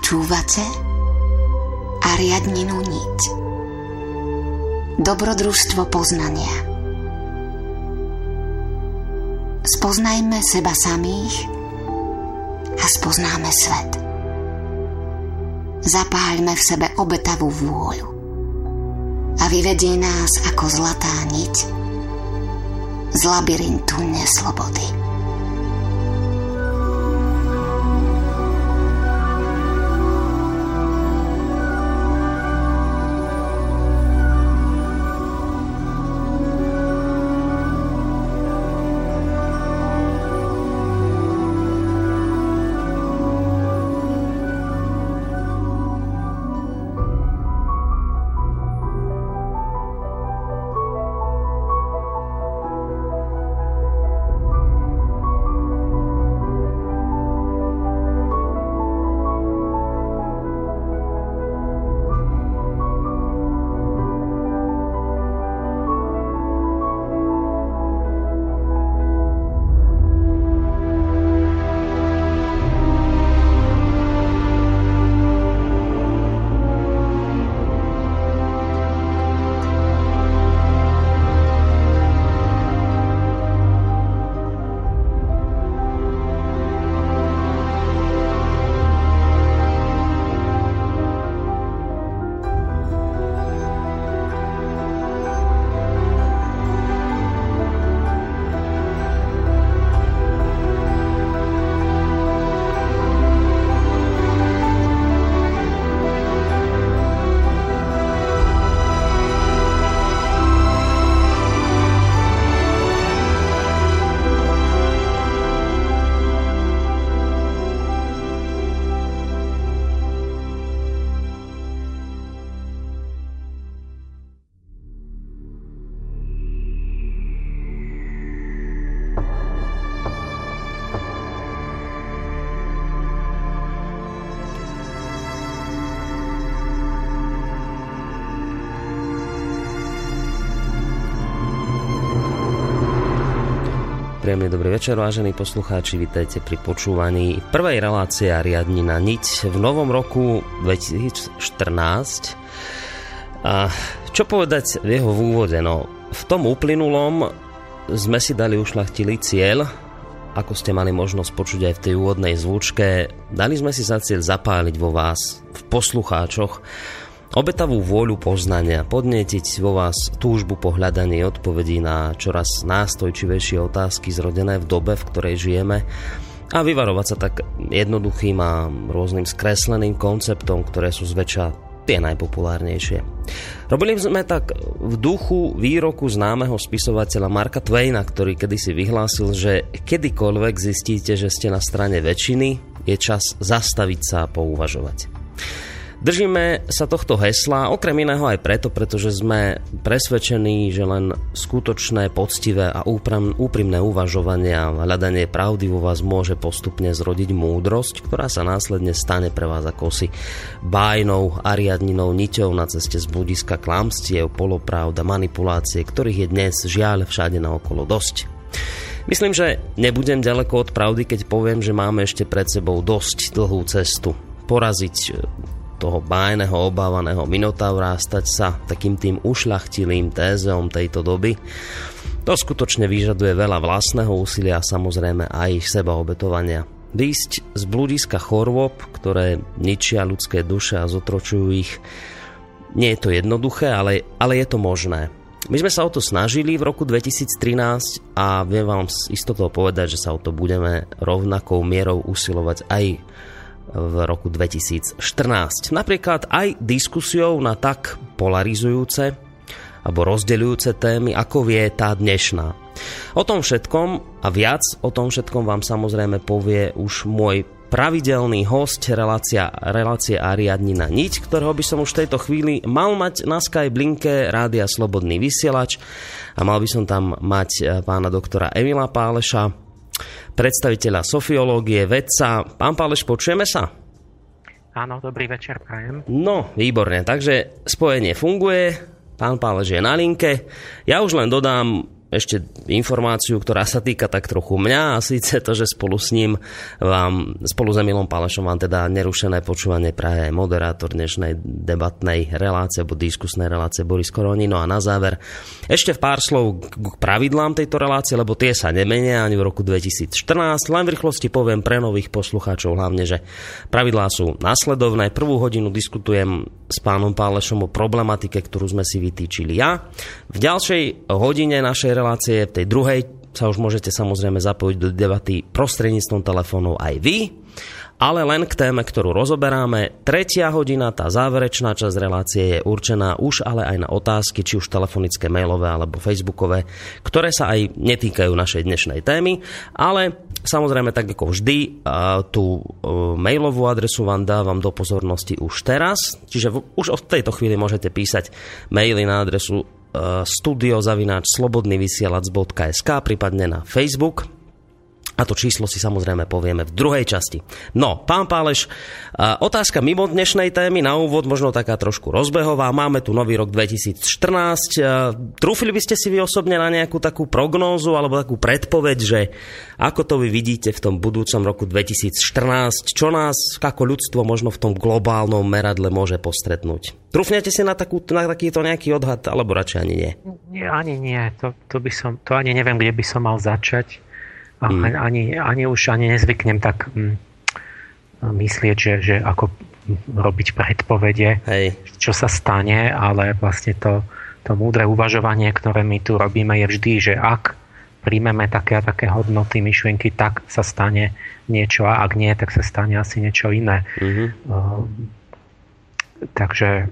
Počúvate Ariadninu niť. Dobrodružstvo poznania. Spoznajme seba samých a spoznáme svet. Zapáľme v sebe obetavú vôľu a vyvedie nás ako zlatá niť z labyrintu neslobody. Príjemný dobrý večer, vážení poslucháči, vitajte pri počúvaní prvej relácie Ariadnina niť v novom roku 2014. A čo povedať v jeho úvode? No, v tom uplynulom sme si dali ušľachtilý cieľ, ako ste mali možnosť počuť aj v tej úvodnej zvučke. Dali sme si za cieľ zapáliť vo vás, v poslucháčoch, obetavú vôľu poznania, podnietiť vo vás túžbu po hľadaní odpovedí na čoraz nástojčivejšie otázky zrodené v dobe, v ktorej žijeme, a vyvarovať sa tak jednoduchým a rôznym skresleným konceptom, ktoré sú zväčša tie najpopulárnejšie. Robili sme tak v duchu výroku známeho spisovateľa Marka Twaina, ktorý kedysi vyhlásil, že kedykoľvek zistíte, že ste na strane väčšiny, je čas zastaviť sa a pouvažovať. Držíme sa tohto hesla, okrem iného aj preto, pretože sme presvedčení, že len skutočné, poctivé a úprimné uvažovanie a hľadanie pravdy vo vás môže postupne zrodiť múdrosť, ktorá sa následne stane pre vás akosi bájnou, ariadninou niťou na ceste z bludiska klamstiev, polopravd a manipulácie, ktorých je dnes žiaľ všade naokolo dosť. Myslím, že nebudem ďaleko od pravdy, keď poviem, že máme ešte pred sebou dosť dlhú cestu. Poraziť toho bájneho, obávaného Minotaura a stať sa takým tým ušľachtilým tézeom tejto doby. To skutočne vyžaduje veľa vlastného úsilia a samozrejme aj sebaobetovania. Výjsť z bludiska chorôb, ktoré ničia ľudské duše a zotročujú ich, nie je to jednoduché, ale je to možné. My sme sa o to snažili v roku 2013 a viem vám s istotou povedať, že sa o to budeme rovnakou mierou usilovať aj v roku 2014. Napríklad aj diskusiou na tak polarizujúce alebo rozdeľujúce témy, ako je tá dnešná. O tom všetkom a viac o tom všetkom vám samozrejme povie už môj pravidelný hosť relácie Ariadnina niť, ktorého by som už v tejto chvíli mal mať na Skype linke Rádia Slobodný vysielač a mal by som tam mať pána doktora Emila Páleša, predstaviteľa sofiológie, vedca. Pán Páleš, počujeme sa? Áno, dobrý večer, prajem. No, výborne, takže spojenie funguje, pán Páleš je na linke. Ja už len dodám, ešte informáciu, ktorá sa týka tak trochu mňa, a síce to, že spolu s Emilom Pálešom vám teda nerušené počúvanie praje moderátor dnešnej debatnej relácie alebo diskusnej relácie Boris Koroni. No a na záver ešte v pár slov k pravidlám tejto relácie, lebo tie sa nemenia ani v roku 2014. Len v rýchlosti poviem pre nových poslucháčov hlavne, že pravidlá sú nasledovné. Prvú hodinu diskutujem s pánom Pálešom o problematike, ktorú sme si vytýčili ja. V ďalšej hodine našej relácie, v tej druhej, sa už môžete samozrejme zapojiť do debaty prostredníctvom telefónov aj vy, ale len k téme, ktorú rozoberáme. Tretia hodina, tá záverečná časť relácie je určená už ale aj na otázky, či už telefonické, mailové alebo facebookové, ktoré sa aj netýkajú našej dnešnej témy, ale samozrejme tak ako vždy tú mailovú adresu vám dávam do pozornosti už teraz, čiže už od tejto chvíli môžete písať maily na adresu studio@slobodnyvysielac.sk, prípadne na Facebook. A to číslo si samozrejme povieme v druhej časti. No, pán Páleš, otázka mimo dnešnej témy, na úvod možno taká trošku rozbehová. Máme tu nový rok 2014. Trúfili by ste si vy osobne na nejakú takú prognózu alebo takú predpoveď, že ako to vy vidíte v tom budúcom roku 2014? Čo nás ako ľudstvo možno v tom globálnom meradle môže postretnúť? Trúfnete si na takýto nejaký odhad, alebo radšej ani nie? Nie, ani nie. To ani neviem, kde by som mal začať. Ani nezvyknem tak myslieť, že ako robiť predpovede, čo sa stane, ale vlastne to múdre uvažovanie, ktoré my tu robíme, je vždy, že ak príjmeme také a také hodnoty, myšlienky, tak sa stane niečo, a ak nie, tak sa stane asi niečo iné. Takže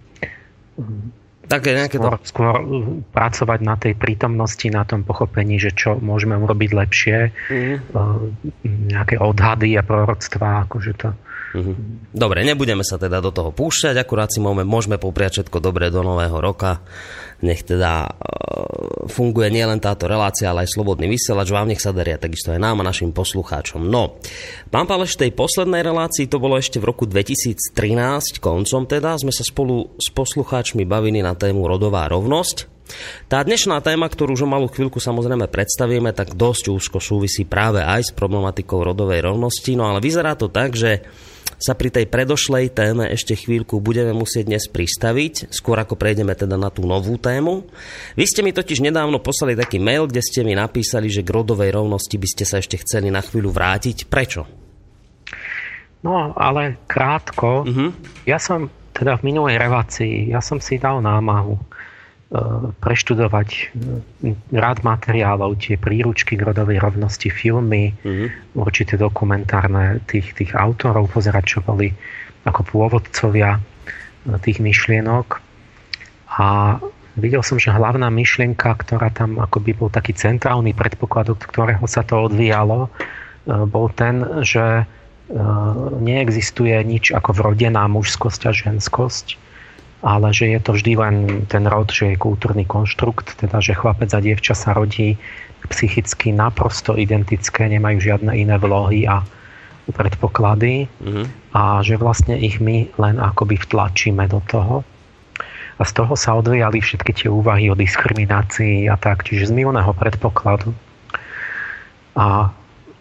skôr pracovať na tej prítomnosti, na tom pochopení, že čo môžeme urobiť lepšie, nejaké odhady a proroctvá, akože to. Dobre, nebudeme sa teda do toho púšťať, akurát si môžeme popriať všetko dobré do nového roka. Nech teda funguje nielen táto relácia, ale aj slobodný vysielač. Vám nech sa daria takisto aj nám a našim poslucháčom. No, pán Páleš, v tej poslednej relácii, to bolo ešte v roku 2013, koncom teda, sme sa spolu s poslucháčmi bavili na tému rodová rovnosť. Tá dnešná téma, ktorú už o malú chvíľku samozrejme predstavíme, tak dosť úzko súvisí práve aj s problematikou rodovej rovnosti. No ale vyzerá to tak, že sa pri tej predošlej téme ešte chvíľku budeme musieť dnes pristaviť, skôr ako prejdeme teda na tú novú tému. Vy ste mi totiž nedávno poslali taký mail, kde ste mi napísali, že k rodovej rovnosti by ste sa ešte chceli na chvíľu vrátiť. Prečo? No, ale krátko. Ja som teda v minulej relácii, ja som si dal námahu preštudovať rád materiálov, tie príručky k rodovej rovnosti, filmy, určité dokumentárne tých autorov, pozerať, čo boli ako pôvodcovia tých myšlienok. A videl som, že hlavná myšlienka, ktorá tam akoby bol taký centrálny predpoklad, od ktorého sa to odvíjalo, bol ten, že neexistuje nič ako vrodená mužskosť a ženskosť, ale že je to vždy len ten rod, že je kultúrny konštrukt, teda že chlapec a dievča sa rodí psychicky naprosto identické, nemajú žiadne iné vlohy a predpoklady, a že vlastne ich my len akoby vtlačíme do toho. A z toho sa odvíjali všetky tie úvahy o diskriminácii a tak, čiže z mylného predpokladu. A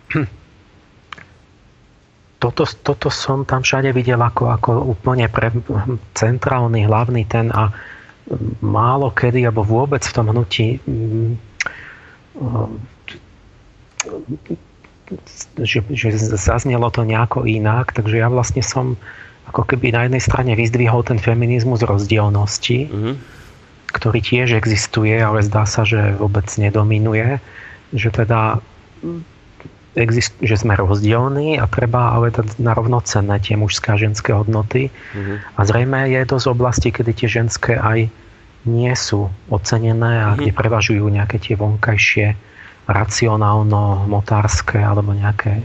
toto som tam všade videl ako úplne centrálny, hlavný ten, a málo kedy, alebo vôbec v tom hnutí, že zaznelo to nejako inak, takže ja vlastne som ako keby na jednej strane vyzdvihol ten feminizmus rozdielnosti, ktorý tiež existuje, ale zdá sa, že vôbec nedominuje, že teda že sme rozdielní a treba ale na rovnocenné tie mužské a ženské hodnoty. A zrejme je dosť oblasti, kedy tie ženské aj nie sú ocenené a kde prevažujú nejaké tie vonkajšie racionálno-motárske alebo nejaké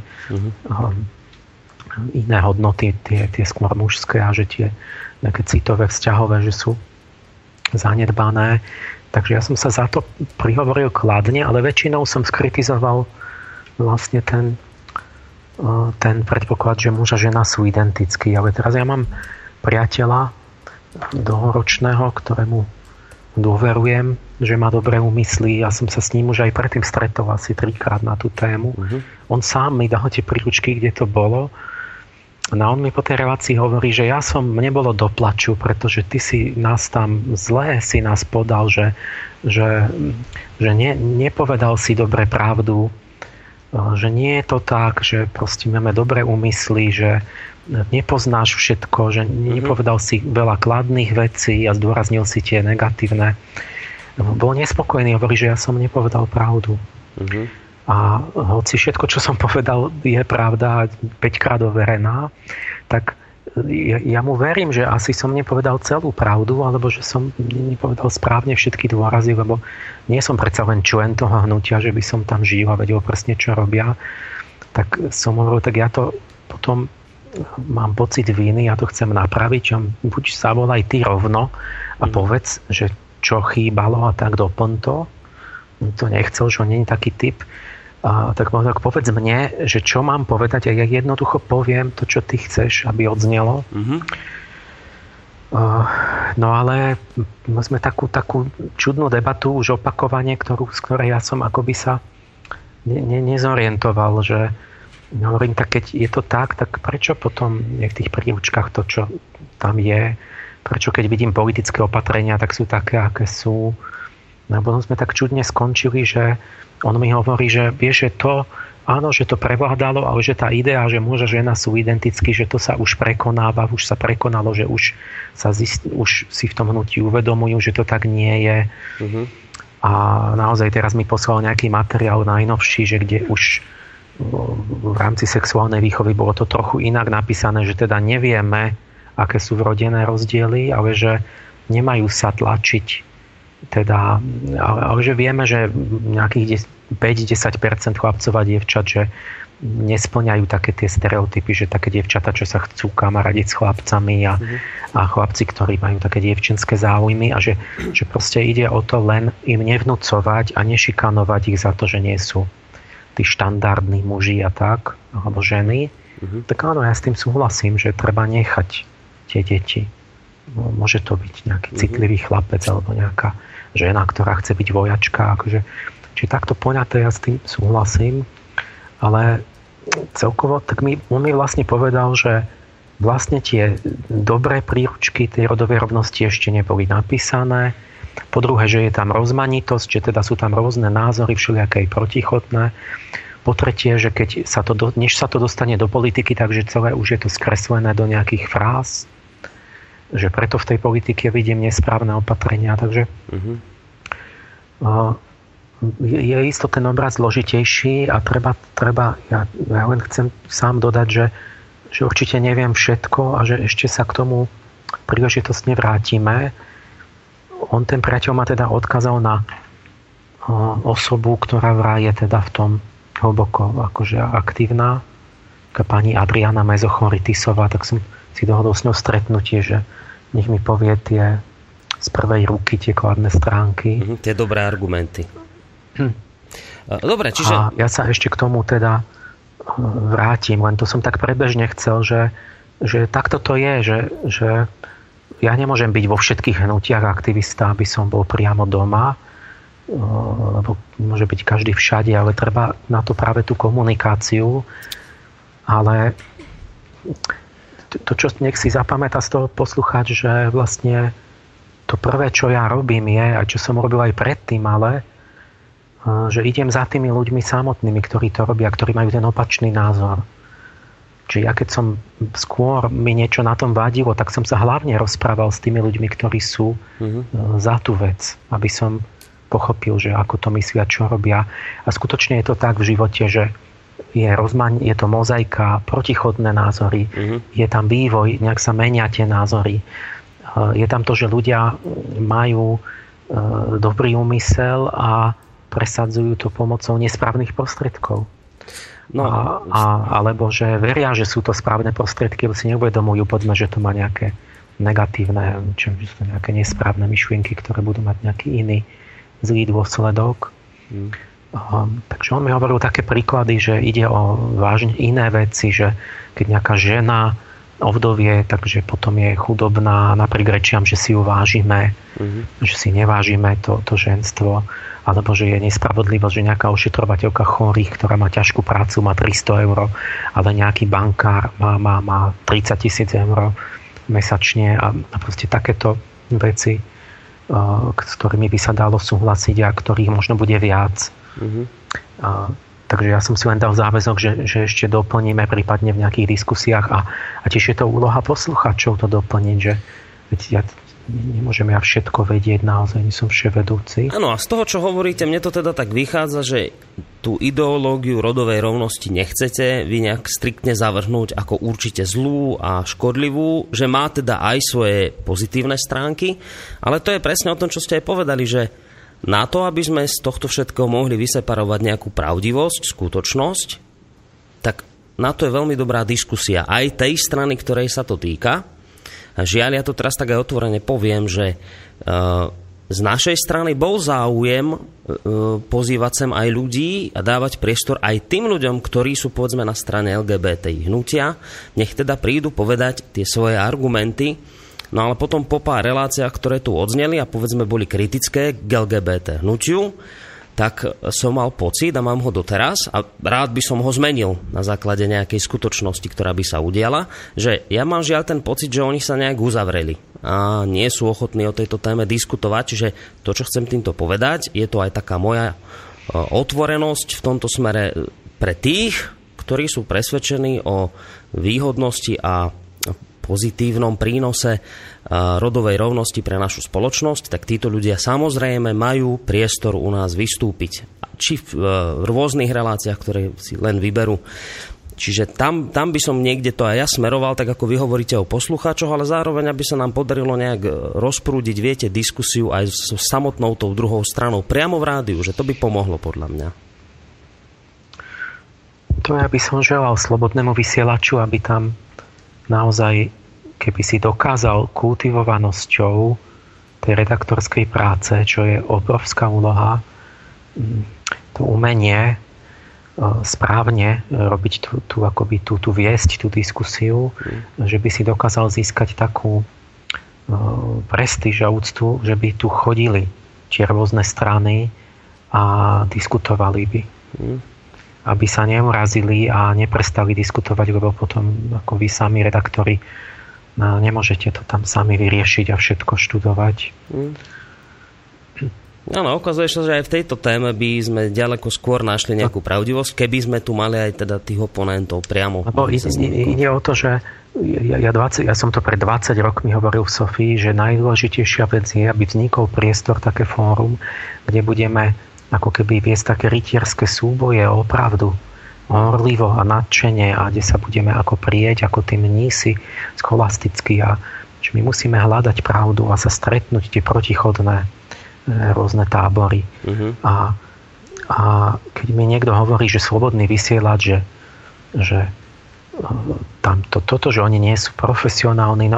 iné hodnoty, tie skôr mužské, a že tie nejaké citové, vzťahové, že sú zanedbané. Takže ja som sa za to prihovoril kladne, ale väčšinou som skritizoval vlastne ten predpoklad, že muž a žena sú identickí. Ale teraz ja mám priateľa dlhoročného, ktorému dôverujem, že má dobré úmysly. Ja som sa s ním už aj predtým stretol asi 3-krát na tú tému. On sám mi dal tie príručky, kde to bolo. No on mi po tej relácii hovorí, že ja som nebolo do plaču, pretože ty si nás tam zlé si nás podal, že nepovedal si dobre pravdu, že nie je to tak, že proste máme dobré úmysly, že nepoznáš všetko, že nepovedal si veľa kladných vecí a zdôraznil si tie negatívne. Bol nespokojný, hovorí, že ja som nepovedal pravdu. A hoci všetko, čo som povedal, je pravda 5-krát overená, tak ja mu verím, že asi som nepovedal celú pravdu, alebo že som nepovedal správne všetky dôrazy, lebo nie som predsa len člen toho hnutia, že by som tam žil a vedel presne, čo robia. Tak som hovoril, tak ja to potom mám pocit viny, ja to chcem napraviť, že buď sa volaj ty rovno a povedz, že čo chýbalo a tak doplň to. To nechcel, že on nie je taký typ. Tak povedz mne, že čo mám povedať a ja jednoducho poviem to, čo ty chceš, aby odznelo. No ale sme takú čudnú debatu už opakovane, z ktorej ja som akoby sa nezorientoval, že hovorím, tak keď je to tak prečo potom v tých príručkách to, čo tam je, prečo keď vidím politické opatrenia, tak sú také, aké sú. No potom sme tak čudne skončili, že on mi hovorí, že vieš, že to, áno, že to prevládalo, ale že tá idea, že muž a žena sú identickí, že to sa už prekonáva, už sa prekonalo, že už si v tom hnutí uvedomujú, že to tak nie je. A naozaj teraz mi poslal nejaký materiál najnovší, že kde už v rámci sexuálnej výchovy bolo to trochu inak napísané, že teda nevieme, aké sú vrodené rozdiely, ale že nemajú sa tlačiť teda, ale že vieme, že nejakých 5-10% chlapcov a dievčat, že nesplňajú také tie stereotypy, že také dievčatá, čo sa chcú kamaradiť s chlapcami a chlapci, ktorí majú také dievčenské záujmy a že proste ide o to len im nevnúcovať a nešikanovať ich za to, že nie sú tí štandardní muži a tak, alebo ženy. Tak áno, ja s tým súhlasím, že treba nechať tie deti. Môže to byť nejaký citlivý chlapec alebo nejaká žena, ktorá chce byť vojačka. Akože, či takto poňaté, ja s tým súhlasím. Ale celkovo, tak on mi vlastne povedal, že vlastne tie dobré príručky tej rodovej rovnosti ešte neboli napísané. Po druhé, že je tam rozmanitosť, že teda sú tam rôzne názory, všelijaké aj protichodné. Po tretie, že keď než sa to dostane do politiky, takže celé už je to skreslené do nejakých fráz, že preto v tej politike vidím nesprávne opatrenia, takže je isto ten obraz zložitejší a treba ja len chcem sám dodať, že určite neviem všetko a že ešte sa k tomu príležitostne vrátime. Ten priateľ ma teda odkázal na osobu, ktorá vraj je teda v tom hlboko akože aktívna, pani Adriana Mezochoritisová, tak som si dohodol s ňou stretnutie, že nech mi povie tie z prvej ruky tie kladné stránky. Tie dobré argumenty. Dobre, čiže... A ja sa ešte k tomu teda vrátim, len to som tak prebežne chcel, že takto to je, že ja nemôžem byť vo všetkých hnutiach aktivista, aby som bol priamo doma, lebo môže byť každý všade, ale treba na to práve tú komunikáciu. Ale to, čo nech si zapamätá z toho poslucháč, že vlastne to prvé, čo ja robím je, a čo som robil aj predtým, ale že idem za tými ľuďmi samotnými, ktorí to robia, ktorí majú ten opačný názor. Čiže ja keď som skôr mi niečo na tom vadilo, tak som sa hlavne rozprával s tými ľuďmi, ktorí sú za tú vec, aby som pochopil, že ako to myslia, čo robia. A skutočne je to tak v živote, že je to mozaika, protichodné názory, je tam vývoj, nejak sa menia tie názory. Je tam to, že ľudia majú dobrý úmysel a presadzujú to pomocou nesprávnych prostriedkov. Alebo že veria, že sú to správne prostriedky, ale si neuvedomujú, poďme, že to má nejaké negatívne, že sú to nejaké nesprávne myšlienky, ktoré budú mať nejaký iný zlý dôsledok. Takže on mi hovoril také príklady, že ide o vážne iné veci, že keď nejaká žena ovdovie, takže potom je chudobná, napriek rečiam, že si ju vážime, že si nevážime to ženstvo, alebo že je nespravodlivosť, že nejaká ošetrovateľka chorých, ktorá má ťažkú prácu, má 300 eur, ale nejaký bankár má 30 000 eur mesačne a proste takéto veci, s ktorými by sa dalo súhlasiť a ktorých možno bude viac. Takže ja som si len dal záväzok, že ešte doplníme prípadne v nejakých diskusiách a tiež je to úloha poslucháčov to doplniť, že ja nemôžem ja všetko vedieť, naozaj nie som vševedúci. Áno, a z toho, čo hovoríte, mne to teda tak vychádza, že tú ideológiu rodovej rovnosti nechcete vy nejak striktne zavrhnúť ako určite zlú a škodlivú, že má teda aj svoje pozitívne stránky, ale to je presne o tom, čo ste aj povedali, že na to, aby sme z tohto všetkého mohli vyseparovať nejakú pravdivosť, skutočnosť, tak na to je veľmi dobrá diskusia aj tej strany, ktorej sa to týka. A žiaľ, ja to teraz tak aj otvorene poviem, že z našej strany bol záujem pozývať sem aj ľudí a dávať priestor aj tým ľuďom, ktorí sú povedzme na strane LGBTI hnutia. Nech teda prídu povedať tie svoje argumenty. No ale potom po pár reláciách, ktoré tu odzneli a povedzme boli kritické k LGBT hnutiu, tak som mal pocit a mám ho doteraz a rád by som ho zmenil na základe nejakej skutočnosti, ktorá by sa udiala, že ja mám žiaľ ten pocit, že oni sa nejak uzavreli a nie sú ochotní o tejto téme diskutovať, čiže to, čo chcem týmto povedať, je to aj taká moja otvorenosť v tomto smere pre tých, ktorí sú presvedčení o výhodnosti a pozitívnom prínose rodovej rovnosti pre našu spoločnosť, tak títo ľudia samozrejme majú priestor u nás vystúpiť. Či v rôznych reláciách, ktoré si len vyberú. Čiže tam by som niekde to aj ja smeroval, tak ako vy hovoríte o poslucháčoch, ale zároveň, aby sa nám podarilo nejak rozprúdiť, viete, diskusiu aj so samotnou tou druhou stranou, priamo v rádiu, že to by pomohlo podľa mňa. To ja by som želal slobodnému vysielaču, aby tam naozaj, keby si dokázal kultivovanosťou tej redaktorskej práce, čo je obrovská úloha, to umenie správne robiť tú viesť, tú diskusiu, že by si dokázal získať takú prestíž a úctu, že by tu chodili tie rôzne strany a diskutovali by. Aby sa neurazili a neprestali diskutovať, lebo potom ako vy sami redaktori nemôžete to tam sami vyriešiť a všetko študovať. Áno, ukazuje sa, že aj v tejto téme by sme ďaleko skôr našli nejakú pravdivosť, keby sme tu mali aj teda tých oponentov priamo. Lebo ide o to, že ja som to pred 20 rokmi hovoril v Sofii, že najdôležitejšia vec je, aby vznikol priestor, také fórum, kde budeme ako keby viesť také rytierské súboje o pravdu, horlivo a nadšene a kde sa budeme ako prieť, ako tí mnísi scholastickí a že my musíme hľadať pravdu a sa stretnúť tie protichodné rôzne tábory. A keď mi niekto hovorí, že slobodný vysielač, že tam toto, že oni nie sú profesionálni,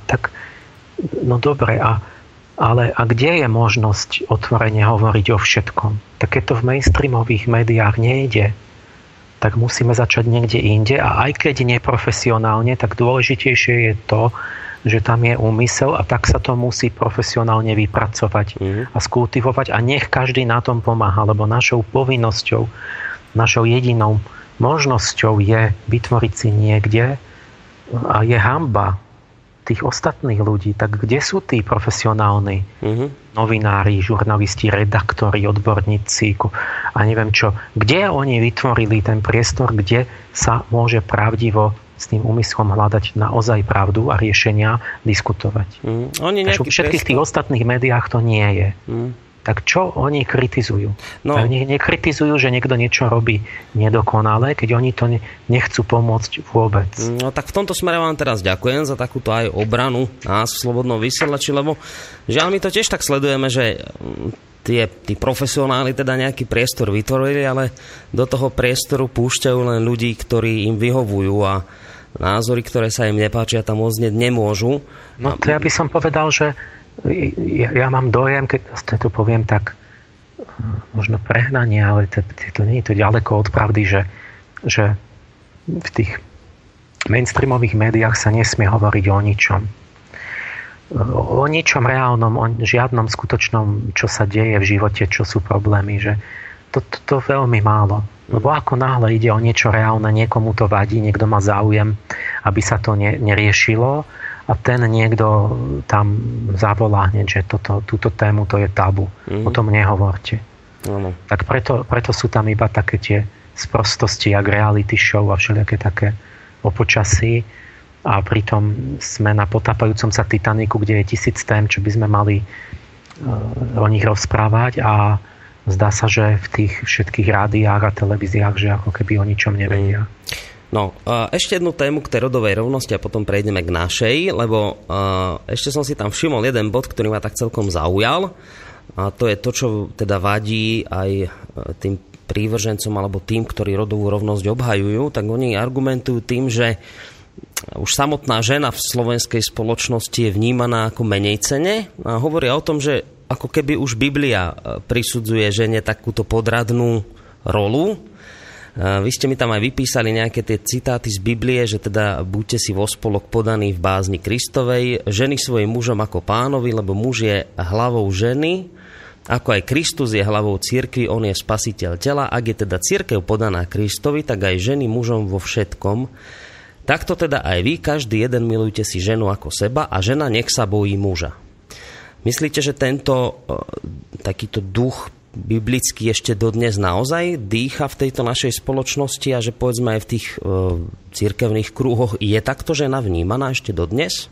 no dobre, ale kde je možnosť otvorene hovoriť o všetkom? Tak keď to v mainstreamových médiách nejde, tak musíme začať niekde inde a aj keď neprofesionálne, tak dôležitejšie je to, že tam je úmysel a tak sa to musí profesionálne vypracovať a skultivovať a nech každý na tom pomáha, lebo našou povinnosťou, našou jedinou možnosťou je vytvoriť si niekde a je hanba tých ostatných ľudí, tak kde sú tí profesionálni novinári, žurnalisti, redaktori, odborníci a neviem čo, kde oni vytvorili ten priestor, kde sa môže pravdivo s tým úmyslom hľadať naozaj pravdu a riešenia diskutovať. V všetkých tých ostatných médiách to nie je. Tak čo oni kritizujú? No. Nekritizujú, že niekto niečo robí nedokonale, keď oni to nechcú pomôcť vôbec. No tak v tomto smere vám teraz ďakujem za takúto aj obranu nás v Slobodnom vysielači, lebo žiaľ my to tiež tak sledujeme, že tí profesionáli teda nejaký priestor vytvorili, ale do toho priestoru púšťajú len ľudí, ktorí im vyhovujú a názory, ktoré sa im nepáčia, tam odznieť nemôžu. No to ja by som povedal, že ja mám dojem, keď to poviem tak možno prehnanie, ale to nie je to ďaleko od pravdy, že v tých mainstreamových médiách sa nesmie hovoriť o ničom. O ničom reálnom, o žiadnom skutočnom, čo sa deje v živote, čo sú problémy, že to veľmi málo. Lebo ako náhle ide o niečo reálne, niekomu to vadí, niekto má záujem, aby sa to neriešilo a ten niekto tam zavolá hneď, že túto tému to je tabu. O tom nehovorte. Tak preto sú tam iba také tie sprostosti, jak reality show a všelijaké také o počasí a pritom sme na potápajúcom sa Titaniku, kde je 1000 tém, čo by sme mali o nich rozprávať a zdá sa, že v tých všetkých rádiách a televíziách, že ako keby o ničom nevedia. No, ešte jednu tému k tej rodovej rovnosti a potom prejdeme k našej, lebo ešte som si tam všimol jeden bod, ktorý ma tak celkom zaujal a to je to, čo teda vadí aj tým prívržencom alebo tým, ktorí rodovú rovnosť obhajujú, tak oni argumentujú tým, že už samotná žena v slovenskej spoločnosti je vnímaná ako menejcenne a hovoria o tom, že ako keby už Biblia prisudzuje žene takúto podradnú rolu. Vy ste mi tam aj vypísali nejaké tie citáty z Biblie, že teda buďte si vo spolok podaní v bázni Kristovej, ženy svojim mužom ako pánovi, lebo muž je hlavou ženy, ako aj Kristus je hlavou cirkvi, on je spasiteľ tela. Ak je teda cirkev podaná Kristovi, tak aj ženy mužom vo všetkom. Takto teda aj vy, každý jeden milujte si ženu ako seba a žena nech sa bojí muža. Myslíte, že tento takýto duch biblický ešte dodnes naozaj dýcha v tejto našej spoločnosti a že povedzme aj v tých cirkevných krúhoch je takto žena vnímaná ešte dodnes?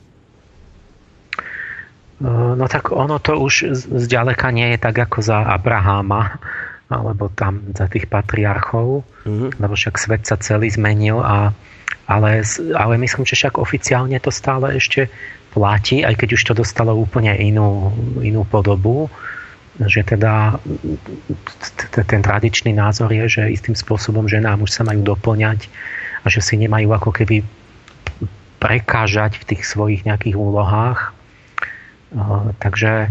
No tak ono to už zďaleka nie je tak ako za Abraháma alebo tam za tých patriarchov, lebo však svet sa celý zmenil ale myslím, že však oficiálne to stále ešte platí, aj keď už to dostalo úplne inú podobu, že teda ten tradičný názor je, že istým spôsobom žena a muž sa majú doplňať a že si nemajú ako keby prekážať v tých svojich nejakých úlohách. Takže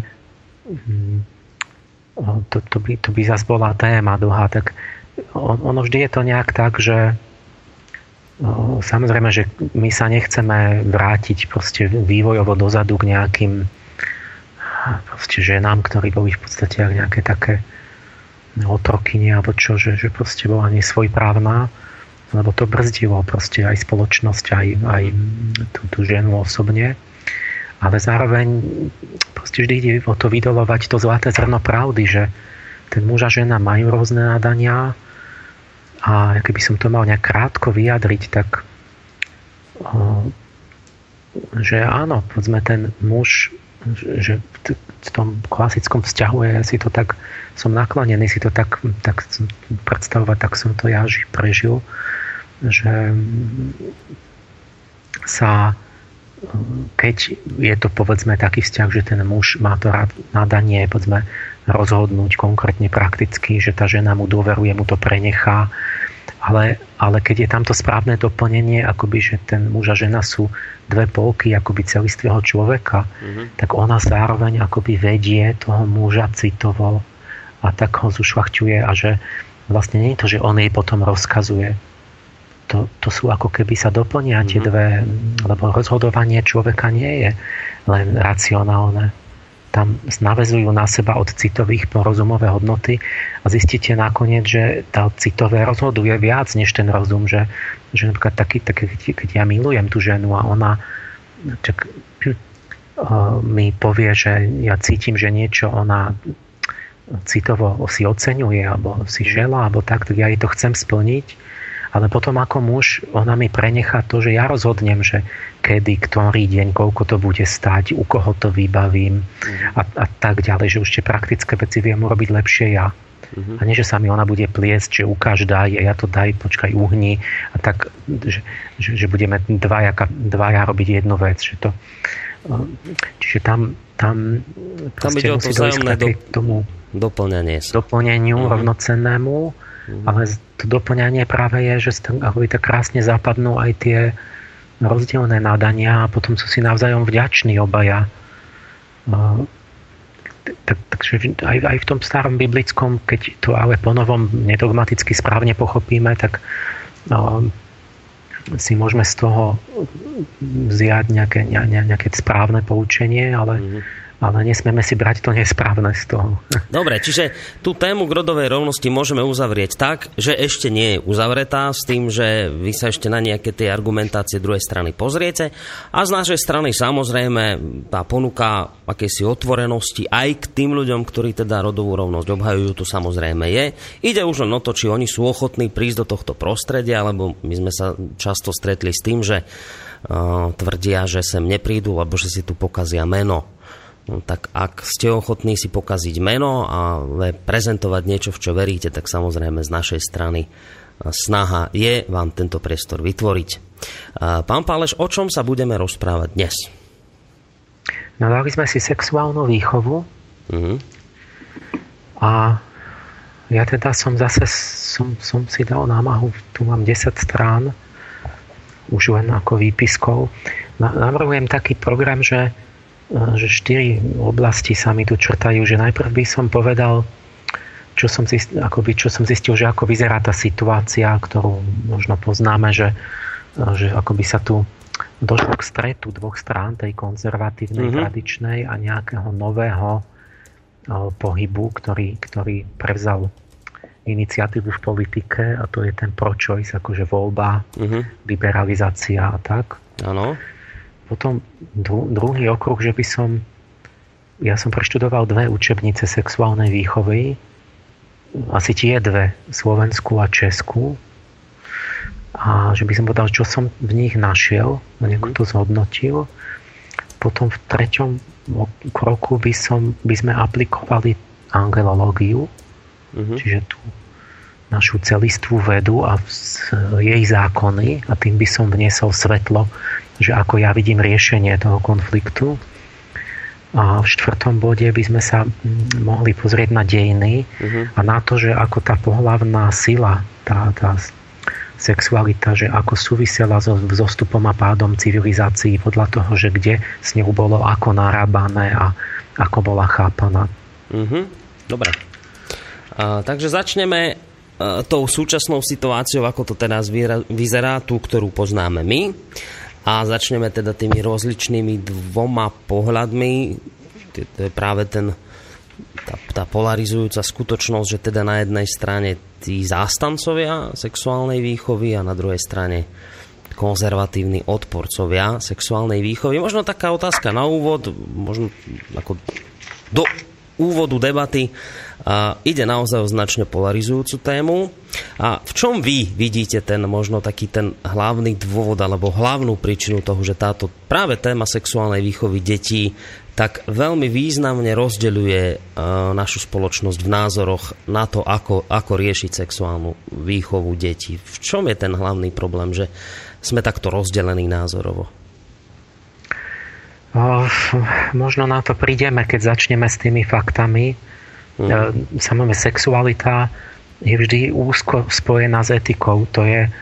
to by zase bola téma dlhá. Tak ono vždy je to nejak tak, že samozrejme, že my sa nechceme vrátiť proste vývojovo dozadu k nejakým proste ženám, ktorí boli v podstate nejaké také otrokyne alebo čo, že proste bola nesvojprávna, lebo to brzdilo proste aj spoločnosť, aj tú ženu osobne. Ale zároveň proste vždy ide o to vydolovať to zlaté zrno pravdy, že ten muž a žena majú rôzne nadania a keby som to mal nejak krátko vyjadriť, tak že áno, povedzme ten muž, že v tom klasickom vzťahu ja si to tak, som naklonený si to tak predstavovať, tak som to ja prežil, že sa keď je to povedzme taký vzťah, že ten muž má to nadanie povedzme rozhodnúť konkrétne prakticky, že tá žena mu dôveruje, mu to prenechá, ale keď je tamto správne doplnenie, akoby, že ten muž a žena sú dve polky akoby celistvého človeka, tak ona zároveň akoby vedie toho muža citovo a tak ho zušľachťuje a že vlastne nie je to, že on jej potom rozkazuje. To sú ako keby sa doplnia tie dve, lebo rozhodovanie človeka nie je len racionálne. Tam naväzujú na seba od citových po rozumové hodnoty a zistíte nakoniec, že tá citové rozhoduje viac než ten rozum, že napríklad keď ja milujem tú ženu a ona mi povie, že ja cítim, že niečo ona citovo si oceňuje alebo si želá, alebo tak ja jej to chcem splniť. Ale potom ako muž, ona mi prenechá to, že ja rozhodnem, že kedy, ktorý deň, koľko to bude stáť, u koho to vybavím a tak ďalej, že už tie praktické veci viem urobiť lepšie ja. A nie, že sa mi ona bude pliesť, že ukáž daj, ja to daj, počkaj, uhni a tak, že budeme dvaja robiť jednu vec. Že to, čiže tam ide o to vzájomné doplneniu rovnocennému. Ale to doplňanie práve je, že tak krásne zapadnú aj tie rozdielne nadania a potom sú si navzájom vďační obaja. Takže aj v tom starom biblickom, keď to ale ponovom nedogmaticky správne pochopíme, tak si môžeme z toho vziať nejaké správne poučenie, ale nesmieme si brať to nesprávne z toho. Dobre, čiže tú tému k rodovej rovnosti môžeme uzavrieť tak, že ešte nie je uzavretá, s tým, že vy sa ešte na nejaké tie argumentácie druhej strany pozriete a z našej strany samozrejme tá ponuka akejsi otvorenosti aj k tým ľuďom, ktorí teda rodovú rovnosť obhajujú, tu samozrejme je. Ide už len o to, či oni sú ochotní prísť do tohto prostredia, lebo my sme sa často stretli s tým, že tvrdia, že sem neprídu, lebo že si tu pokazia meno. No, tak ak ste ochotní si pokaziť meno a prezentovať niečo, v čo veríte, tak samozrejme z našej strany snaha je vám tento priestor vytvoriť. Pán Páleš, o čom sa budeme rozprávať dnes? No, dali sme si sexuálnu výchovu a ja teda som si dal námahu, tu mám 10 strán, už len ako výpiskov. Navrhujem taký program, že 4 oblasti sa mi tu črtajú, že najprv by som povedal, čo som zistil, že ako vyzerá tá situácia, ktorú možno poznáme, že akoby sa tu došlo k stretu dvoch strán, tej konzervatívnej, tradičnej a nejakého nového pohybu, ktorý prevzal iniciatívu v politike, a to je ten pro-choice, akože voľba, liberalizácia a tak. Áno. Potom druhý okruh, že ja som preštudoval 2 učebnice sexuálnej výchovy, asi tie 2, Slovenskú a Českú, a že by som povedal, čo som v nich našiel, nejako to zhodnotil. Potom v 3. kroku by sme aplikovali angelológiu, čiže tú našu celistvú vedu a jej zákony, a tým by som vniesol svetlo, že ako ja vidím riešenie toho konfliktu. A v 4. bode by sme sa mohli pozrieť na dejiny a na to, že ako tá pohlavná sila, tá sexualita, že ako súvisela so vzostupom a pádom civilizácií podľa toho, že kde s ňou bolo ako narábané a ako bola chápaná. Dobre. Takže začneme tou súčasnou situáciou, ako to teraz vyzerá, tú, ktorú poznáme my. A začneme teda tými rozličnými 2 pohľadmi. To je práve tá polarizujúca skutočnosť, že teda na jednej strane tí zástancovia sexuálnej výchovy a na druhej strane konzervatívni odporcovia sexuálnej výchovy. Možno taká otázka na úvod, možno ako do úvodu debaty. Ide naozaj o značne polarizujúcu tému. A v čom vy vidíte možno taký ten hlavný dôvod alebo hlavnú príčinu toho, že táto práve téma sexuálnej výchovy detí tak veľmi významne rozdeľuje našu spoločnosť v názoroch na to, ako riešiť sexuálnu výchovu detí? V čom je ten hlavný problém, že sme takto rozdelení názorovo? Možno na to prídeme, keď začneme s tými faktami. Samozrejme, sexualita je vždy úzko spojená s etikou. To je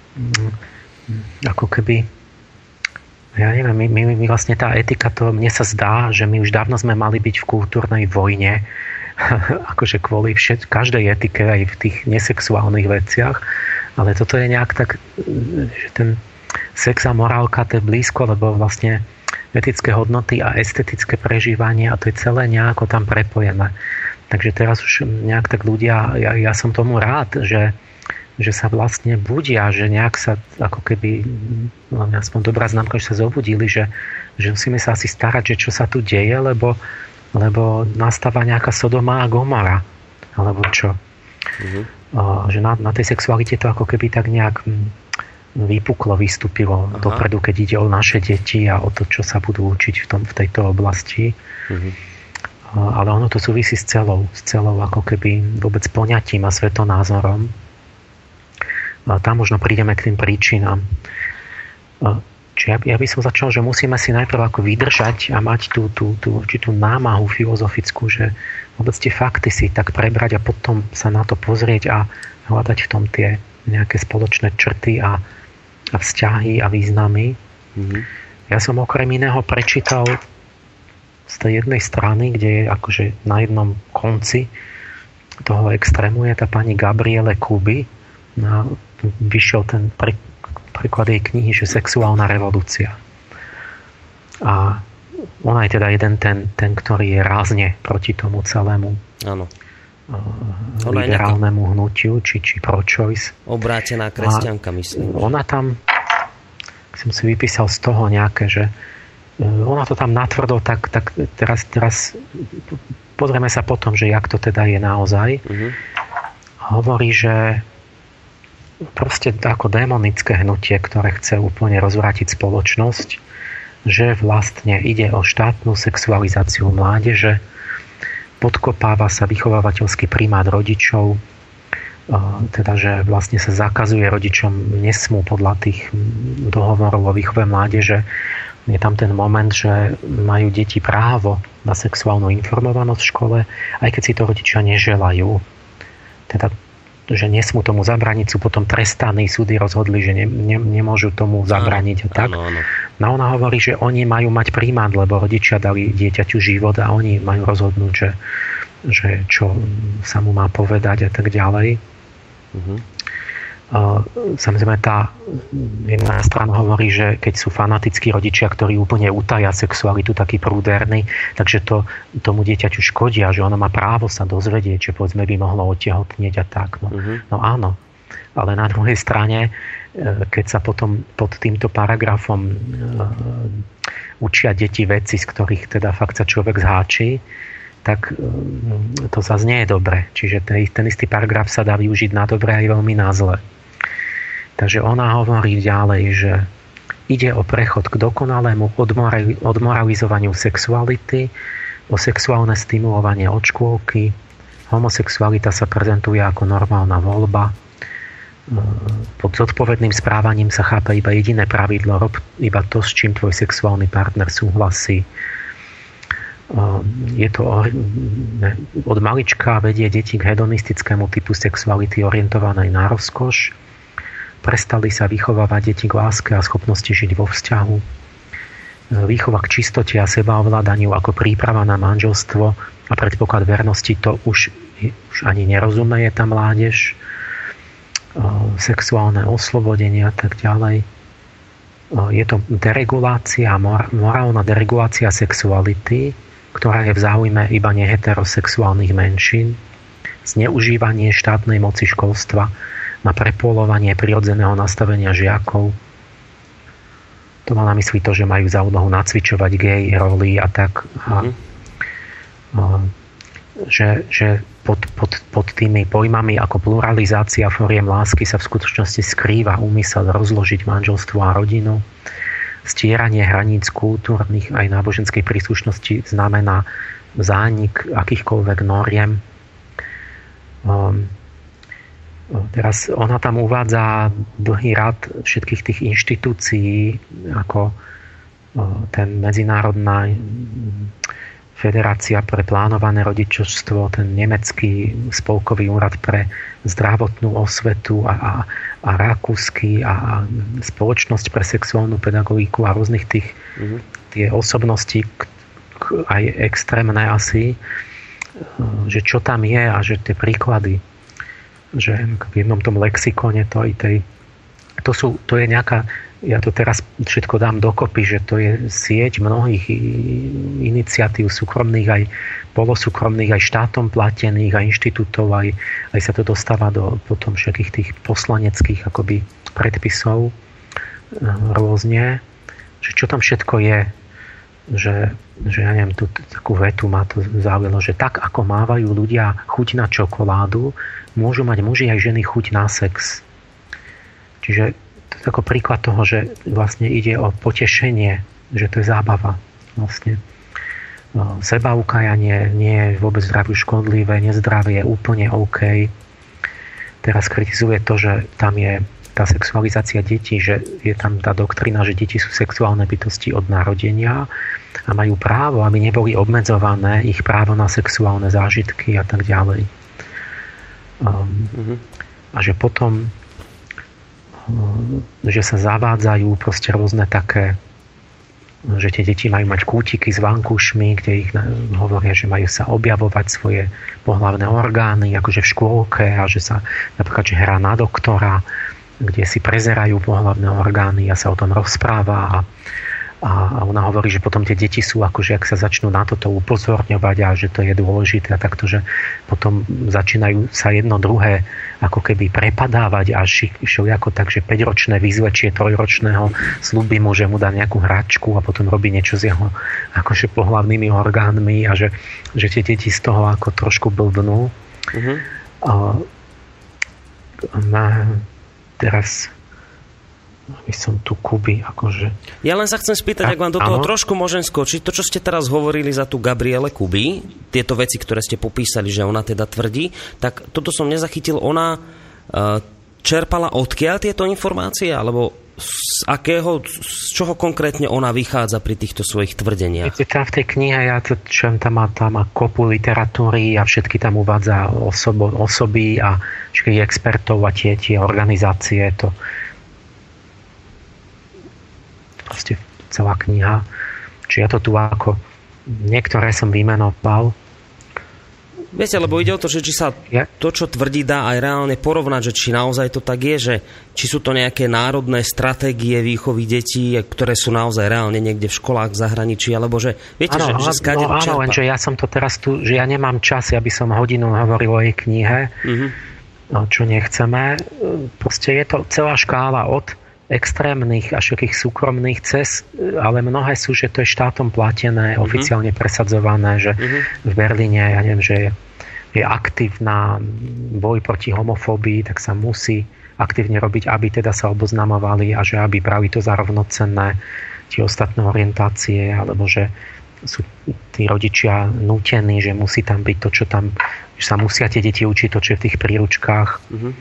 ako keby, ja neviem, my vlastne tá etika, to mne sa zdá, že my už dávno sme mali byť v kultúrnej vojne, akože kvôli každej etike aj v tých nesexuálnych veciach, ale toto je nejak tak, že ten sex a morálka, to je blízko, lebo vlastne etické hodnoty a estetické prežívanie, a to je celé nejako tam prepojené. Takže teraz už nejak tak ľudia, ja som tomu rád, že sa vlastne budia, že nejak sa ako keby, aspoň dobrá známka, že sa zobudili, že musíme sa asi starať, že čo sa tu deje, lebo nastáva nejaká Sodoma a Gomora, alebo čo. Že na tej sexualite to ako keby tak nejak vypuklo, vystúpilo dopredu, keď ide o naše deti a o to, čo sa budú učiť v tejto oblasti. Ale ono to súvisí s celou ako keby vôbec poňatím a svetonázorom. A tam možno prídeme k tým príčinám. Čiže ja by som začal, že musíme si najprv ako vydržať a mať tú určitú námahu filozofickú, že vôbec tie fakty si tak prebrať a potom sa na to pozrieť a hľadať v tom tie nejaké spoločné črty a vzťahy a významy. Ja som okrem iného prečítal z tej jednej strany, kde je akože na jednom konci toho extrému je tá pani Gabriele Kuby. Vyšiel ten preklad jej knihy, že Sexuálna revolúcia. A ona je teda jeden ten, ktorý je rázne proti tomu celému liberálnemu hnutiu, či pro-choice. Obrátená kresťanka, myslím. Ona tam, som si vypísal z toho nejaké, že ona to tam natvrdo, tak teraz pozrieme sa potom, že jak to teda je naozaj. Hovorí, že proste ako démonické hnutie, ktoré chce úplne rozvrátiť spoločnosť, že vlastne ide o štátnu sexualizáciu mládeže, podkopáva sa vychovávateľský primát rodičov, teda, že vlastne sa zakazuje rodičom, nesmú podľa tých dohovorov o výchove mládeže. Je tam ten moment, že majú deti právo na sexuálnu informovanosť v škole, aj keď si to rodičia neželajú. Teda, že nesmú tomu zabrániť, sú potom trestaní, súdy rozhodli, že nemôžu tomu zabrániť a tak. Áno. No ona hovorí, že oni majú mať primát, lebo rodičia dali dieťaťu život a oni majú rozhodnúť, že čo sa mu má povedať a tak ďalej. Samozrejme tá jedna strana hovorí, že keď sú fanatickí rodičia, ktorí úplne utaja sexualitu, taký prúderný, takže to tomu dieťaťu škodia, že ono má právo sa dozvedieť, že povedzme by mohlo odtehotnieť a tak. No áno, ale na druhej strane, keď sa potom pod týmto paragrafom učia deti veci, z ktorých teda fakt sa človek zháči, tak to zase nie je dobre. Čiže ten istý paragraf sa dá využiť na dobre aj veľmi na zle. Takže ona hovorí ďalej, že ide o prechod k dokonalému odmoralizovaniu sexuality, o sexuálne stimulovanie od škôlky. Homosexualita sa prezentuje ako normálna voľba. Pod zodpovedným správaním sa chápe iba jediné pravidlo, rob iba to, s čím tvoj sexuálny partner súhlasí. Je to od malička vedie deti k hedonistickému typu sexuality orientovanej na rozkoš. Prestali sa vychovávať deti k láske a schopnosti žiť vo vzťahu. Výchova k čistote a sebaovládaniu ako príprava na manželstvo a predpoklad vernosti, to už ani nerozumie tá mládež. Sexuálne oslobodenie a tak ďalej. Je to deregulácia, morálna deregulácia sexuality, ktorá je v záujme iba neheterosexuálnych menšín, zneužívanie štátnej moci školstva na prepôlovanie prirodzeného nastavenia žiakov. To má na mysli to, že majú za úlohu nacvičovať gay roli a tak. Že pod tými pojmami ako pluralizácia foriem lásky sa v skutočnosti skrýva úmysel rozložiť manželstvo a rodinu. Stieranie hraníc kultúrnych aj náboženskej príslušnosti znamená zánik akýchkoľvek noriem. Teraz ona tam uvádza dlhý rad všetkých tých inštitúcií, ako ten Medzinárodná federácia pre plánované rodičovstvo, ten nemecký spolkový úrad pre zdravotnú osvetu a rakúsky a spoločnosť pre sexuálnu pedagogiku a rôznych tie osobnosti, aj extrémne asi, že čo tam je a že tie príklady, že v jednom tom lexikone to je nejaká, ja to teraz všetko dám dokopy, že to je sieť mnohých iniciatív súkromných, aj polosúkromných, aj štátom platených, aj inštitútov, aj sa to dostáva do potom všetkých tých poslaneckých akoby predpisov rôzne, že čo tam všetko je, že ja neviem, tú takú vetu ma to zaujalo, že tak ako mávajú ľudia chuť na čokoládu, môžu mať muži aj ženy chuť na sex. Čiže to je ako príklad toho, že vlastne ide o potešenie, že to je zábava. Vlastne sebaukajanie nie je vôbec zdraviu škodlivé, nezdravie je úplne OK. Teraz kritizuje to, že tam je tá sexualizácia detí, že je tam tá doktrina, že deti sú sexuálne bytosti od narodenia a majú právo, aby neboli obmedzované ich právo na sexuálne zážitky a tak ďalej. A že potom že sa zavádzajú proste rôzne také, že tie deti majú mať kútiky s vankúšmi, kde ich hovoria, že majú sa objavovať svoje pohlavné orgány, akože v škôlke, a že sa napríklad že hrá na doktora kde si prezerajú pohlavné orgány a sa o tom rozpráva a ona hovorí, že potom tie deti sú akože, ak sa začnú na toto upozorňovať a že to je dôležité a takto, že potom začínajú sa jedno druhé ako keby prepadávať a všelijako tak, že 5-ročné vyzvečie 3-ročného, slúbi mu, že mu dá nejakú hračku a potom robí niečo s jeho akože pohlavnými orgánmi a že tie deti z toho ako trošku blbnú. Teraz by som tu Kuby akože... Ja len sa chcem spýtať, ak vám do toho trošku môžem skočiť, to, čo ste teraz hovorili za tú Gabriele Kuby, tieto veci, ktoré ste popísali, že ona teda tvrdí, tak toto som nezachytil, ona čerpala odkiaľ tieto informácie, alebo z čoho konkrétne ona vychádza pri týchto svojich tvrdeniach? Viete, tam v tej knihe, ja to čujem, tam má kopu literatúry a všetky tam uvádza osoby a všetkých expertov a tie organizácie, to proste celá kniha. Či ja to tu ako niektoré som vymenoval. Viete, lebo ide o to, že či sa to, čo tvrdí, dá aj reálne porovnať, že či naozaj to tak je, že či sú to nejaké národné stratégie výchovy detí, ktoré sú naozaj reálne niekde v školách v zahraničí, alebo že viete, že skade čerpa. Áno, lenže ja som to teraz tu, že ja nemám čas, aby som hodinu hovoril o jej knihe, čo nechceme. Proste je to celá škála od extrémnych a všetkých súkromných cest, ale mnohé sú, že to je štátom platené, oficiálne presadzované, že v Berlíne, ja neviem, že je aktívna boj proti homofóbii, tak sa musí aktívne robiť, aby teda sa oboznamovali a že aby brali to za rovnocenné tie ostatné orientácie, alebo že sú tí rodičia nútení, že musí tam byť to, čo tam, že sa musia tie deti učiť to, čo je v tých príručkách.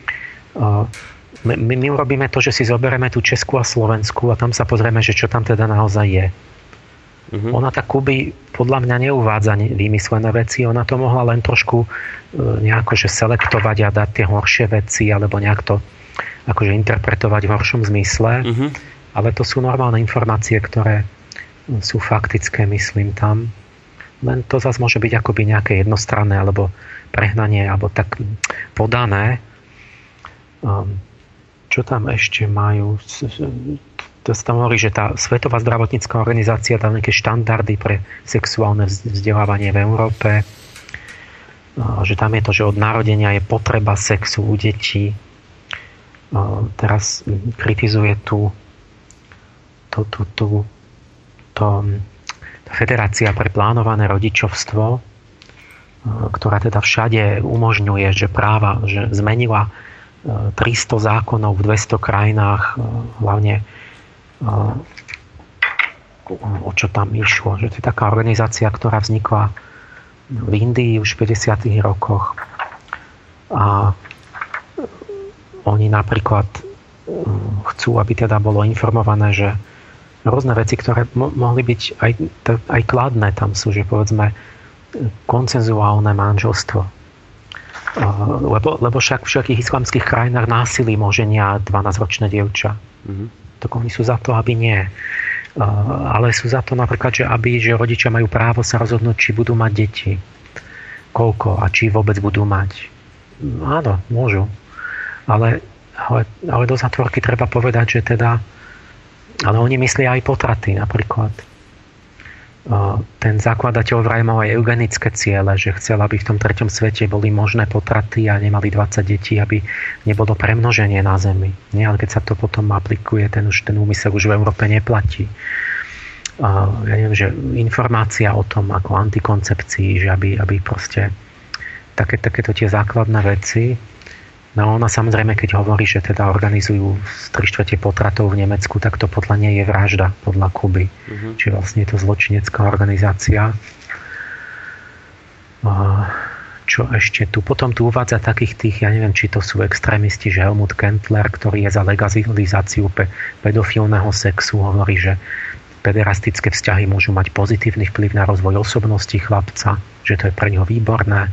My urobíme to, že si zoberieme tú Česku a Slovensku a tam sa pozrieme, že čo tam teda naozaj je. Ona tak Kuby podľa mňa neuvádza vymyslené veci, ona to mohla len trošku nejako že selektovať a dať tie horšie veci alebo nejak to akože interpretovať v horšom zmysle, ale to sú normálne informácie, ktoré sú faktické, myslím tam. Len to zase môže byť akoby nejaké jednostranné alebo prehnanie alebo tak podané. Čo tam ešte majú? To sa tam hovorí, že tá Svetová zdravotnícka organizácia dá nejaké štandardy pre sexuálne vzdelávanie v Európe. Že tam je to, že od narodenia je potreba sexu u detí. Teraz kritizuje Federácia pre plánované rodičovstvo, ktorá teda všade umožňuje, že práva, že zmenila 300 zákonov v 200 krajinách, hlavne o čo tam išlo. Že to je taká organizácia, ktorá vznikla v Indii už v 50. rokoch. A oni napríklad chcú, aby teda bolo informované, že rôzne veci, ktoré mohli byť aj kladné, tam sú, že povedzme konsenzuálne manželstvo. Lebo však v všetkých islamských krajinách násilí môženia 12-ročné dievča. Tak oni sú za to, aby nie. Ale sú za to napríklad, že rodičia majú právo sa rozhodnúť, či budú mať deti. Koľko a či vôbec budú mať. Áno, môžu. Ale do zatvorky treba povedať, že teda ale oni myslia aj potraty napríklad. Ten zakladateľ vraj mal aj eugenické ciele, že chcel, aby v tom treťom svete boli možné potraty a nemali 20 detí, aby nebolo premnoženie na Zemi. Nie, ale keď sa to potom aplikuje, ten úmysel už v Európe neplatí. Ja neviem, že informácia o tom ako antikoncepcii, že aby proste takéto tie základné veci. No ona samozrejme, keď hovorí, že teda organizujú 3/4 potratov v Nemecku, tak to podľa nej je vražda, podľa Kuby. Čiže vlastne je to zločinecká organizácia. Čo ešte tu? Potom tu uvádza takých tých, ja neviem, či to sú extrémisti, že Helmut Kentler, ktorý je za legalizáciu pedofilného sexu, hovorí, že pederastické vzťahy môžu mať pozitívny vplyv na rozvoj osobnosti chlapca, že to je pre ňoho výborné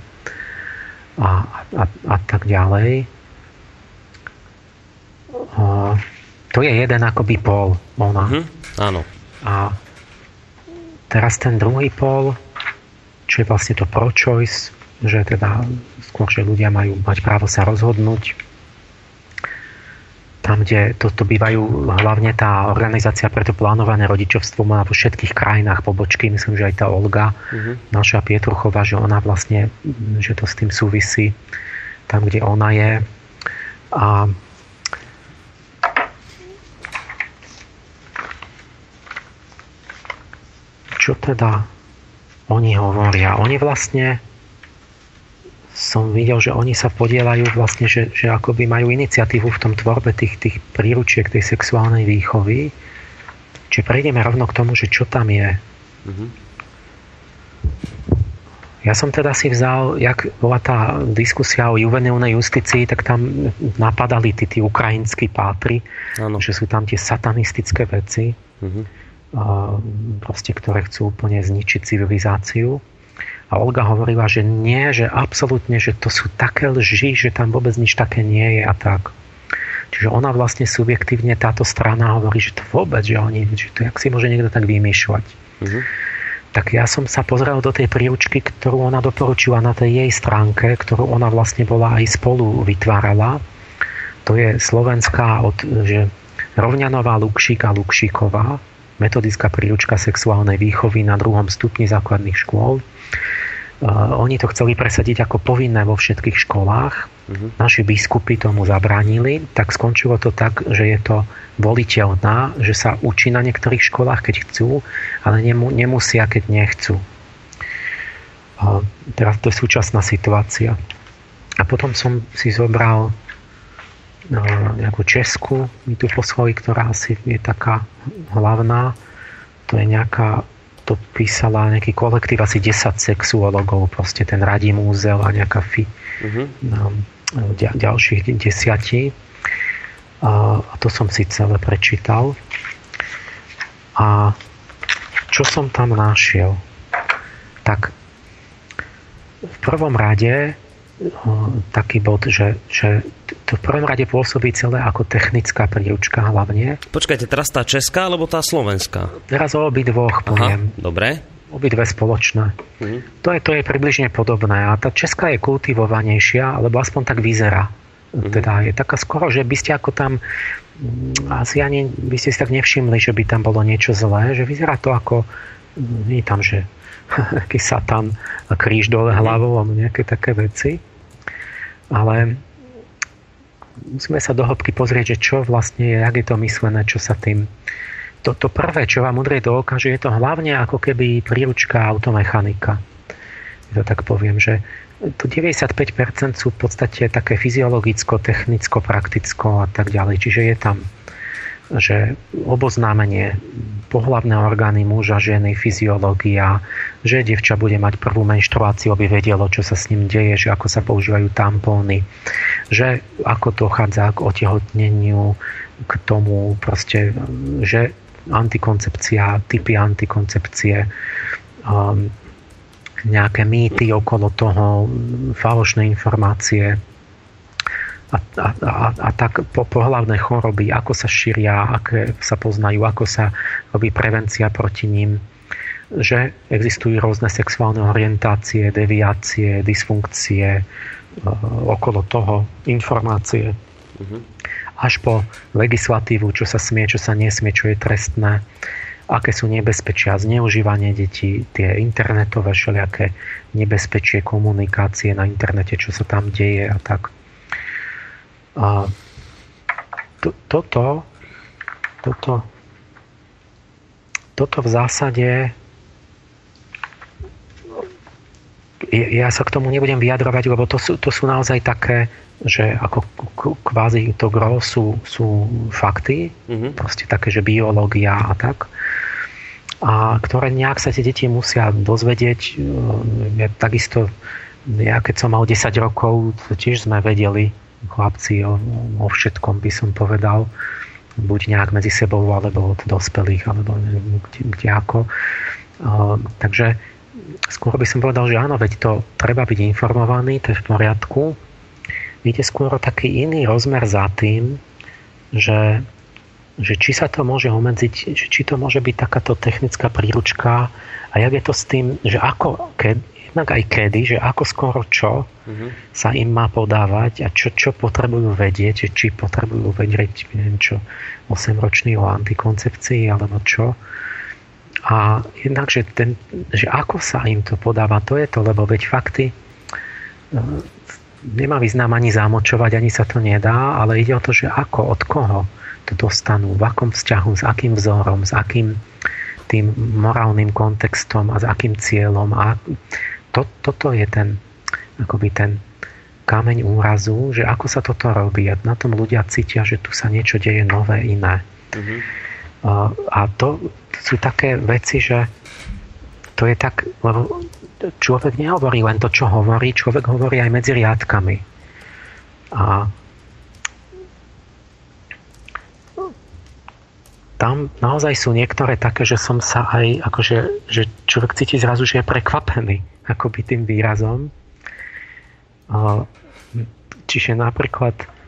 a tak ďalej. To je jeden akoby pól ona. Áno. A teraz ten druhý pól, čo je vlastne to pro-choice, že teda skôr, že ľudia majú mať právo sa rozhodnúť. tam, kde to bývajú hlavne tá organizácia pre to plánované rodičovstvo má vo všetkých krajinách pobočky, myslím, že aj tá Olga, naša Pietruchová, že ona vlastne, že to s tým súvisí tam, kde ona je. A čo teda oni hovoria? Oni vlastne som videl, že oni sa podieľajú vlastne, že akoby majú iniciatívu v tom tvorbe tých príručiek tej sexuálnej výchovy. Čiže prejdeme rovno k tomu, že čo tam je. Ja som teda si vzal, jak bola tá diskusia o juvenilnej justícii, tak tam napadali tí ukrajinskí pátri, že sú tam tie satanistické veci, proste, ktoré chcú úplne zničiť civilizáciu. A Olga hovorila, že nie, že absolútne, že to sú také lži, že tam vôbec nič také nie je a tak. Čiže ona vlastne subjektívne, táto strana hovorí, že to vôbec, že to jak si môže niekto tak vymýšľať. Tak ja som sa pozrel do tej príručky, ktorú ona doporučila na tej jej stránke, ktorú ona vlastne bola aj spolu vytvárala. To je slovenská že Rovňanová, Lukšík a Lukšíková, metodická príručka sexuálnej výchovy na 2. stupni základných škôl. Oni to chceli presadiť ako povinné vo všetkých školách. Naši biskupy tomu zabránili, tak skončilo to tak, že je to voliteľná, že sa učí na niektorých školách, keď chcú, ale nemusia, keď nechcú. Teraz to je súčasná situácia. A potom som si zobral nejakú Česku, mi tu poslali, ktorá asi je taká hlavná. To je to písala nejaký kolektív, asi 10 sexuologov, proste ten Radim Úzel a nejaká ďalších 10. A to som si celé prečítal. A čo som tam našiel? Tak v prvom rade taký bod, že to v prvom rade pôsobí celé ako technická príručka hlavne. Počkajte, teraz tá česká alebo tá slovenská? Teraz o obidvoch poviem. Dobre. Obidve spoločné. To je približne podobné. A tá česká je kultivovanejšia, alebo aspoň tak vyzerá. Teda je taká skoro, že by ste ako tam asi ani by ste si tak nevšimli, že by tam bolo niečo zlé, že vyzerá to ako nie tam, že taký satan a kríž dole hlavou a nejaké také veci. Ale musíme sa do hĺbky pozrieť, že čo vlastne je, jak je to myslené, čo sa tým... To prvé, čo vám udrie do oka, že je to hlavne ako keby príručka automechanika. Ja tak poviem, že to 95% sú v podstate také fyziologicko, technicko, prakticko a tak ďalej. Čiže je tam že oboznámenie pohlavné orgány muža, ženy, fyziológia, že dievča bude mať prvú menštruáciu, aby vedelo, čo sa s ním deje, že ako sa používajú tampóny, že ako dochádza k otehotneniu, k tomu proste, že antikoncepcia, typy antikoncepcie, nejaké mýty okolo toho, falošné informácie, a tak pohlavné choroby, ako sa šíria, aké sa poznajú, ako sa robí prevencia proti ním, že existujú rôzne sexuálne orientácie, deviácie, dysfunkcie, okolo toho informácie. Až po legislatívu, čo sa smie, čo sa nesmie, čo je trestné, aké sú nebezpečia, zneužívanie detí, tie internetové všelijaké nebezpečie, komunikácie na internete, čo sa tam deje a tak. A toto v zásade ja sa k tomu nebudem vyjadrovať, lebo to sú naozaj také, že ako kvázi to gro sú fakty, proste také, že biológia a tak, a ktoré nejak sa tie deti musia dozvedieť. Takisto ja keď som mal 10 rokov, tiež sme vedeli chlapci o všetkom, by som povedal, buď nejak medzi sebou, alebo od dospelých, alebo kde ako. Takže skôr by som povedal, že áno, veď to treba byť informovaný, to je v poriadku. Ide skôr o taký iný rozmer za tým, že či sa to môže či to môže byť takáto technická príručka a jak je to s tým, že ako, jednak aj kedy, že ako skoro čo sa im má podávať a čo potrebujú vedieť, či potrebujú vedieť, neviem čo, 8-ročný o antikoncepcii alebo čo. A jednak, že ako sa im to podáva, to je to, lebo veď fakty nemá význam ani zamočovať, ani sa to nedá, ale ide o to, že ako, od koho to dostanú, v akom vzťahu, s akým vzorom, s akým tým morálnym kontextom a s akým cieľom. A toto je ten kameň úrazu, že ako sa toto robí. A na tom ľudia cítia, že tu sa niečo deje nové, iné. A to sú také veci, že to je tak, lebo človek nehovorí len to, čo hovorí, človek hovorí aj medzi riadkami. A tam naozaj sú niektoré také, že som sa aj, akože, že človek cíti zrazu, že je prekvapený akoby tým výrazom. Čiže napríklad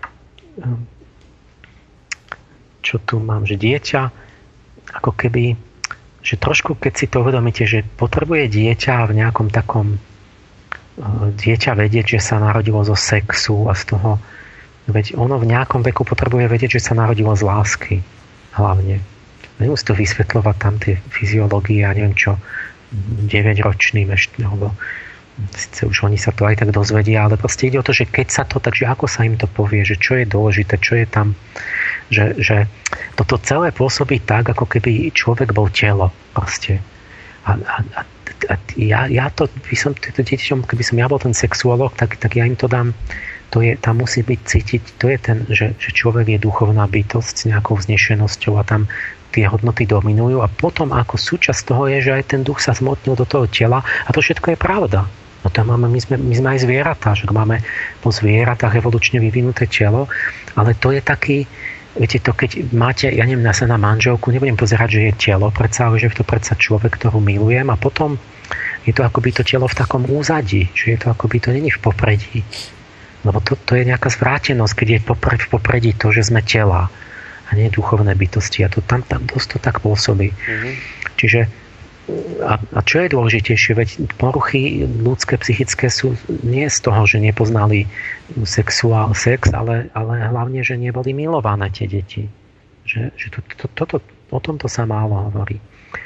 čo tu mám, že dieťa ako keby, že trošku keď si to uvedomíte, že potrebuje dieťa v nejakom takom dieťa vedieť, že sa narodilo zo sexu a z toho, veď ono v nejakom veku potrebuje vedieť, že sa narodilo z lásky hlavne. Nemusí to vysvetľovať tam tie fyziológie a neviem čo 9-ročným ešte, alebo síce už oni sa to aj tak dozvedia, ale proste ide o to, že keď sa to, takže ako sa im to povie, že čo je dôležité, čo je tam, že toto celé pôsobí tak, ako keby človek bol telo proste. A ja to by som týmto deťom, keby som ja bol ten sexuológ, tak ja im to dám. Tam musí byť cítiť, to je ten, že človek je duchovná bytosť s nejakou vznešenosťou a tam tie hodnoty dominujú a potom ako súčasť toho je, že aj ten duch sa zmotnil do toho tela a to všetko je pravda. No tam máme, my sme aj zvieratá, že máme po zvieratách evolučne vyvinuté telo, ale to je taký, viete to, keď máte, ja neviem, sa na manželku, nebudem pozerať, že je telo, predsa, ale že je to predsa človek, ktorú milujem a potom je to akoby to telo v takom úzadí, že je to akoby to není v popredí. Lebo to je nejaká zvrátenosť, keď je v popredí to, že sme tela a nie duchovné bytosti. A to tam dosť to tak pôsobí. Čiže a čo je dôležitejšie? Veď poruchy ľudské, psychické sú nie z toho, že nepoznali sex, ale hlavne, že neboli milované tie deti. Že o tomto sa málo hovorí.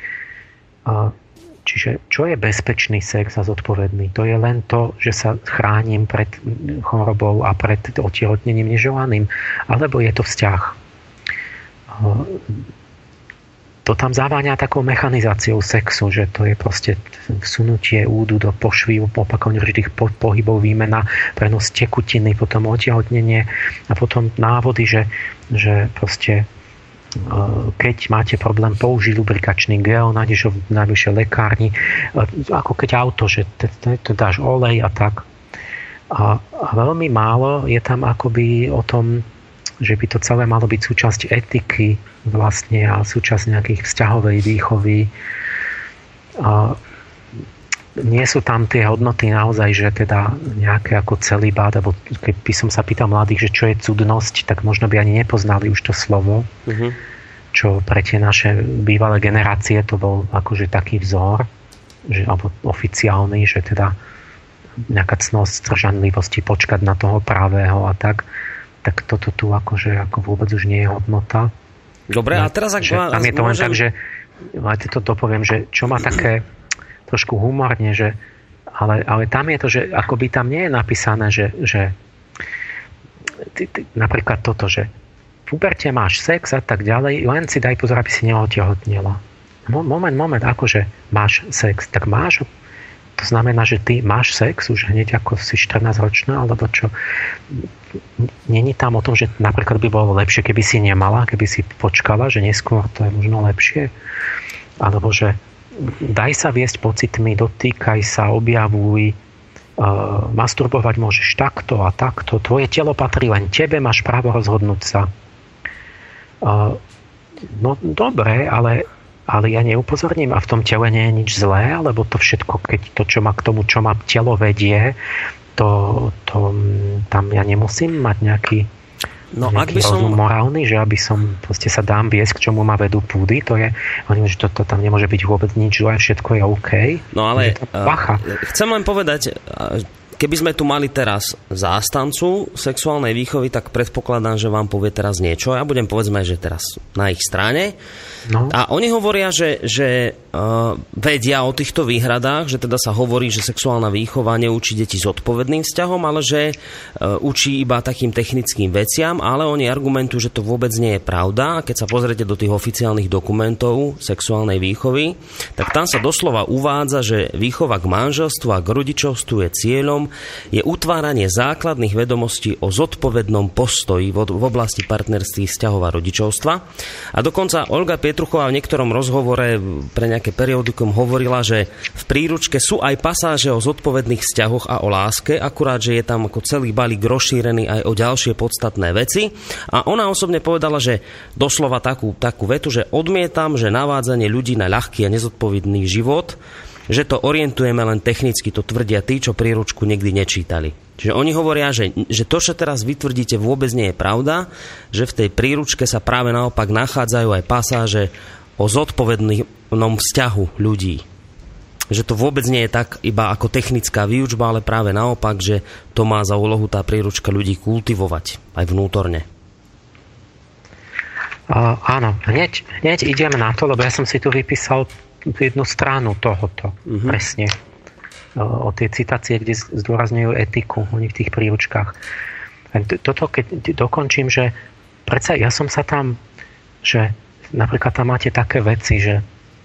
Čiže čo je bezpečný sex a zodpovedný? To je len to, že sa chránim pred chorobou a pred otehotnením neželaným. Alebo je to vzťah. To tam zaváňa takou mechanizáciou sexu, že to je proste vsunutie údu do pošvy, opakovne určitých pohybov, výmena, prenos tekutiny, potom otehotnenie a potom návody, že proste keď máte problém, použiť lubrikačný gel, nájdeš ho v najbližšej lekárni, ako keď auto, že to dáš olej a tak. A veľmi málo je tam akoby o tom, že by to celé malo byť súčasť etiky vlastne a súčasť nejakých vzťahovej výchovy. A nie sú tam tie hodnoty naozaj, že teda nejaké ako celibát, alebo keby som sa pýtal mladých, že čo je cudnosť, tak možno by ani nepoznali už to slovo, čo pre tie naše bývalé generácie to bol akože taký vzor, alebo oficiálny, že teda nejaká cnosť, zdržanlivosti, počkať na toho pravého a tak toto tu akože ako vôbec už nie je hodnota. Dobre, a teraz ak tam je to len tak, že to dopoviem, že čo má také trošku humorne, že ale tam je to, že akoby tam nie je napísané, že napríklad toto, že v puberte máš sex a tak ďalej, len si daj pozor, aby si neotehotnela. Moment, akože máš sex, tak máš, to znamená, že ty máš sex už hneď ako si 14-ročná, alebo čo? Není tam o tom, že napríklad by bolo lepšie, keby si nemala, keby si počkala, že neskôr to je možno lepšie, alebo že daj sa viesť pocitmi, dotýkaj sa, objavuj, masturbovať môžeš takto a takto, tvoje telo patrí len tebe, máš právo rozhodnúť sa. No dobre, ale ja neupozorním a v tom tele nie je nič zlé, alebo to všetko, keď to, čo ma k tomu, čo ma telo vedie, to tam ja nemusím mať nejaký nejaký rozum morálny, že aby som proste sa dám viesť, k čomu ma vedú púdy, to je, že to tam nemôže byť vôbec nič zlé, všetko je OK. No ale chcem len povedať, keby sme tu mali teraz zástancu sexuálnej výchovy, tak predpokladám, že vám povie teraz niečo. Ja budem, povedzme, že teraz na ich strane. No. A oni hovoria, že vedia o týchto výhradách, že teda sa hovorí, že sexuálna výchova neučí deti zodpovedným vzťahom, ale že učí iba takým technickým veciam, ale oni argumentujú, že to vôbec nie je pravda. Keď sa pozriete do tých oficiálnych dokumentov sexuálnej výchovy, tak tam sa doslova uvádza, že výchova k manželstvu a k rodičovstvu je cieľom, je utváranie základných vedomostí o zodpovednom postoji v oblasti partnerství, vzťahov a rodičovstva. A dokonca Olga Pietruchová v niektorom rozhovore pre nejaké periodikum hovorila, že v príručke sú aj pasáže o zodpovedných vzťahoch a o láske, akurát, že je tam ako celý balík rozšírený aj o ďalšie podstatné veci. A ona osobne povedala, že doslova takú vetu, že odmietam, že navádzanie ľudí na ľahký a nezodpovedný život, že to orientujeme len technicky, to tvrdia tí, čo príručku nikdy nečítali. Čiže oni hovoria, že to, čo teraz vytvrdíte, vôbec nie je pravda, že v tej príručke sa práve naopak nachádzajú aj pasáže o zodpovednom vzťahu ľudí. Že to vôbec nie je tak iba ako technická výučba, ale práve naopak, že to má za úlohu tá príručka ľudí kultivovať aj vnútorne. Áno, hneď ideme na to, lebo ja som si tu vypísal jednu stranu tohoto, presne. O tie citácie, kde zdôrazňujú etiku, oni v tých príručkách. Toto, keď dokončím, že predsa ja som sa tam, že napríklad tam máte také veci, že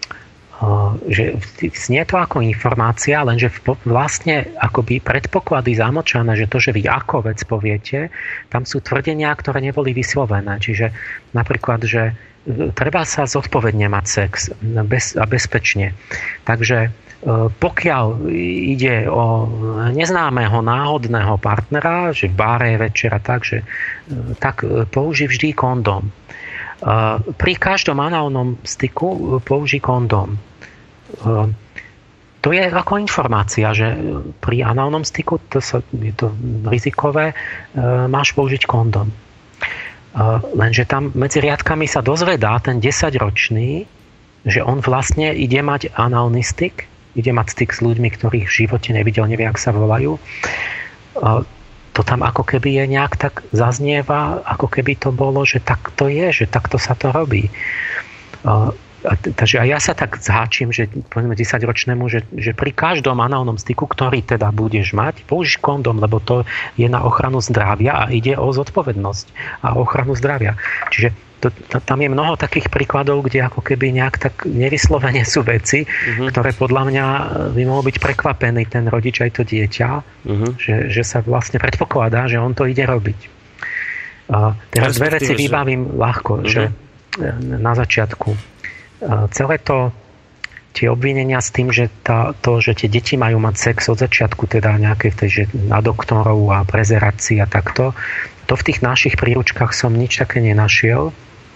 znie to ako informácia, lenže vlastne akoby predpoklady zamlčané, že to, že vy ako vec poviete, tam sú tvrdenia, ktoré neboli vyslovené. Čiže napríklad, že treba sa zodpovedne mať sex a bezpečne. Takže pokiaľ ide o neznámeho náhodného partnera, že v báre večera, tak použij vždy kondóm. Pri každom análnom styku použij kondóm. To je ako informácia, že pri análnom styku je to rizikové, máš použiť kondóm. Lenže tam medzi riadkami sa dozvedá ten 10-ročný, že on vlastne ide mať análny styk, ide mať styk s ľuďmi, ktorých v živote nevidel, nevie, jak sa volajú. To tam ako keby je nejak tak zaznieva, ako keby to bolo, že tak to je, že takto sa to robí. Takže aj ja sa tak zháčim, že povedzme 10-ročnému, že pri každom análnom styku, ktorý teda budeš mať, použij kondóm, lebo to je na ochranu zdravia a ide o zodpovednosť a ochranu zdravia. Čiže tam je mnoho takých príkladov, kde ako keby nejak tak nevyslovene sú veci, ktoré podľa mňa by mohol byť prekvapený ten rodič aj to dieťa, že sa vlastne predpokladá, že on to ide robiť. Teraz dve veci vybavím ľahko, že na začiatku celé to, tie obvinenia s tým, že že tie deti majú mať sex od začiatku, teda nejaké že na doktorov a prezerácii a takto, to v tých našich príručkách som nič také nenašiel.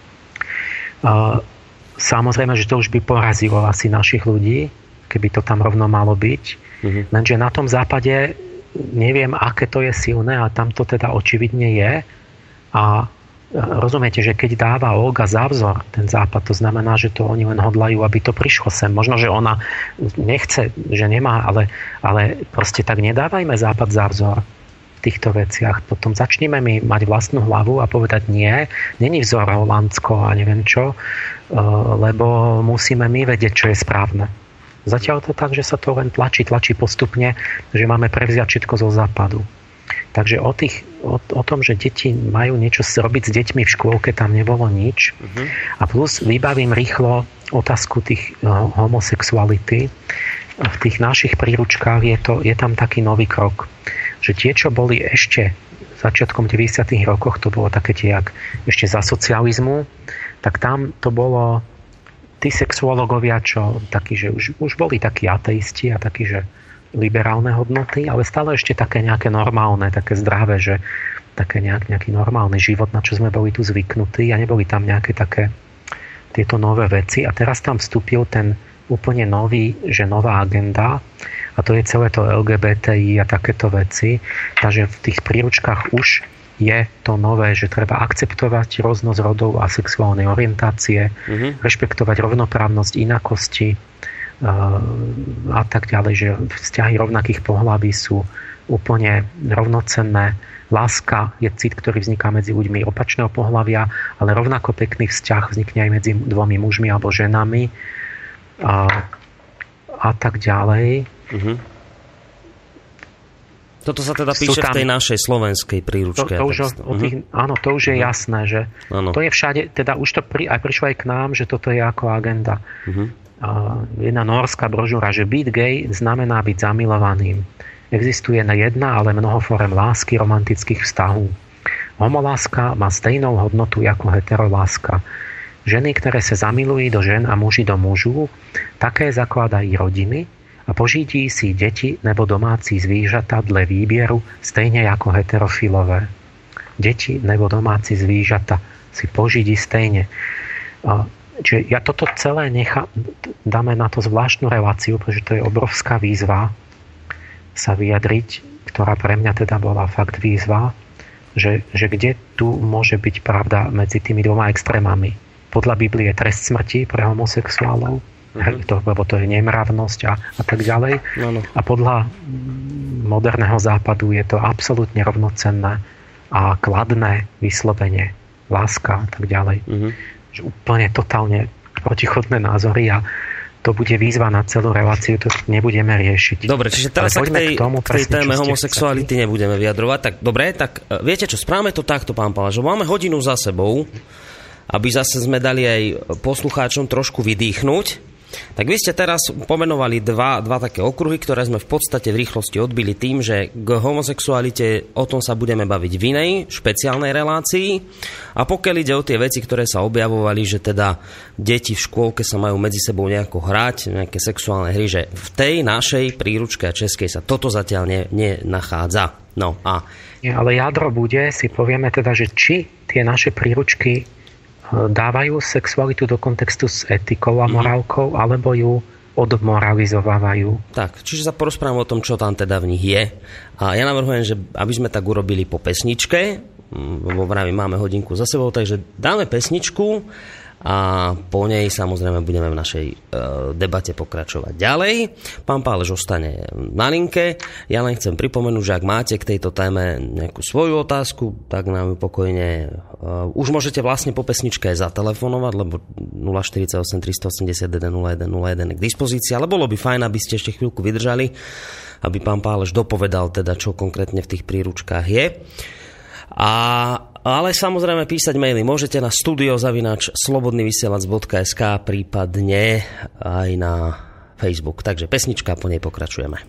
Samozrejme, že to už by porazilo asi našich ľudí, keby to tam rovno malo byť. Lenže na tom západe neviem, aké to je silné, a tam to teda očividne je. A rozumiete, že keď dáva Olga za vzor ten západ, to znamená, že to oni len hodlajú, aby to prišlo sem. Možno, že ona nechce, že nemá, ale proste tak nedávajme západ za vzor v týchto veciach. Potom začneme my mať vlastnú hlavu a povedať nie, není vzor Holandsko a neviem čo, lebo musíme my vedieť, čo je správne. Zatiaľ to tak, že sa to len tlačí postupne, že máme prevziať všetko zo západu. Takže o tom, že deti majú niečo robiť s deťmi v škôlke, tam nebolo nič. A plus vybavím rýchlo otázku tých homosexuality. V tých našich príručkách je tam taký nový krok, že tie, čo boli ešte začiatkom 90. rokoch, to bolo také jak ešte za socializmu, tak tam to bolo tí sexuológovia, čo takí, že už boli takí ateisti a takí, že liberálne hodnoty, ale stále ešte také nejaké normálne, také zdravé, že také nejaký normálny život, na čo sme boli tu zvyknutí, a neboli tam nejaké také tieto nové veci. A teraz tam vstúpil ten úplne nový, že nová agenda, a to je celé to LGBTI a takéto veci. Takže v tých príručkách už je to nové, že treba akceptovať rôznosť rodov a sexuálnej orientácie, rešpektovať rovnoprávnosť inakosti a tak ďalej, že vzťahy rovnakých pohlaví sú úplne rovnocenné. Láska je cit, ktorý vzniká medzi ľuďmi opačného pohlavia, ale rovnako pekný vzťah vznikne aj medzi dvomi mužmi alebo ženami a tak ďalej. Toto sa teda píše v tej našej slovenskej príručke. Áno, to už je jasné, že to je všade, teda už to aj prišlo aj k nám, že toto je ako agenda. Jedna norská brožúra, že byť gay znamená byť zamilovaným. Existuje jedna, ale mnoho forem lásky, romantických vzťahov. Homoláska má stejnou hodnotu ako heteroláska. Ženy, ktoré sa zamilujú do žen a muži do mužov, také zakladajú rodiny a požíti si deti nebo domáci zvířata dle výbieru, stejne ako heterofilové. Deti nebo domáci zvířata si požíti stejne. Čiže ja toto celé dáme na to zvláštnu reláciu, pretože to je obrovská výzva sa vyjadriť, ktorá pre mňa teda bola fakt výzva, že kde tu môže byť pravda medzi tými dvoma extrémami. Podľa Biblie je trest smrti pre homosexuálov, lebo to je nemravnosť a tak ďalej. A podľa moderného západu je to absolútne rovnocenné a kladné vyslovenie, láska a tak ďalej. Že úplne totálne protichodné názory a to bude výzva na celú reláciu, to nebudeme riešiť. Dobre, čiže teraz sa k tej téme homosexuality nebudeme vyjadrovať. Tak dobre, tak viete čo, správame to takto, pán Pálež, máme hodinu za sebou, aby zase sme dali aj poslucháčom trošku vydýchnuť. Tak vy ste teraz pomenovali dva také okruhy, ktoré sme v podstate v rýchlosti odbili tým, že k homosexualite o tom sa budeme baviť v inej špeciálnej relácii. A pokiaľ ide o tie veci, ktoré sa objavovali, že teda deti v škôlke sa majú medzi sebou nejako hrať, nejaké sexuálne hry, že v tej našej príručke a českej sa toto zatiaľ nenachádza. No a... Ale jadro bude, si povieme teda, že či tie naše príručky dávajú sexualitu do kontextu s etikou a morálkou, alebo ju odmoralizovávajú. Tak, čiže sa porozprávame o tom, čo tam teda v nich je. A ja navrhujem, že aby sme tak urobili po pesničke, lebo máme hodinku za sebou, takže dáme pesničku a po nej samozrejme budeme v našej debate pokračovať ďalej. Pán Pálež ostane na linke. Ja len chcem pripomenúť, že ak máte k tejto téme nejakú svoju otázku, tak nám ju pokojne už môžete vlastne po pesničke aj zatelefonovať, lebo 048 381 0101 je k dispozícii, ale bolo by fajn, aby ste ešte chvíľku vydržali, aby pán Pálež dopovedal teda, čo konkrétne v tých príručkách je. Ale samozrejme písať maily môžete na studio@slobodnyvysielac.sk, prípadne aj na Facebook. Takže pesnička, po nej pokračujeme.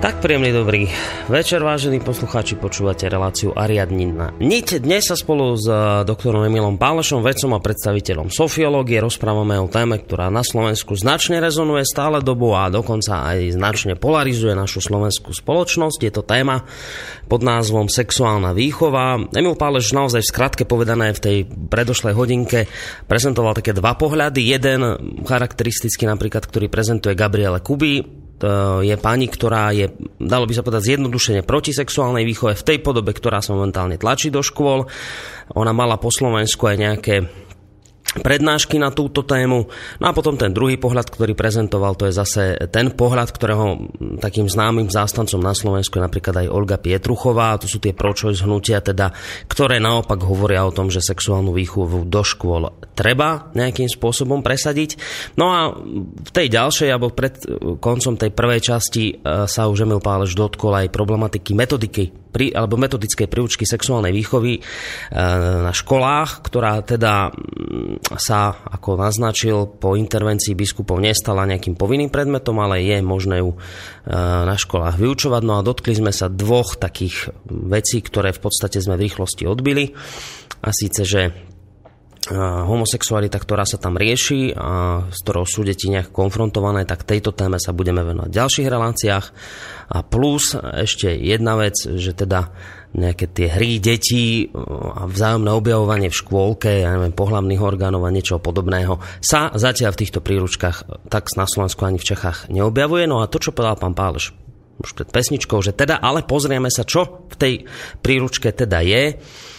Tak príjemný dobrý večer, vážení poslucháči, počúvate reláciu Ariadnina niť. Dnes sa spolu s doktorom Emilom Pálešom, vedcom a predstaviteľom sofiológie rozprávame o téme, ktorá na Slovensku značne rezonuje stále dobu a dokonca aj značne polarizuje našu slovenskú spoločnosť. Je to téma pod názvom sexuálna výchova. Emil Páleš naozaj v skratke povedané v tej predošlej hodinke prezentoval také dva pohľady. Jeden charakteristický napríklad, ktorý prezentuje Gabriele Kuby. To je pani, ktorá je, dalo by sa povedať, zjednodušene proti sexuálnej výchove v tej podobe, ktorá sa momentálne tlačí do škôl. Ona mala po Slovensku aj nejaké prednášky na túto tému. No a potom ten druhý pohľad, ktorý prezentoval, to je zase ten pohľad, ktorého takým známym zástancom na Slovensku je napríklad aj Olga Pietruchová. To sú tie pro-choice hnutia, teda, ktoré naopak hovoria o tom, že sexuálnu výchovu do škôl treba nejakým spôsobom presadiť. No a v tej ďalšej, alebo pred koncom tej prvej časti sa už Emil Páleš dotkol aj problematiky metodickej príručky sexuálnej výchovy na školách, ktorá teda sa, ako naznačil, po intervencii biskupov nestala nejakým povinným predmetom, ale je možné ju na školách vyučovať. No a dotkli sme sa dvoch takých vecí, ktoré v podstate sme v rýchlosti odbili. A síce, že homosexualita, ktorá sa tam rieši a s ktorou sú deti nejak konfrontované, tak tejto téme sa budeme venovať v ďalších reláciách. A plus ešte jedna vec, že teda nejaké tie hry detí a vzájomné objavovanie v škôlke, ja neviem, pohlavných orgánov a niečo podobného sa zatiaľ v týchto príručkách tak na Slovensku ani v Čechách neobjavuje. No a to, čo povedal pán Páleš už pred pesničkou, že teda ale pozrieme sa, čo v tej príručke teda je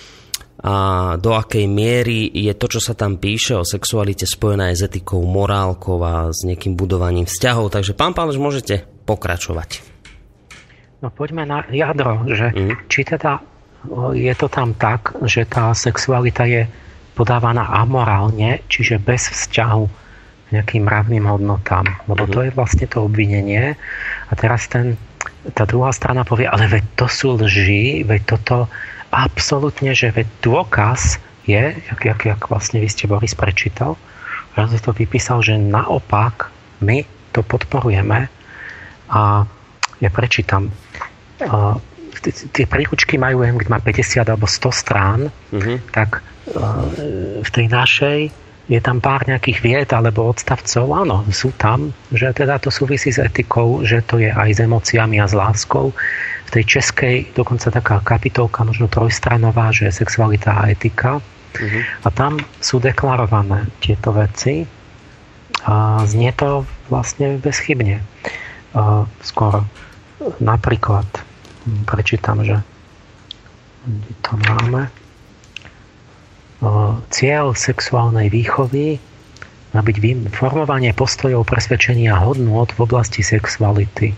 a do akej miery je to, čo sa tam píše o sexualite, spojené aj s etikou, morálkou a s nejakým budovaním vzťahov. Takže pán Páleš, môžete pokračovať. No poďme na jadro, že či teda je to tam tak, že tá sexualita je podávaná amorálne, čiže bez vzťahu k nejakým mravným hodnotám. Lebo to je vlastne to obvinenie. A teraz tá druhá strana povie, ale veď to sú lži, veď toto absolútne, že veď dôkaz je, jak vlastne vy ste, Boris, prečítal, že si to vypísal, že naopak my to podporujeme. A ja prečítam. Tie príručky majú, keď má 50 alebo 100 strán, tak v tej našej je tam pár nejakých vied alebo odstavcov. Áno, sú tam, že teda to súvisí s etikou, že to je aj s emóciami a s láskou. V tej českej dokonca taká kapitolka, možno trojstranová, že je sexualita a etika. A tam sú deklarované tieto veci a znie to vlastne bezchybne. Skoro napríklad prečítam, že to máme. Cieľ sexuálnej výchovy má byť formovanie postojov, presvedčenia a hodnôt v oblasti sexuality.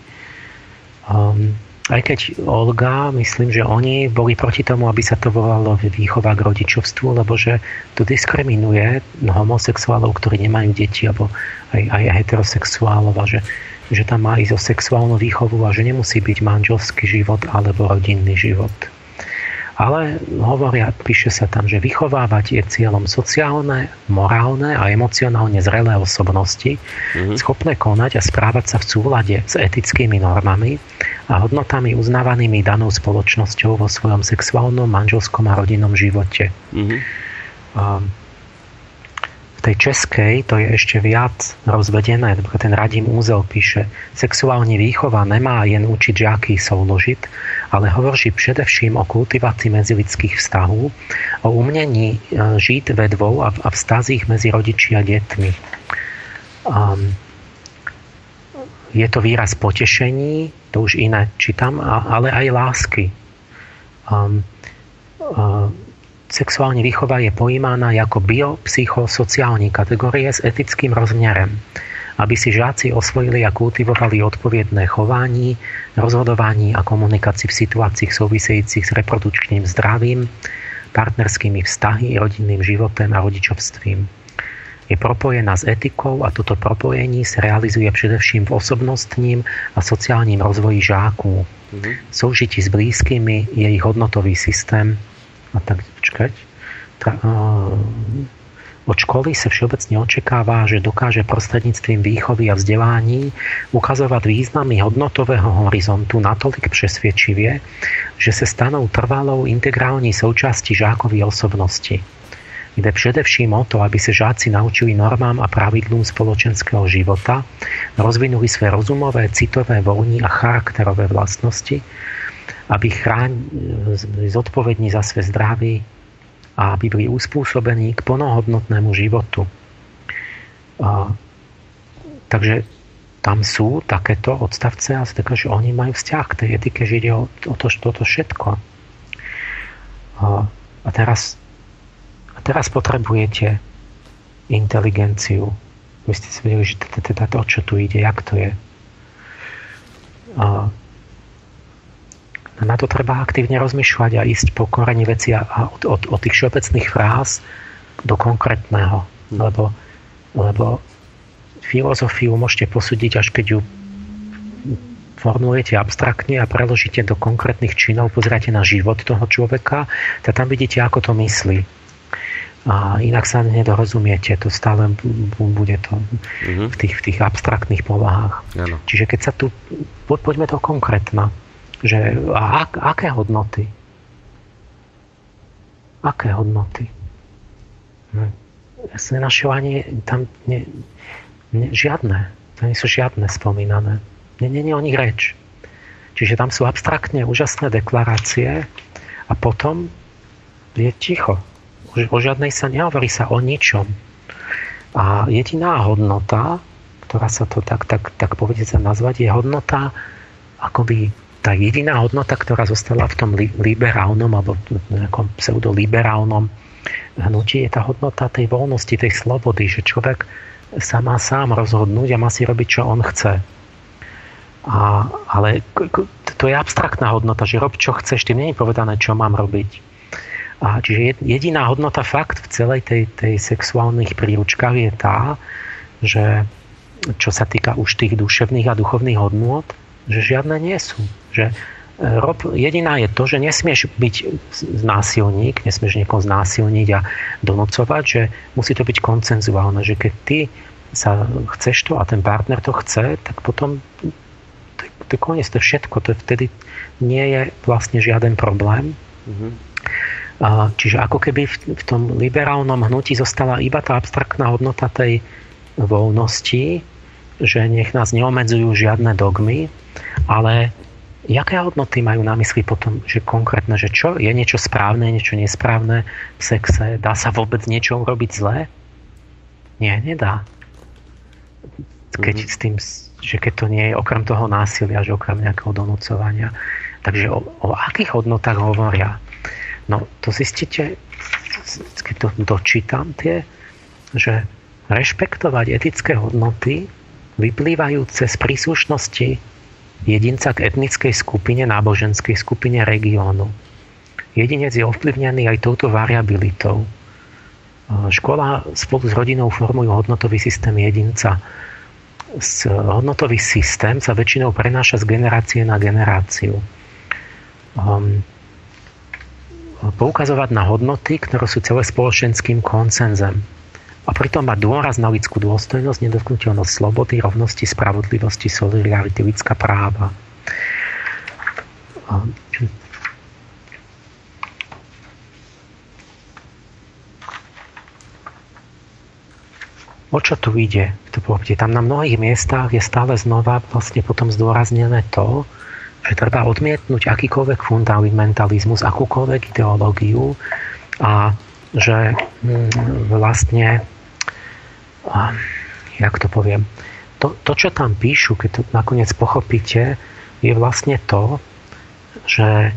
Aj keď Olga, myslím, že oni boli proti tomu, aby sa to volalo výchova k rodičovstvu, lebo že to diskriminuje homosexuálov, ktorí nemajú deti, alebo aj heterosexuálov, a že tam má ísť o sexuálnu výchovu a že nemusí byť manželský život alebo rodinný život. Ale píše sa tam, že vychovávať je cieľom sociálne, morálne a emocionálne zrelé osobnosti, schopné konať a správať sa v súlade s etickými normami a hodnotami uznávanými danou spoločnosťou vo svojom sexuálnom, manželskom a rodinnom živote. V tej českej to je ešte viac rozvedené. Ten Radim Úzel píše, sexuální výchova nemá jen učiť žiaky souložit, ale hovoří především o kultivaci medzilidských vztahů, o umění žít ve dvou a vztazích mezi rodiči a dětmi. Je to výraz potešení, to už iné čítam, ale aj lásky. Sexuální výchova je pojímána jako biopsychosociální kategorie s etickým rozměrem, aby si žáci osvojili a kultivovali odpovědné chování, rozhodování a komunikaci v situacích souvisejících s reprodukčním zdravím, partnerskými vztahy, rodinným životem a rodičovstvím. Je propojená s etikou a toto propojení se realizuje především v osobnostním a sociálním rozvoji žáků. Soužití s blízkými, jejich hodnotový systém a tak počkať. Od školy sa všeobecne očakáva, že dokáže prostredníctvím výchovy a vzdelání ukazovať významy hodnotového horizontu natolik presvedčivie, že sa stanú trvalou integrální součástí žákovej osobnosti. Jde především o to, aby se žáci naučili normám a pravidlům spoločenského života, rozvinuli své rozumové, citové, volní a charakterové vlastnosti, aby byli zodpovední za své zdraví a aby byli uspôsobení k plnohodnotnému životu. Takže tam sú takéto odstavce a také, že oni majú vzťah k tej etike, že ide o toto všetko. A teraz potrebujete inteligenciu. Vy ste si vedeli, že teda to, čo tu ide, jak to je. Na to treba aktívne rozmýšľať a ísť po koreni veci a od tých všeobecných fráz do konkrétneho. Lebo filozofiu môžete posúdiť, až keď ju formulujete abstraktne a preložíte do konkrétnych činov, pozeráte na život toho človeka, tak tam vidíte, ako to myslí. A inak sa nedorozumiete, to stále bude to v tých abstraktných povahách. Ano. Čiže keď sa tu, poďme do konkrétna, že aké hodnoty? Aké hodnoty? Ja som nenašiel ani tam žiadne. To nie sú žiadne spomínané. Nie je o nich reč. Čiže tam sú abstraktne úžasné deklarácie a potom je ticho. O žiadnej sa nehovorí sa o ničom. A jediná hodnota, ktorá sa to tak povedať sa nazvať, je hodnota akoby tá jediná hodnota, ktorá zostala v tom liberálnom alebo nejakom pseudoliberálnom hnutí, je tá hodnota tej voľnosti, tej slobody, že človek sa má sám rozhodnúť a má si robiť, čo on chce. Ale to je abstraktná hodnota, že rob, čo chceš, tým nie je povedané, čo mám robiť. Čiže jediná hodnota fakt v celej tej sexuálnych príručkách je tá, že čo sa týka už tých duševných a duchovných hodnôt, že žiadne nie sú. Že jediná je to, že nesmieš byť násilník, nesmieš niekoho znásilniť a donocovať, že musí to byť koncenzuálne, že keď ty sa chceš to a ten partner to chce, tak potom to je koniec, to je všetko. To vtedy nie je vlastne žiaden problém. Čiže ako keby v tom liberálnom hnutí zostala iba tá abstraktná hodnota tej voľnosti, že nech nás neomedzujú žiadne dogmy, ale jaké hodnoty majú na mysli potom, že konkrétne, že čo je niečo správne, niečo nesprávne v sexe, dá sa vôbec niečo urobiť zlé? Nie, nedá. Keď to nie je okrem toho násilia, že okrem nejakého donúcovania. Takže o akých hodnotách hovoria? No, to zistíte, keď to dočítam že rešpektovať etické hodnoty vyplývajúce z príslušnosti jedinca k etnickej skupine, náboženskej skupine, regiónu. Jedinec je ovplyvnený aj touto variabilitou. Škola spolu s rodinou formujú hodnotový systém jedinca. Hodnotový systém sa väčšinou prenáša z generácie na generáciu. Poukazovať na hodnoty, ktoré sú celé spoločenským koncenzem. A pritom má dôraz na lidskú dôstojnosť, nedotknuteľnosť slobody, rovnosti, spravodlivosti, solidarity, lidská práva. O čo tu ide? Tam na mnohých miestach je stále znova vlastne potom zdôraznené to, že treba odmietnúť akýkoľvek fundamentalizmus, akúkoľvek ideológiu a že vlastne jak to poviem, to, čo tam píšu, keď to nakoniec pochopíte, je vlastne to, že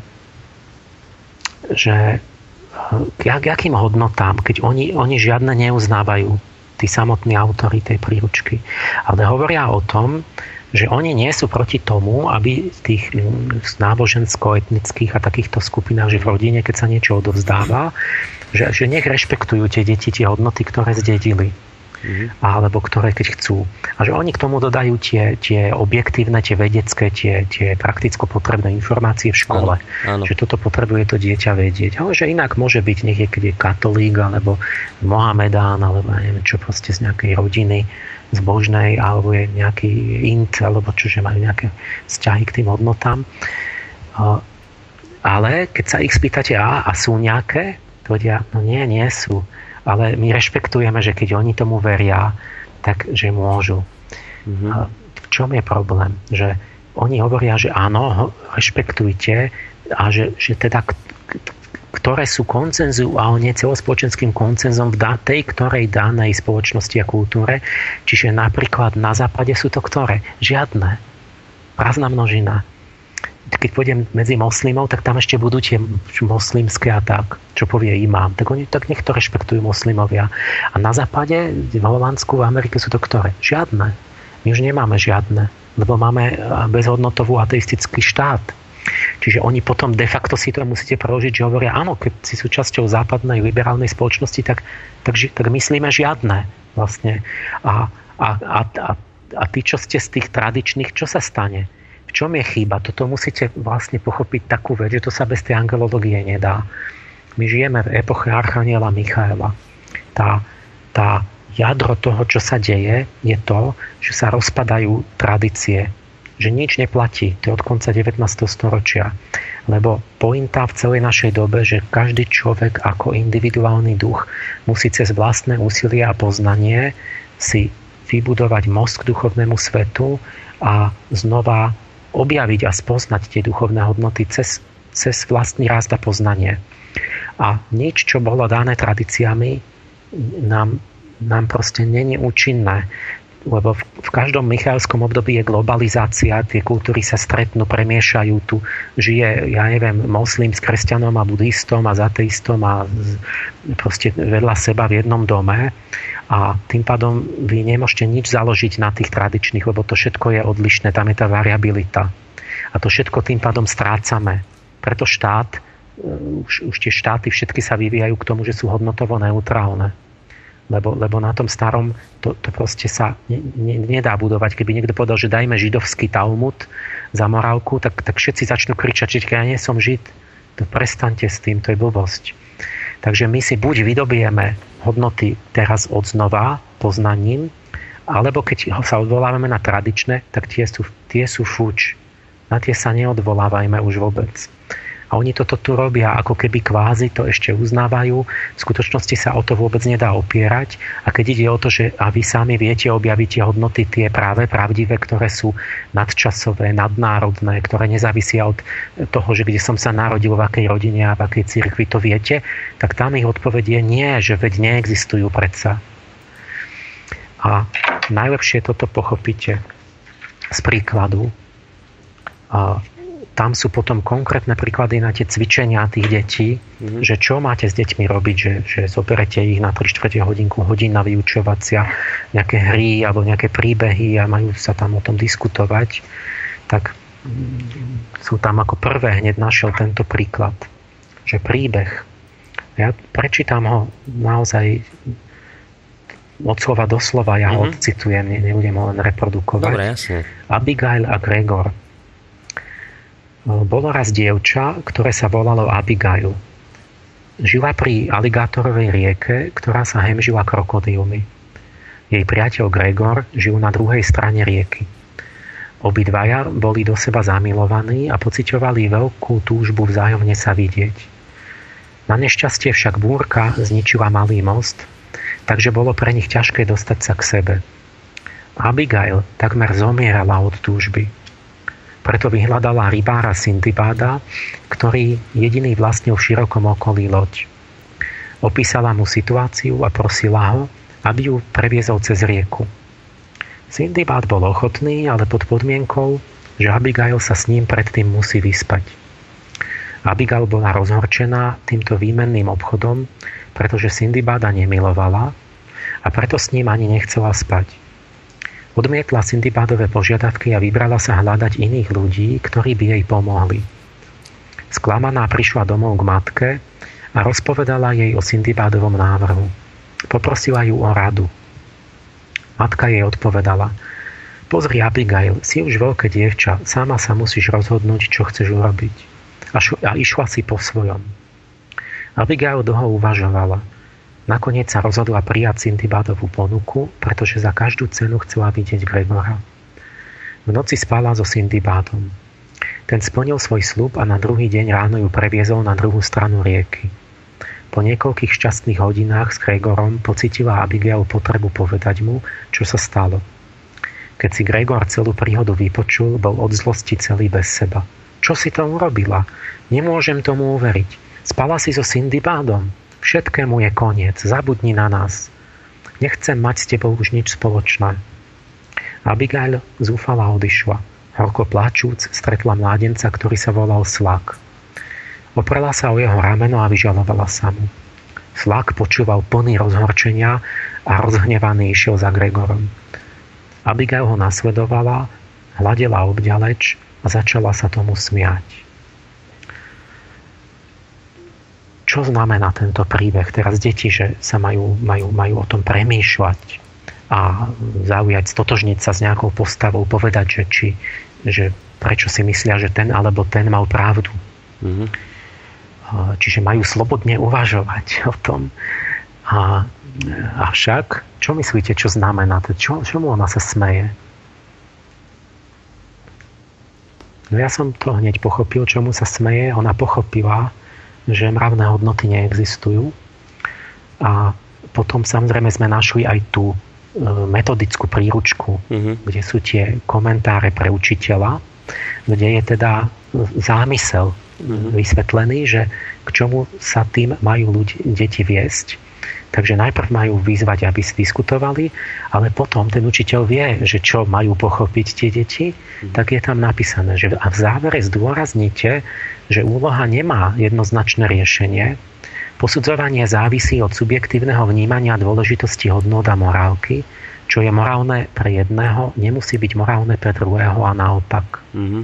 k akým hodnotám, keď oni žiadne neuznávajú, tí samotní autori tej príručky, ale hovoria o tom, že oni nie sú proti tomu, aby v tých nábožensko-etnických a takýchto skupinách, že v rodine, keď sa niečo odovzdáva, že nech rešpektujú tie deti, tie hodnoty, ktoré zdedili. alebo ktoré keď chcú. A že oni k tomu dodajú tie objektívne, tie vedecké, tie prakticko potrebné informácie v škole. Áno. Že toto potrebuje to dieťa vedieť. Ale že inak môže byť niekde katolík, alebo Mohamedán, alebo neviem čo, proste z nejakej rodiny zbožnej, alebo je nejaký int, alebo čo, že majú nejaké vzťahy k tým hodnotám. Ale keď sa ich spýtate, a sú nejaké? Povedia, no nie sú. Ale my rešpektujeme, že keď oni tomu veria, tak že môžu. V čom je problém? Že oni hovoria, že áno, rešpektujte a že teda ktoré sú koncenzuálne celospoločenským koncenzom v tej ktorej danej spoločnosti a kultúre. Čiže napríklad na západe sú to ktoré? Žiadne. Prázdna množina. Keď pôjdem medzi moslimov, tak tam ešte budú tie moslimské a tak, čo povie imám. Tak nech to rešpektujú moslimovia. A na západe, v Holandsku, v Amerike sú to ktoré? Žiadne. My už nemáme žiadne, lebo máme bezhodnotovú ateistický štát. Čiže oni potom de facto si to musíte preložiť, že hovoria, áno, keď si súčasťou západnej liberálnej spoločnosti, tak myslíme žiadne vlastne. A tí, čo ste z tých tradičných, čo sa stane? V čom je chyba? Toto musíte vlastne pochopiť takú vec, že to sa bez tej angelológie nedá. My žijeme v epoche Archaniela Michaela. Tá jadro toho, čo sa deje, je to, že sa rozpadajú tradície, že nič neplatí. To je od konca 19. storočia. Lebo pointa v celej našej dobe, že každý človek ako individuálny duch musí cez vlastné úsilie a poznanie si vybudovať most k duchovnému svetu a znova objaviť a spoznať tie duchovné hodnoty cez vlastný rast a poznanie. A nič, čo bolo dané tradíciami, nám proste nie je účinné. Lebo v každom michaelskom období je globalizácia, tie kultúry sa stretnú, premiešajú, tu žije, ja neviem, moslim s kresťanom a budistom a s ateistom a proste vedľa seba v jednom dome a tým pádom vy nemôžete nič založiť na tých tradičných, lebo to všetko je odlišné, tam je tá variabilita a to všetko tým pádom strácame. Preto štát, už tie štáty všetky sa vyvíjajú k tomu, že sú hodnotovo neutrálne. Lebo na tom starom to proste sa nedá budovať. Keby niekto povedal, že dajme židovský Talmud za morálku, tak všetci začnú kričať, že ja nie som žid. To prestaňte s tým, to je blbosť. Takže my si buď vydobijeme hodnoty teraz od znova poznaním, alebo keď sa odvolávame na tradičné, tak tie sú fuč. Na tie sa neodvolávajme už vôbec. A oni toto tu robia, ako keby kvázi to ešte uznávajú. V skutočnosti sa o to vôbec nedá opierať. A keď ide o to, že a vy sami viete objaviť tie hodnoty, tie práve pravdivé, ktoré sú nadčasové, nadnárodné, ktoré nezávisia od toho, že kde som sa narodil, v akej rodine a v akej cirkvi, to viete, tak tam ich odpoveď je nie, že veď neexistujú predsa. A najlepšie toto pochopíte z príkladu. Tam sú potom konkrétne príklady na tie cvičenia tých detí, že čo máte s deťmi robiť, že zoberete ich na 3/4 hodina vyučovacia, nejaké hry alebo nejaké príbehy a majú sa tam o tom diskutovať, tak sú tam ako prvé hneď našiel tento príklad, že príbeh. Ja prečítam ho naozaj od slova do slova, ja ho odcitujem, nebudem ho len reprodukovať. Dobre, jasne. Abigail a Gregor. Bolo raz dievča, ktoré sa volalo Abigail. Žila pri aligátorovej rieke, ktorá sa hemžila krokodílmi. Jej priateľ Gregor žil na druhej strane rieky. Obidvaja boli do seba zamilovaní a pociťovali veľkú túžbu vzájomne sa vidieť. Na nešťastie však búrka zničila malý most, takže bolo pre nich ťažké dostať sa k sebe. Abigail takmer zomierala od túžby. Preto vyhľadala rybára Sindibáda, ktorý jediný vlastnil v širokom okolí loď. Opísala mu situáciu a prosila ho, aby ju previezol cez rieku. Sindibád bol ochotný, ale pod podmienkou, že Abigail sa s ním predtým musí vyspať. Abigail bola rozhorčená týmto výmenným obchodom, pretože Sindibáda nemilovala a preto s ním ani nechcela spať. Odmietla Sindibádove požiadavky a vybrala sa hľadať iných ľudí, ktorí by jej pomohli. Sklamaná prišla domov k matke a rozpovedala jej o Sindibádovom návrhu. Poprosila ju o radu. Matka jej odpovedala: pozri, Abigail, si už veľké dievča, sama sa musíš rozhodnúť, čo chceš urobiť. A išla si po svojom. Abigail dlho uvažovala. Nakoniec sa rozhodla prijať Sindibádovú ponuku, pretože za každú cenu chcela vidieť Gregora. V noci spala so Sindibádom. Ten splnil svoj sľub a na druhý deň ráno ju previezol na druhú stranu rieky. Po niekoľkých šťastných hodinách s Gregorom pocítila Abigail potrebu povedať mu, čo sa stalo. Keď si Gregor celú príhodu vypočul, bol od zlosti celý bez seba. Čo si to urobila? Nemôžem tomu uveriť. Spala si so Sindibádom. Všetkému je koniec. Zabudni na nás. Nechcem mať s tebou už nič spoločné. Abigail zúfala odišla. Horko pláčúc stretla mládenca, ktorý sa volal Slak. Oprela sa o jeho rameno a vyžalovala sa mu. Slak počúval plný rozhorčenia a rozhnevaný išiel za Gregorom. Abigail ho nasledovala, hladila obďaleč a začala sa tomu smiať. Čo znamená tento príbeh? Teraz deti, že sa majú o tom premýšľať a zaujať, stotožniť sa s nejakou postavou, povedať, že prečo si myslia, že ten alebo ten mal pravdu. Mm-hmm. Čiže majú slobodne uvažovať o tom. Avšak, čo myslíte, čo znamená? Čomu ona sa smeje? No ja som to hneď pochopil, čomu sa smeje. Ona pochopila, že mravné hodnoty neexistujú. A potom samozrejme sme našli aj tú metodickú príručku, kde sú tie komentáre pre učiteľa, kde je teda zámysel vysvetlený, že k čomu sa tým majú deti viesť. Takže najprv majú vyzvať, aby si diskutovali, ale potom ten učiteľ vie, že čo majú pochopiť tie deti, tak je tam napísané, že a v závere zdôraznite, že úloha nemá jednoznačné riešenie. Posudzovanie závisí od subjektívneho vnímania dôležitosti hodnôt a morálky. Čo je morálne pre jedného, nemusí byť morálne pre druhého a naopak.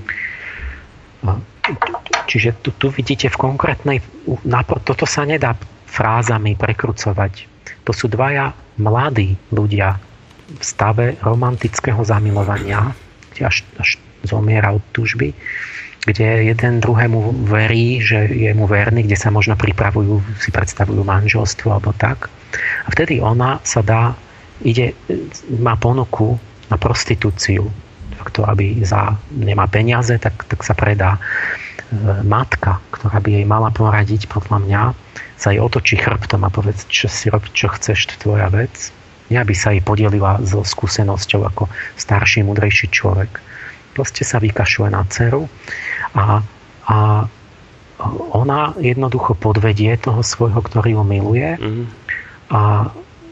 Čiže tu vidíte v konkrétnej... Toto sa nedá frázami prekrucovať. To sú dvaja mladí ľudia v stave romantického zamilovania, kde až zomiera od túžby, kde jeden druhému verí, že je mu verný, kde sa možno si predstavujú manželstvo alebo tak. A vtedy ona sa má ponuku na prostitúciu. Aby nemá peniaze, tak sa predá. Matka, ktorá by jej mala poradiť, podľa mňa, sa jej otočí chrbtom a povedz, čo chceš, tvoja vec. Nie, aby sa jej podelila so skúsenosťou ako starší, múdrejší človek. Proste sa vykašľuje na dceru a ona jednoducho podvedie toho svojho, ktorý ho miluje. A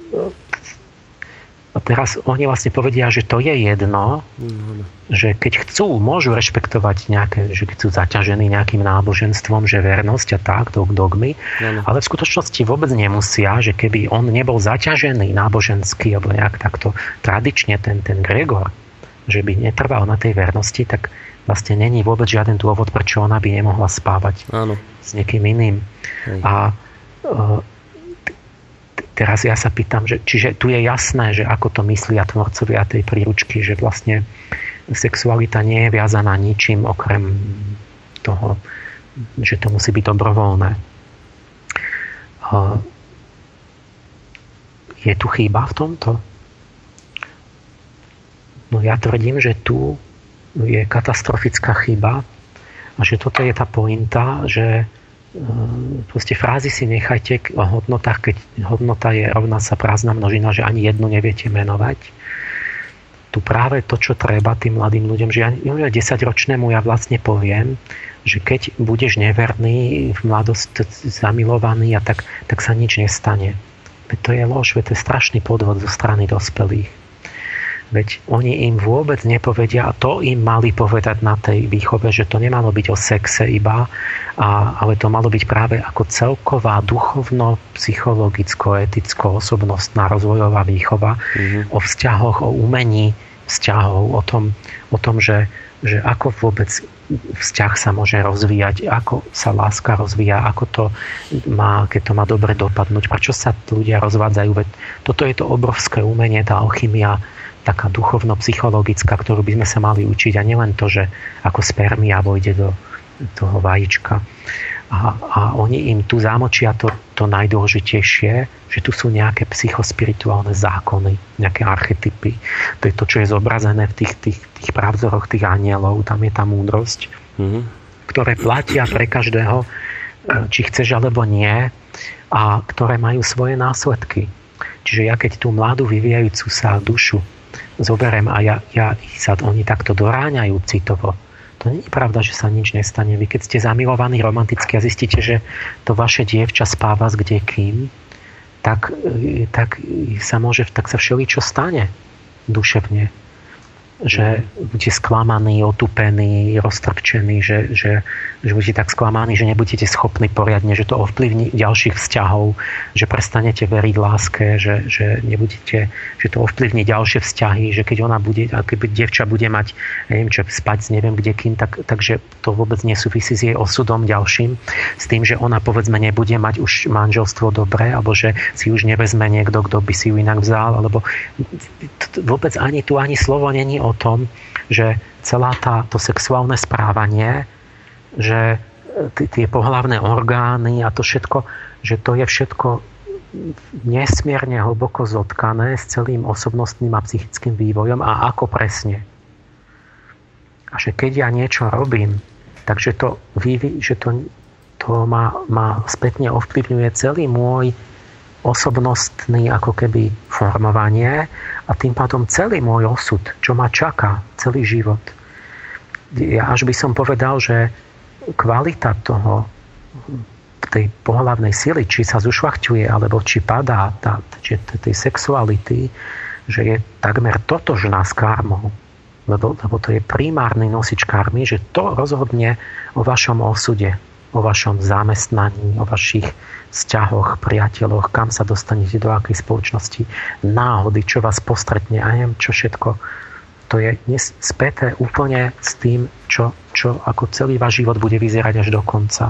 teraz oni vlastne povedia, že to je jedno, že keď môžu rešpektovať nejaké, že keď sú zaťažení nejakým náboženstvom, že vernosť a tak, dogmy, ale v skutočnosti vôbec nemusia, že keby on nebol zaťažený náboženský alebo nejak takto tradične ten Gregor, že by netrval na tej vernosti, tak vlastne není vôbec žiaden dôvod, prečo ona by nemohla spávať s niekým iným. A teraz ja sa pýtam, čiže tu je jasné, že ako to myslia tvorcovia tej príručky, že vlastne sexualita nie je viazaná ničím okrem toho, že to musí byť dobrovoľné. Je tu chyba v tomto? No ja tvrdím, že tu je katastrofická chyba a že toto je tá pointa, že proste frázy si nechajte o hodnotách, keď hodnota je rovná sa prázdna množina, že ani jednu neviete menovať. Tu práve to, čo treba tým mladým ľuďom, že ja 10-ročnému ja vlastne poviem, že keď budeš neverný, v mladosti zamilovaný a tak sa nič nestane. Veď to je lož, veď to je strašný podvod zo strany dospelých. Veď oni im vôbec nepovedia, a to im mali povedať na tej výchove, že to nemalo byť o sexe iba, ale to malo byť práve ako celková duchovno-psychologicko-eticko-osobnostná rozvojová výchova o vzťahoch, o umení vzťahov, o tom, že že ako vôbec vzťah sa môže rozvíjať, ako sa láska rozvíja, ako to má, keď to má dobre dopadnúť, prečo sa ľudia rozvádzajú. Veď toto je to obrovské umenie, tá alchymia, taká duchovno-psychologická, ktorú by sme sa mali učiť, a nielen to, že ako spermia vojde do toho vajíčka. A oni im tu zamočia to najdôležitejšie, že tu sú nejaké psychospirituálne zákony, nejaké archetypy. To je to, čo je zobrazené v tých pravzoroch tých anielov. Tam je tá múdrosť, ktoré platia pre každého, či chceš alebo nie, a ktoré majú svoje následky. Čiže ja keď tú mladú vyvíjajúcu sa dušu zoberiem a oni takto doráňajú citovo, to nie je pravda, že sa nič nestane. Vy keď ste zamilovaní romanticky a zistíte, že to vaše dievča spáva s kdekým, tak sa všeličo stane duševne. Že budete sklamaní, otupení, roztrpčení, že budete tak sklamaní, že nebudete schopní poriadne, že to ovplyvní ďalších vzťahov, že prestanete veriť láske, že nebudete, že to ovplyvní ďalšie vzťahy, že keď ona bude, a keď dievča bude mať, neviem čo, spať s neviem kdekým, takže to vôbec nesúvisí s jej osudom ďalším, s tým, že ona povedzme nebude mať už manželstvo dobré, alebo že si už nevezme niekto, kto by si ju inak vzal, alebo vôbec ani tu ani slovo není o tom, že celá to sexuálne správanie, že tie pohlavné orgány a to všetko, že to je všetko nesmierne hlboko zotkané s celým osobnostným a psychickým vývojom a ako presne. A že keď ja niečo robím, takže to ma spätne ovplyvňuje celý môj osobnostný ako keby formovanie a tým pádom celý môj osud, čo ma čaká celý život. Ja až by som povedal, že kvalita tej pohlavnej sily, či sa zušľachťuje, alebo či padá tej sexuality, že je takmer totožná s karmou. Lebo to je primárny nosič karmy, že to rozhodne o vašom osude, o vašom zamestnaní, o vašich vzťahoch, priateľoch, kam sa dostanete, do akej spoločnosti, náhody, čo vás postretne a neviem čo všetko. To je späté úplne s tým, čo ako celý váš život bude vyzerať až do konca.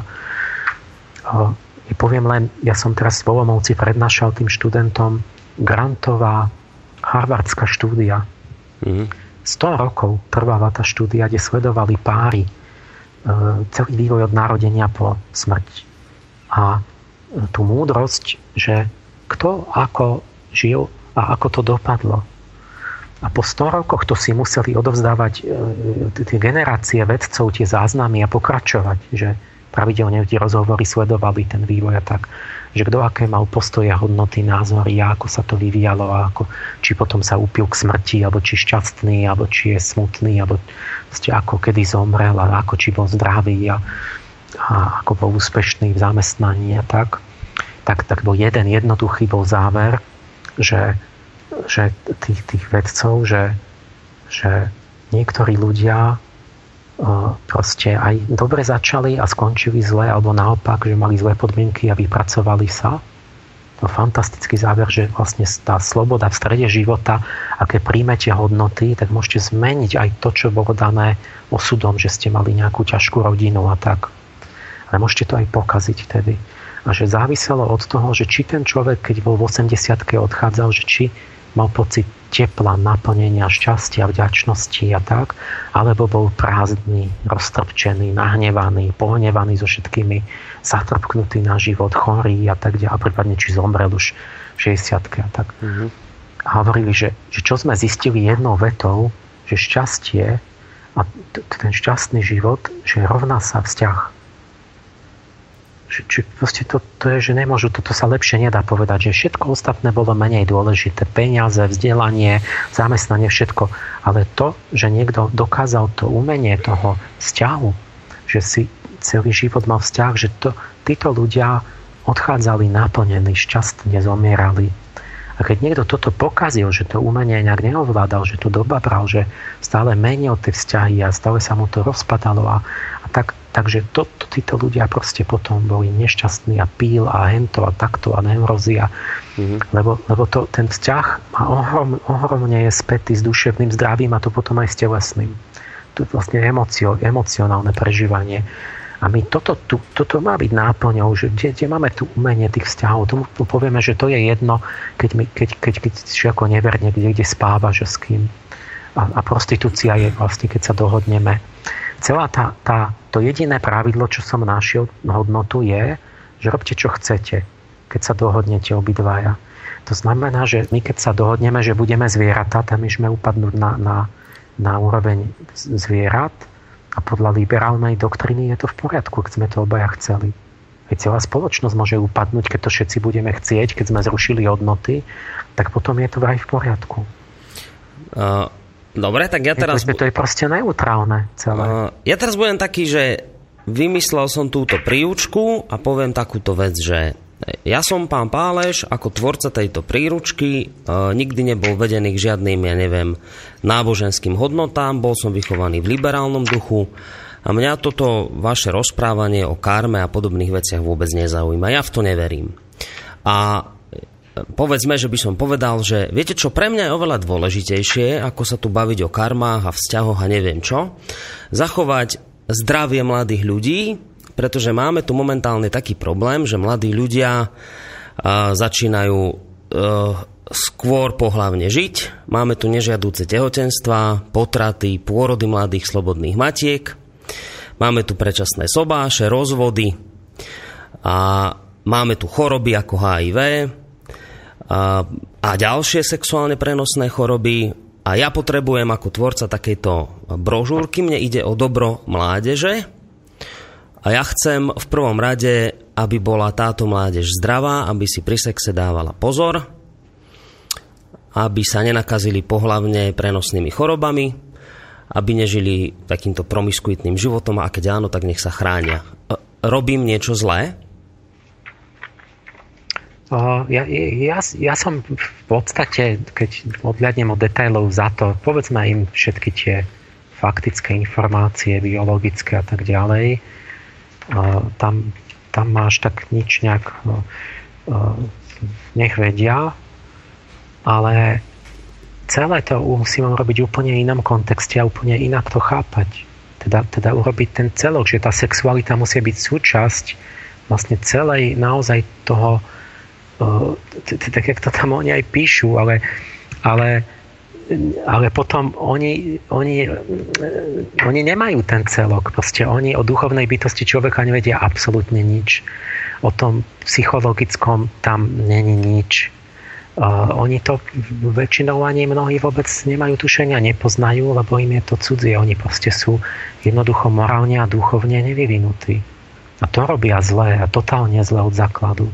Ja poviem len, ja som teraz v Olomouci prednášal tým študentom grantová harvardská štúdia. 100 rokov trvala tá štúdia, kde sledovali páry celý vývoj od narodenia po smrť. A tú múdrosť, že kto ako žil a ako to dopadlo. A po 100 rokoch to si museli odovzdávať tie generácie vedcov, tie záznamy a pokračovať, že pravidelne tie rozhovory sledovali ten vývoj a tak, že kto aké mal postoje, hodnoty, názory a ako sa to vyvíjalo a či potom sa upil k smrti, alebo či šťastný, alebo či je smutný, alebo ako kedy zomrel a ako či bol zdravý a ako bol úspešný v zamestnaní a tak bol jeden jednoduchý bol záver, že tých vedcov, že niektorí ľudia proste aj dobre začali a skončili zle, alebo naopak, že mali zlé podmienky a vypracovali sa. To fantastický záver, že vlastne tá sloboda v strede života, aké príjmete hodnoty, tak môžete zmeniť aj to, čo bolo dané osudom, že ste mali nejakú ťažkú rodinu a tak. Ale môžete to aj pokaziť vtedy. A že záviselo od toho, že či ten človek, keď bol v 80-ke odchádzal, že či mal pocit tepla, naplnenia, šťastia, vďačnosti a tak, alebo bol prázdny, roztrpčený, nahnevaný, pohnevaný so všetkými, zatrpknutý na život, chorý a tak ďalej, a prípadne či zomrel už v 60-ke a tak. A hovorili, že čo sme zistili jednou vetou, že šťastie a ten šťastný život, že rovná sa vzťah. Či proste to je, že nemôžu, toto sa lepšie nedá povedať, že všetko ostatné bolo menej dôležité, peniaze, vzdelanie, zamestnanie, všetko, ale to, že niekto dokázal to umenie toho vzťahu, že si celý život mal vzťah, že títo ľudia odchádzali naplnení, šťastne zomierali. A keď niekto toto pokazil, že to umenie nejak neovládal, že to dobabral, že stále menil tie vzťahy a stále sa mu to rozpadalo a takže títo ľudia proste potom boli nešťastní a píl a hento a takto a neurozia. Lebo ten vzťah má ohromne je spätý s duševným zdravím a to potom aj s telesným. vlastne emocionálne prežívanie. A my toto má byť náplňou, že kde máme tu umenie tých vzťahov. Tomu povieme, že to je jedno, keď ako never niekde spáva, že s kým. A prostitúcia je vlastne, keď sa dohodneme. Celá to jediné pravidlo, čo som našiel hodnotu, je, že robte, čo chcete, keď sa dohodnete obidvaja. To znamená, že my keď sa dohodneme, že budeme zvieratá, tam môžeme upadnúť na úroveň zvierat a podľa liberálnej doktriny je to v poriadku, keď sme to obaja chceli. Veď celá spoločnosť môže upadnúť, keď to všetci budeme chcieť, keď sme zrušili hodnoty, tak potom je to aj v poriadku. Dobre, tak ja teraz... To je proste neutrálne celé. Ja teraz budem taký, že vymyslel som túto príručku a poviem takúto vec, že ja som pán Páleš, ako tvorca tejto príručky, nikdy nebol vedený k žiadnym, náboženským hodnotám, bol som vychovaný v liberálnom duchu a mňa toto vaše rozprávanie o karme a podobných veciach vôbec nezaujíma. Ja v to neverím. A povedzme, že by som povedal, že viete čo, pre mňa je oveľa dôležitejšie, ako sa tu baviť o karmách a vzťahoch a neviem čo, zachovať zdravie mladých ľudí, pretože máme tu momentálne taký problém, že mladí ľudia začínajú skôr pohlavne žiť. Máme tu nežiadúce tehotenstva, potraty, pôrody mladých slobodných matiek. Máme tu predčasné sobáše, rozvody. A máme tu choroby ako HIV a ďalšie sexuálne prenosné choroby. A ja potrebujem ako tvorca takejto brožúrky, mne ide o dobro mládeže. A ja chcem v prvom rade, aby bola táto mládež zdravá, aby si pri sexe dávala pozor, aby sa nenakazili pohlavne prenosnými chorobami, aby nežili takýmto promiskuitným životom a keď áno, tak nech sa chránia. Robím niečo zlé? Ja som v podstate, keď odhľadnem od detailov za to, povedzme im všetky tie faktické informácie, biologické a tak ďalej, tam máš tak nič nejak nech vedia, ale celé to musíme robiť v úplne inom kontexte a úplne inak to chápať. Teda urobiť ten celok, že tá sexualita musí byť súčasť vlastne celej naozaj toho, tak jak to tam oni aj píšu, ale potom oni nemajú ten celok. Proste oni o duchovnej bytosti človeka nevedia absolútne nič. O tom psychologickom tam není nič. Oni to väčšinou ani mnohí vôbec nemajú tušenia, nepoznajú, lebo im je to cudzie. Oni proste sú jednoducho morálne a duchovne nevyvinutí. A to robia zlé a totálne zlé od základu.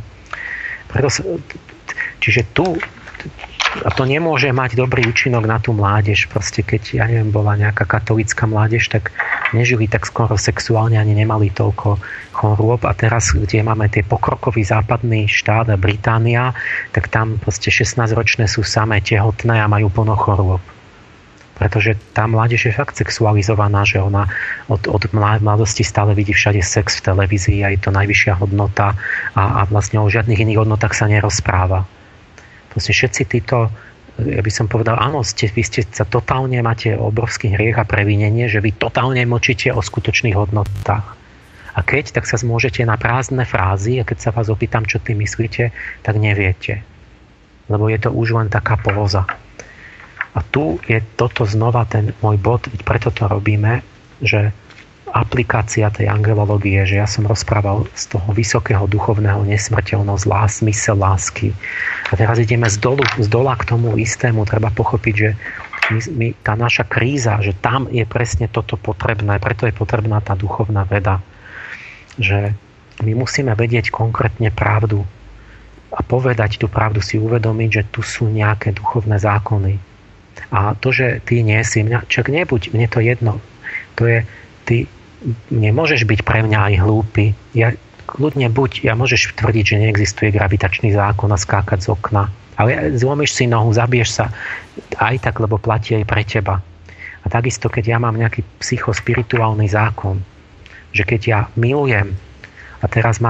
Čiže tu a to nemôže mať dobrý účinok na tú mládež. Proste keď, bola nejaká katolícka mládež, tak nežili tak skoro sexuálne, ani nemali toľko chorôb. A teraz, kde máme tie pokrokový západný štát a Británia, tak tam proste 16-ročné sú samé tehotné a majú plno chorôb. Pretože tá mládež je fakt sexualizovaná, že ona od mladosti stále vidí všade sex v televízii a je to najvyššia hodnota a vlastne o žiadnych iných hodnotách sa nerozpráva. Proste všetci títo, ja by som povedal, áno, vy ste sa totálne, máte obrovský hriech a previnenie, že vy totálne močíte o skutočných hodnotách. A keď, tak sa zmôžete na prázdne frázy a keď sa vás opýtam, čo ty myslíte, tak neviete. Lebo je to už len taká póza. A tu je toto znova ten môj bod, preto to robíme, že aplikácia tej angelológie, že ja som rozprával z toho vysokého duchovného nesmrteľnosť, zmysel lásky. A teraz ideme z dola k tomu istému. Treba pochopiť, že tá naša kríza, že tam je presne toto potrebné, preto je potrebná tá duchovná veda. Že my musíme vedieť konkrétne pravdu a povedať tú pravdu, si uvedomiť, že tu sú nejaké duchovné zákony. A to, že ty nie si, čak nebuď, mne to jedno. To je, ty nemôžeš byť pre mňa aj hlúpy. Kľudne buď, môžeš tvrdiť, že neexistuje gravitačný zákon a skákať z okna. Ale zlomíš si nohu, zabiješ sa aj tak, lebo platí aj pre teba. A takisto, keď ja mám nejaký psychospirituálny zákon, že keď ja milujem a teraz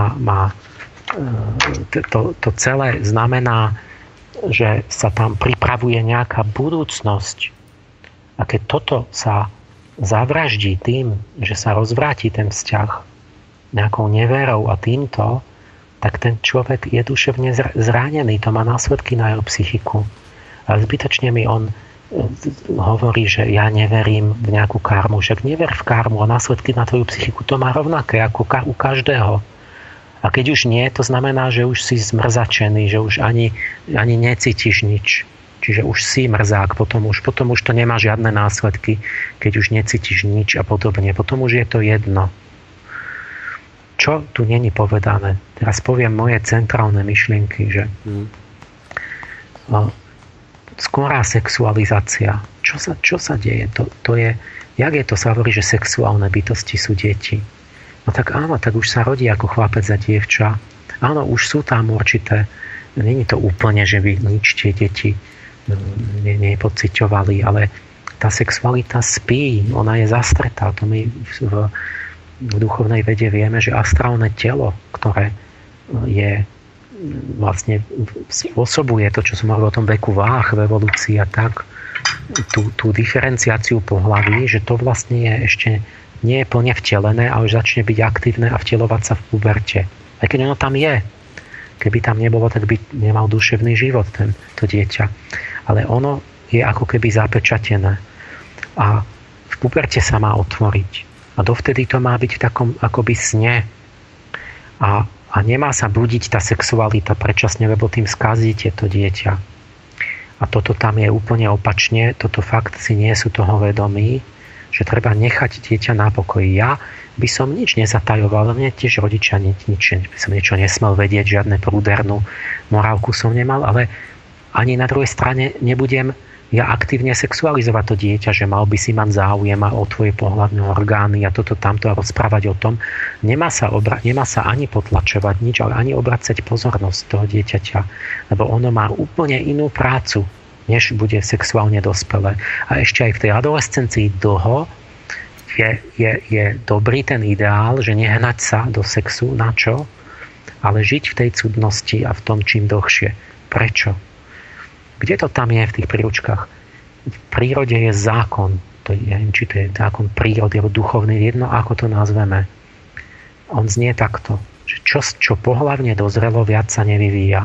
to celé znamená, že sa tam pripravuje nejaká budúcnosť. A keď toto sa zavraždí tým, že sa rozvráti ten vzťah nejakou neverou a týmto, tak ten človek je duševne zranený. To má následky na jeho psychiku. A zbytočne mi on hovorí, že ja neverím v nejakú karmu. Však never v karmu a následky na tvoju psychiku to má rovnaké ako u každého. A keď už nie, to znamená, že už si zmrzačený, že už ani necítiš nič. Čiže už si mrzák, potom už to nemá žiadne následky, keď už necítiš nič a podobne. Potom už je to jedno. Čo tu není povedané? Teraz poviem moje centrálne myšlienky, že skorá sexualizácia. Čo sa deje? To je, jak je to sa hovorí, že sexuálne bytosti sú deti? No tak áno, tak už sa rodí ako chlapec a dievča. Áno, už sú tam určité, není to úplne, že by nič tie deti nepociťovali, ale tá sexualita spí, ona je zastretá. To my v duchovnej vede vieme, že astrálne telo, ktoré je vlastne spôsobuje to, čo som hovoril o tom veku váh v evolúcii a tak, tú diferenciáciu pohlaví, že to vlastne je ešte nie je plne vtelené, ale už začne byť aktívne a vtelovať sa v puberte. Aj keď ono tam je. Keby tam nebolo, tak by nemal duševný život to dieťa. Ale ono je ako keby zapečatené. A v puberte sa má otvoriť. A dovtedy to má byť v takom akoby sne. A nemá sa budiť tá sexualita predčasne, lebo tým skazíte to dieťa. A toto tam je úplne opačne. Toto fakt si nie sú toho vedomí, že treba nechať dieťa na pokoji. Ja by som nič nezatajoval, ale mne tiež rodičia by som niečo nesmel vedieť, žiadne prúdernú morálku som nemal, ale ani na druhej strane nebudem ja aktívne sexualizovať to dieťa, že mal by si mať záujem o tvoje pohlavné orgány a toto tamto a rozprávať o tom. Nemá sa ani potlačovať nič, ale ani obracať pozornosť toho dieťaťa, lebo ono má úplne inú prácu, než bude sexuálne dospelé. A ešte aj v tej adolescencii dlho je dobrý ten ideál, že nehnať sa do sexu, na čo? Ale žiť v tej cudnosti a v tom čím dlhšie. Prečo? Kde to tam je v tých príručkách? V prírode je zákon. Ja neviem, či to je zákon prírody alebo duchovný, jedno ako to nazveme. On znie takto. Čo pohlavne dozrelo, viac sa nevyvíja.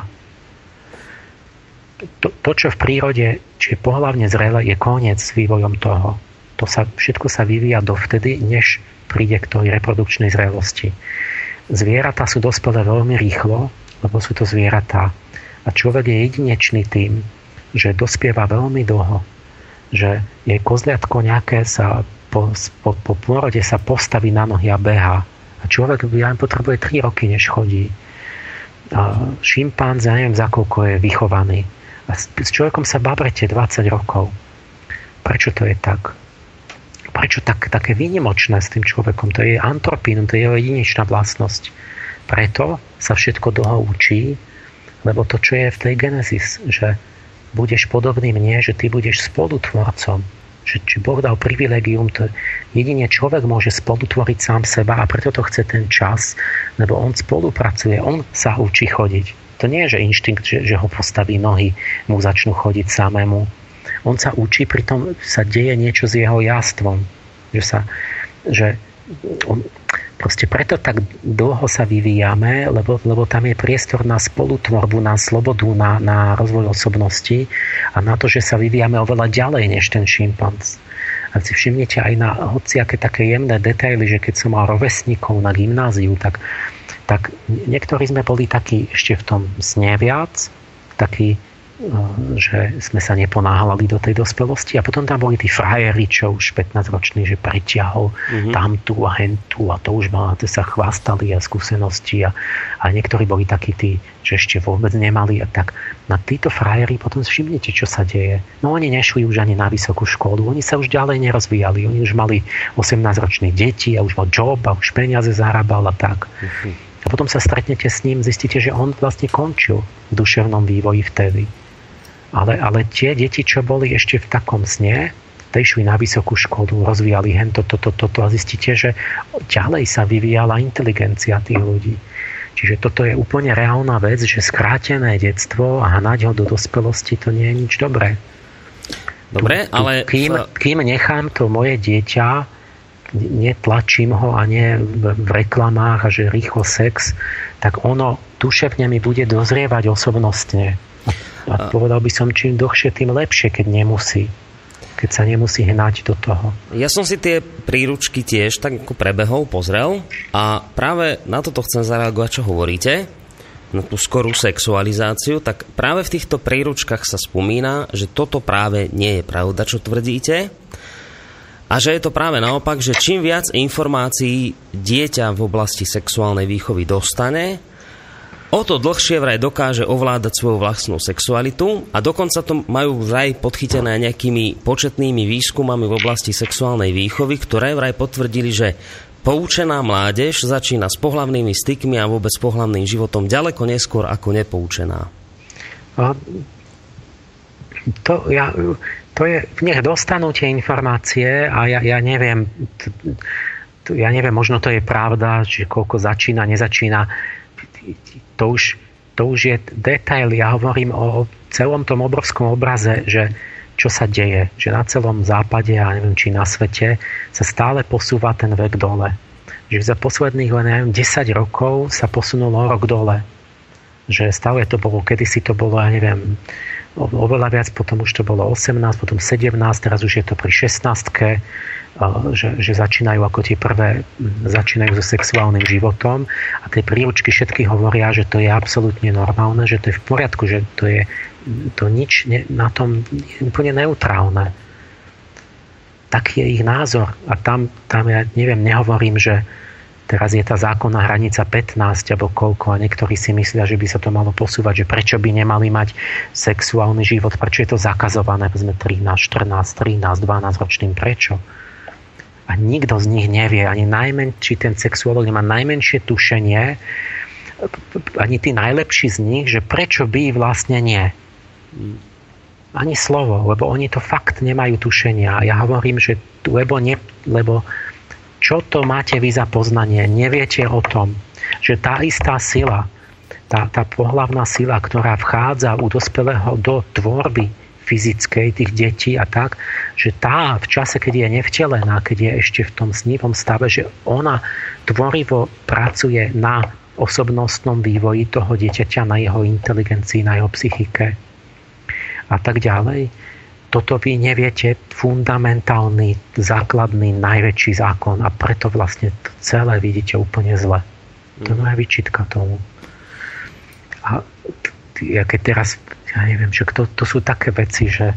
To, čo v prírode, či je pohlavne zrelé, je koniec s vývojom toho. Všetko sa vyvíja dovtedy, než príde k tej reprodukčnej zrelosti. Zvieratá sú dospelé veľmi rýchlo, lebo sú to zvieratá. A človek je jedinečný tým, že dospieva veľmi dlho. Že jej kozliatko nejaké sa po pôrode sa postaví na nohy a behá. A človek potrebuje 3 roky, než chodí. A šimpanz, ja neviem, za koľko je vychovaný. A s človekom sa babrete 20 rokov. Prečo to je tak? Prečo také výnimočné s tým človekom? To je antropín, to je jeho jedinečná vlastnosť. Preto sa všetko dlho učí, lebo to, čo je v tej Genesis, že budeš podobný mne, že ty budeš spolutvorcom. Či Boh dal privilegium, to jedine človek môže spolutvoriť sám seba a preto to chce ten čas, lebo on spolupracuje, on sa učí chodiť. To nie je, že inštinkt, že ho postaví nohy, mu začnú chodiť samému. On sa učí, pritom sa deje niečo s jeho jástvom. Proste preto tak dlho sa vyvíjame, lebo tam je priestor na spolutvorbu, na slobodu, na rozvoj osobnosti a na to, že sa vyvíjame oveľa ďalej než ten šimpanz. A si všimnete aj na hociaké také jemné detaily, že keď som mal rovesníkov na gymnáziu, tak niektorí sme boli takí ešte v tom sne viac, takí, že sme sa neponáhľali do tej dospelosti a potom tam boli tí frajeri, čo už 15-roční, že pritiahol tamtu a hentu a to už to sa chvastali a skúsenosti a niektorí boli takí tí, že ešte vôbec nemali a tak na títo frajeri potom všimnete, čo sa deje. No oni nešli už ani na vysokú školu, oni sa už ďalej nerozvíjali, oni už mali 18-roční deti a už mal job a už peniaze zarábal a tak. A potom sa stretnete s ním, zistíte, že on vlastne končil v duševnom vývoji vtedy. Ale tie deti, čo boli ešte v takom sne, te išli na vysokú školu, rozvíjali toto a zistíte, že ďalej sa vyvíjala inteligencia tých ľudí. Čiže toto je úplne reálna vec, že skrátené detstvo a hnať ho do dospelosti, to nie je nič dobré. Dobre, ale... Kým nechám to moje dieťa, netlačím ho a nie v reklamách a že rýchlo sex, tak ono duševne mi bude dozrievať osobnostne. A povedal by som, čím dlhšie, tým lepšie, keď nemusí. Keď sa nemusí hnať do toho. Ja som si tie príručky tiež tak ako prebehol, pozrel a práve na toto chcem zareagovať, čo hovoríte, na tú skorú sexualizáciu, tak práve v týchto príručkách sa spomína, že toto práve nie je pravda, čo tvrdíte, a že je to práve naopak, že čím viac informácií dieťa v oblasti sexuálnej výchovy dostane, o to dlhšie vraj dokáže ovládať svoju vlastnú sexualitu a dokonca to majú vraj podchytené nejakými početnými výskumami v oblasti sexuálnej výchovy, ktoré vraj potvrdili, že poučená mládež začína s pohlavnými stykmi a vôbec pohlavným životom ďaleko neskôr ako nepoučená. To je, nech dostanú tie informácie a ja neviem, možno to je pravda, že koľko začína, nezačína. To už je detail. Ja hovorím o celom tom obrovskom obraze, že čo sa deje, že na celom západe a neviem, či na svete sa stále posúva ten vek dole. Že za posledných len 10 rokov sa posunulo rok dole. Že stále to bolo, kedysi to bolo, ja neviem, oveľa viac, potom už to bolo 18, potom 17, teraz už je to pri 16, že začínajú ako tie prvé, začínajú so sexuálnym životom a tie príručky všetky hovoria, že to je absolútne normálne, že to je v poriadku, že to nič na tom je úplne neutrálne. Taký je ich názor a tam ja neviem, nehovorím, že teraz je tá zákonná hranica 15 alebo koľko a niektorí si myslia, že by sa to malo posúvať, že prečo by nemali mať sexuálny život, prečo je to zakazované, povedzme 13, 14, 13, 12 ročným, prečo? A nikto z nich nevie, ani či ten sexuológ nemá najmenšie tušenie, ani tí najlepší z nich, že prečo by vlastne nie. Ani slovo, lebo oni to fakt nemajú tušenia. A ja hovorím, že lebo čo to máte vy za poznanie? Neviete o tom, že tá istá sila, tá pohlavná sila, ktorá vchádza u dospelého do tvorby fyzickej tých detí a tak, že tá v čase, keď je nevtelená, keď je ešte v tom snívom stave, že ona tvorivo pracuje na osobnostnom vývoji toho dieťaťa, na jeho inteligencii, na jeho psychike a tak ďalej. Toto vy neviete, fundamentálny, základný, najväčší zákon a preto vlastne to celé vidíte úplne zle. To je moja výčitka tomu. A ja keď teraz, ja neviem, že to sú také veci, že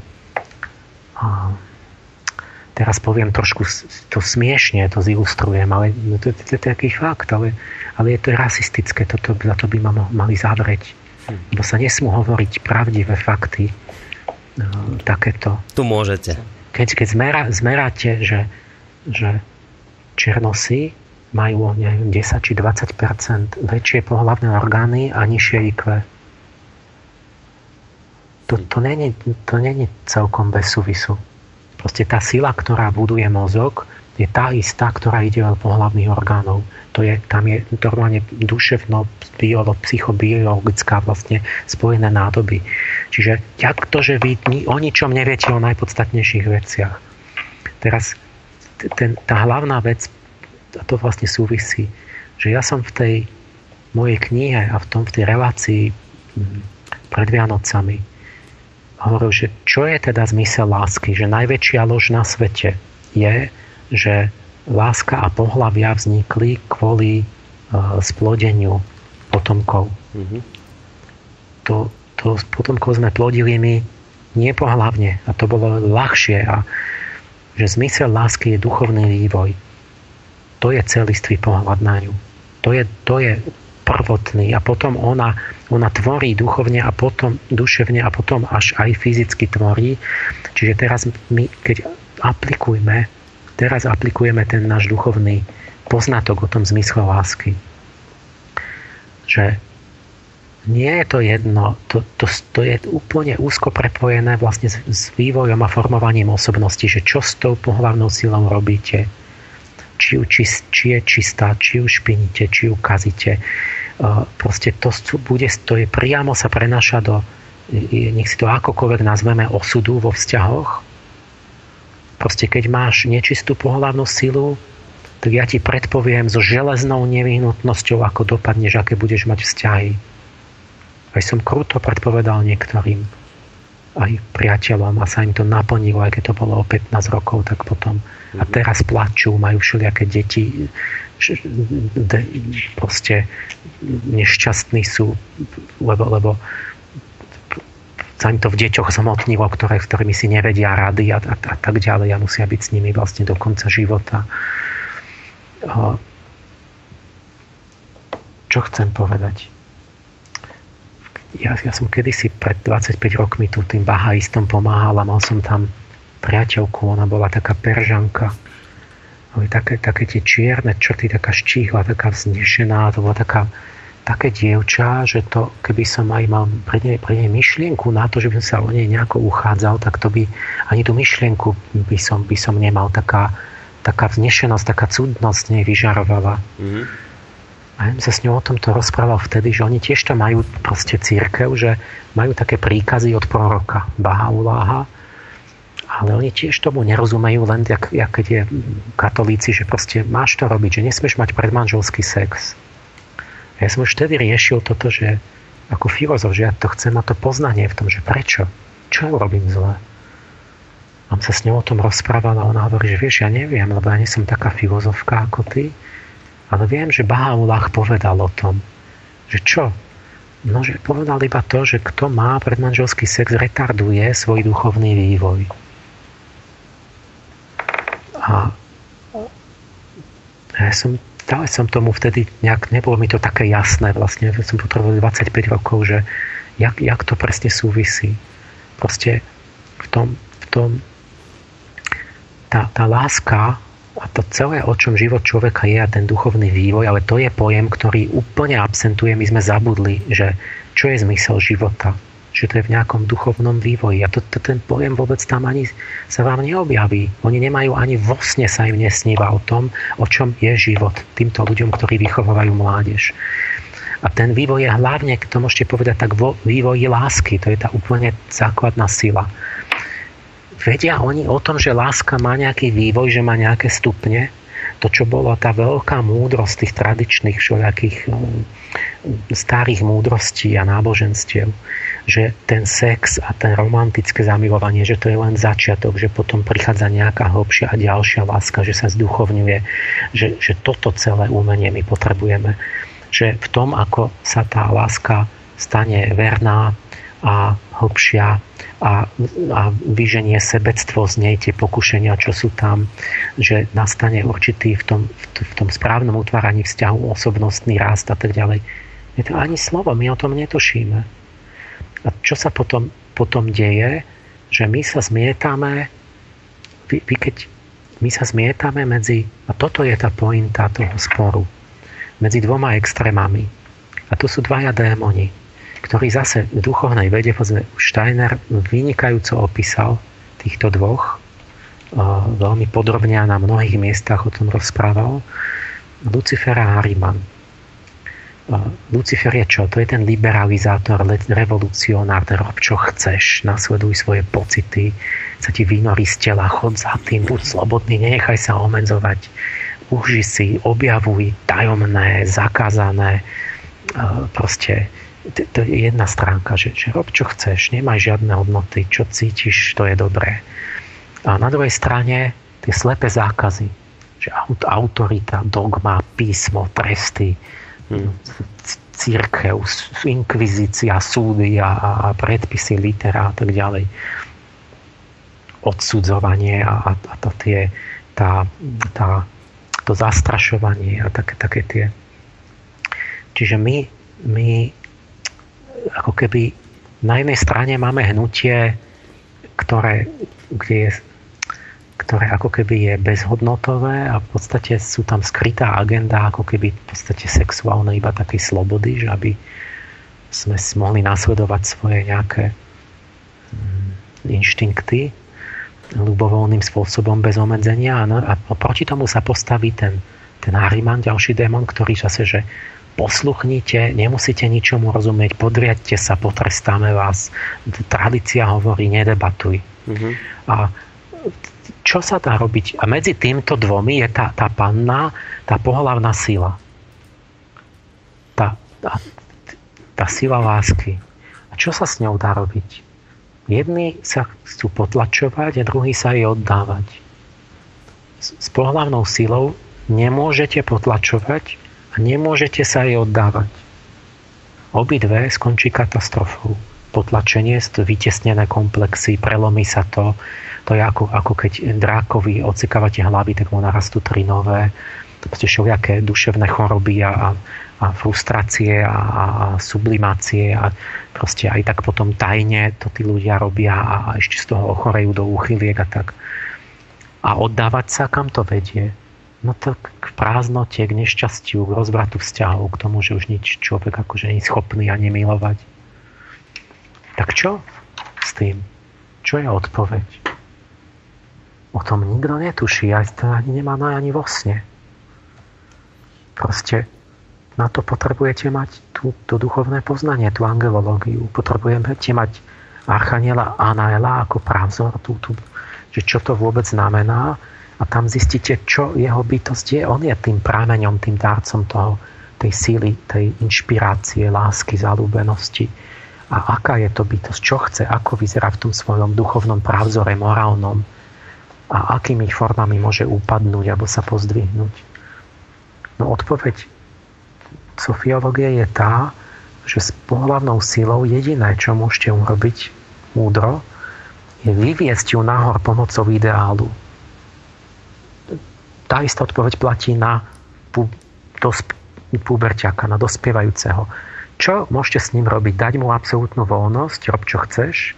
teraz poviem trošku to smiešne, to zilustrujem, ale to je taký fakt, ale je to rasistické, za to by ma mali zavrieť. Lebo sa nesmú hovoriť pravdivé fakty, takéto. Tu môžete. Keď zmeráte, že černosy majú 10 či 20% väčšie pohlavné orgány a nižšie IQ. To není celkom bez súvisu. Proste tá sila, ktorá buduje mozog, je tá istá, ktorá ide od pohlavných orgánov. Tam je normálne duševno, psychobiologická vlastne spojené nádoby. Čiže to, že vy o ničom neviete o najpodstatnejších veciach. Teraz tá hlavná vec, a to vlastne súvisí, že ja som v tej mojej knihe a v tej relácii pred Vianocami hovoril, že čo je teda zmysel lásky, že najväčšia lož na svete je, že láska a pohlavia vznikli kvôli splodeniu potomkov. Mm-hmm. To potomkov sme plodili my nepohlavne a to bolo ľahšie a že zmysel lásky je duchovný vývoj. To je celistvý pohľad na ňu. To je prvotný a potom ona tvorí duchovne a potom duševne a potom až aj fyzicky tvorí. Čiže teraz my, keď aplikujeme ten náš duchovný poznatok o tom zmysle lásky. Že nie je to jedno, to je úplne úzko prepojené vlastne s vývojom a formovaním osobnosti, že čo s tou pohlavnou silou robíte, či je čistá, či ju špiníte, či ju kazíte. Proste to je priamo sa prenáša do, nech si to akokoľvek nazveme, osudu vo vzťahoch, Proste keď máš nečistú pohlavnú silu, tak ja ti predpoviem so železnou nevyhnutnosťou, ako dopadneš, aké budeš mať vzťahy. Aj som kruto predpovedal niektorým, aj priateľom, a sa im to naplnilo, aj keď to bolo o 15 rokov, tak potom. A teraz plačú, majú všelijaké deti, proste nešťastní sú, lebo sa im to v deťoch zmotnilo, ktorými si nevedia rady a tak ďalej a musia byť s nimi vlastne do konca života. Čo chcem povedať? Ja som kedysi pred 25 rokmi tu tým bahaistom pomáhal a mal som tam priateľku, ona bola taká Peržanka. Ale také tie čierne črty, taká štíhla, taká vznešená, to bola také dievča, že to, keby som aj mal pre nej myšlienku na to, že by som sa o nej nejako uchádzal, tak to by ani tú myšlienku by som nemal. Taká vznešenosť, taká cudnosť nej vyžarovala. A ja sa s ňou o tomto rozprával vtedy, že oni tiež tam majú proste cirkev, že majú také príkazy od proroka Baha'u'lláha, ale oni tiež tomu nerozumejú, len jak keď je katolíci, že proste máš to robiť, že nesmieš mať predmanželský sex. Ja som už vtedy riešil toto, že ako filozof, že ja to chcem a to poznanie v tom, že prečo? Čo ja robím zle? A on sa s ňou o tom rozprával a ona hovorí, že vieš, ja neviem, lebo ja nie som taká filozofka ako ty, ale viem, že Baha'u'lláh povedal o tom, že čo? No, že povedal iba to, že kto má predmanželský sex, retarduje svoj duchovný vývoj. A ja stále som tomu vtedy nejak, nebolo mi to také jasné vlastne, som potreboval 25 rokov, že jak to presne súvisí. Proste v tom tá láska a to celé, o čom život človeka je a ten duchovný vývoj, ale to je pojem, ktorý úplne absentuje. My sme zabudli, že čo je zmysel života. Že to je v nejakom duchovnom vývoji. A ten pojem vôbec tam ani sa vám neobjaví. Oni nemajú ani vo sne, sa im nesníva o tom, o čom je život týmto ľuďom, ktorí vychovávajú mládež. A ten vývoj je hlavne, to môžete povedať tak, vo vývoji lásky. To je tá úplne základná sila. Vedia oni o tom, že láska má nejaký vývoj, že má nejaké stupne? To, čo bolo tá veľká múdrosť tých tradičných všelijakých starých múdrostí a náboženstiev, že ten sex a ten romantické zamilovanie, že to je len začiatok, že potom prichádza nejaká hlbšia a ďalšia láska, že sa zduchovňuje, že toto celé umenie my potrebujeme. Že v tom, ako sa tá láska stane verná a hlbšia a vyženie sebectvo z nej, tie pokušenia, čo sú tam, že nastane určitý v tom správnom utváraní vzťahu osobnostný rast a tak ďalej. Je to ani slovo, my o tom netušíme. A čo sa potom deje, že my sa zmietame, keď my sa zmietame medzi, a toto je tá pointa toho sporu, medzi dvoma extrémami. A to sú dvaja démoni, ktorý zase v duchovnej vede, Steiner vynikajúco opísal týchto dvoch, veľmi podrobne a na mnohých miestach o tom rozprával, Lucifer a Ahriman. Lucifer je čo? To je ten liberalizátor, revolucionár, ten rob čo chceš, nasleduj svoje pocity, sa ti vynorí z tela, chod za tým, buď slobodný, nenechaj sa omedzovať, uži si, objavuj tajomné, zakázané, proste to je jedna stránka, že rob čo chceš, nemaj žiadne hodnoty, čo cítiš, to je dobré. A na druhej strane tie slepé zákazy, že autorita, dogma, písmo, tresty, cirkev, inkvizícia, súdy a predpisy, litera a tak ďalej. Odsudzovanie a to zastrašovanie a také tie. Čiže my ako keby na jednej strane máme hnutie, ktoré ako keby je bezhodnotové a v podstate sú tam skrytá agenda, ako keby v podstate sexuálne iba takej slobody, že aby sme si mohli nasledovať svoje nejaké inštinkty ľubovoľným spôsobom bez obmedzenia a proti tomu sa postaví ten Ahriman, ďalší démon, ktorý zase, že posluchnite, nemusíte ničomu rozumieť, podriadte sa, potrestáme vás. Tradícia hovorí, nedebatuj. A čo sa dá robiť? A medzi týmto dvomi je tá panna, tá pohlavná sila. Tá sila lásky. A čo sa s ňou dá robiť? Jedni sa chcú potlačovať a druhí sa jej oddávať. S pohlavnou silou nemôžete potlačovať a nemôžete sa jej oddávať. Obidve skončí katastrofou. Potlačenie, vytesnené komplexy, prelomí sa to. To je ako keď drákovi odsekávate hlavy, tak mu narastú 3 nové. Proste všelijaké duševné choroby a frustrácie a sublimácie a proste aj tak potom tajne to tí ľudia robia a ešte z toho ochorejú do úchyliek a tak. A oddávať sa, kam to vedie? No to k prázdnote, k nešťastiu, k rozvratu vzťahov, k tomu, že už nič človek akože nie je schopný ani milovať. Tak čo s tým? Čo je odpoveď? O tom nikto netuší, aj to ani nemá ani vo sne. Proste na to potrebujete mať to duchovné poznanie, tú angelológiu. Potrebujete mať archaniela Anaela ako právzor, že čo to vôbec znamená a tam zistíte, čo jeho bytosť je. On je tým prámeňom, tým dárcom tej síly, tej inšpirácie, lásky, zaľúbenosti. A aká je to bytosť, čo chce, ako vyzerá v tom svojom duchovnom právzore, morálnom a akými formami môže upadnúť alebo sa pozdvihnúť. No odpoveď sofiológie je tá, že s pohlavnou silou jediné, čo môžete urobiť múdro, je vyviesť ju nahor pomocou ideálu. Tá istá odpoveď platí na puberťaka, na dospievajúceho. Čo môžete s ním robiť? Dať mu absolútnu voľnosť, rob čo chceš?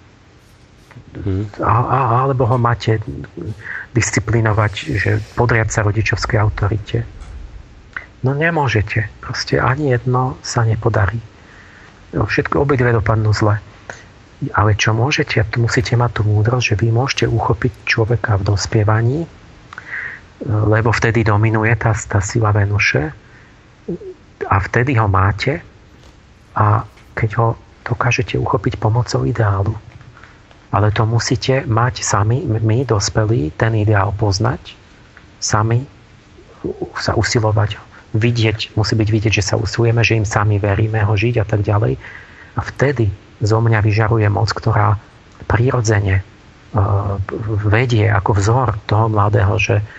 Alebo ho máte disciplinovať, že podriať sa rodičovskej autorite? No nemôžete. Proste ani jedno sa nepodarí. Všetko obidve dopadnú zle. Ale čo môžete, musíte mať tú múdrosť, že vy môžete uchopiť človeka v dospievaní, lebo vtedy dominuje tá sila Venuše a vtedy ho máte a keď ho dokážete uchopiť pomocou ideálu. Ale to musíte mať sami, my dospelí, ten ideál poznať, sami sa usilovať musí byť vidieť, že sa usilujeme, že im sami veríme ho žiť a tak ďalej. A vtedy zo mňa vyžaruje moc, ktorá prirodzene vedie ako vzor toho mladého,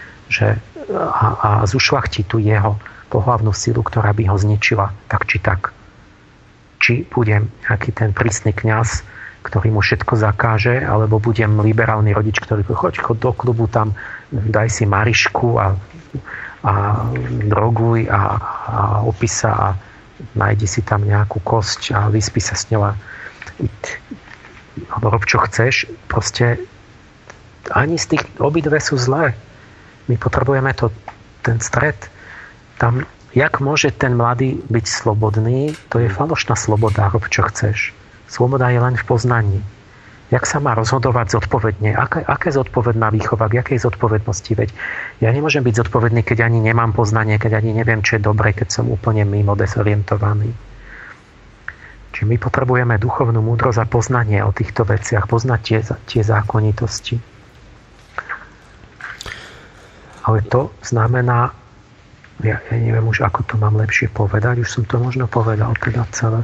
a zušľachtí tú jeho pohlavnú silu, ktorá by ho zničila tak či tak. Či budem nejaký ten prísny kňaz, ktorý mu všetko zakáže, alebo budem liberálny rodič, ktorý chod do klubu, tam daj si Marišku a droguj a opisa a nájdi si tam nejakú kosť a vyspí sa s ňou alebo rob čo chceš. Proste ani z tých obidve sú zlé. My potrebujeme ten stred. Tam, jak môže ten mladý byť slobodný, to je falošná sloboda, rob čo chceš. Sloboda je len v poznaní. Jak sa má rozhodovať zodpovedne? Aké zodpovedná výchova? K jakej zodpovednosti? Veď ja nemôžem byť zodpovedný, keď ani nemám poznanie, keď ani neviem, čo je dobre, keď som úplne mimo desorientovaný. Čiže my potrebujeme duchovnú múdrosť a poznanie o týchto veciach, poznať tie zákonitosti. Ale to znamená, ja neviem už, ako to mám lepšie povedať, už som to možno povedal teda celé.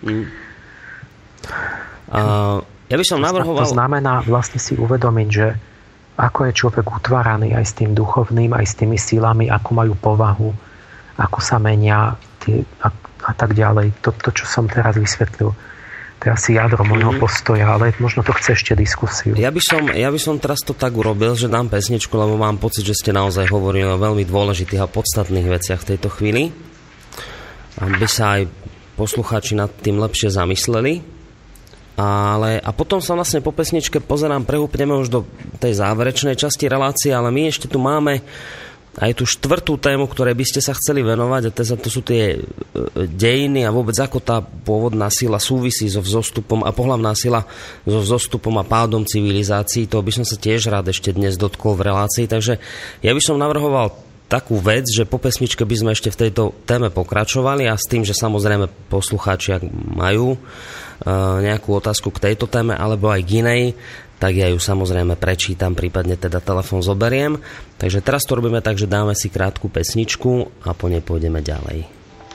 Ja by som navrhoval... To znamená vlastne si uvedomiť, že ako je človek utváraný aj s tým duchovným, aj s tými silami, ako majú povahu, ako sa menia a tak ďalej. To, čo som teraz vysvetlil, to je asi jadro môjho postoja, ale možno to chce ešte diskusiu. Ja by som teraz to tak urobil, že dám pesničku, lebo mám pocit, že ste naozaj hovorili o veľmi dôležitých a podstatných veciach v tejto chvíli. Aby sa aj poslucháči nad tým lepšie zamysleli. A potom sa vlastne po pesničke pozerám, prehúpneme už do tej záverečnej časti relácie, ale my ešte tu máme aj tú štvrtú tému, ktorej by ste sa chceli venovať, a to sú tie dejiny a vôbec ako tá pôvodná sila súvisí so vzostupom a pohlavná sila so vzostupom a pádom civilizácií. To by som sa tiež rád ešte dnes dotkol v relácii, takže ja by som navrhoval takú vec, že po pesničke by sme ešte v tejto téme pokračovali a s tým, že samozrejme poslucháči, ak majú nejakú otázku k tejto téme alebo aj k inej, tak ja ju samozrejme prečítam, prípadne teda telefón zoberiem. Takže teraz to robíme tak, že dáme si krátku pesničku a po nej pôjdeme ďalej.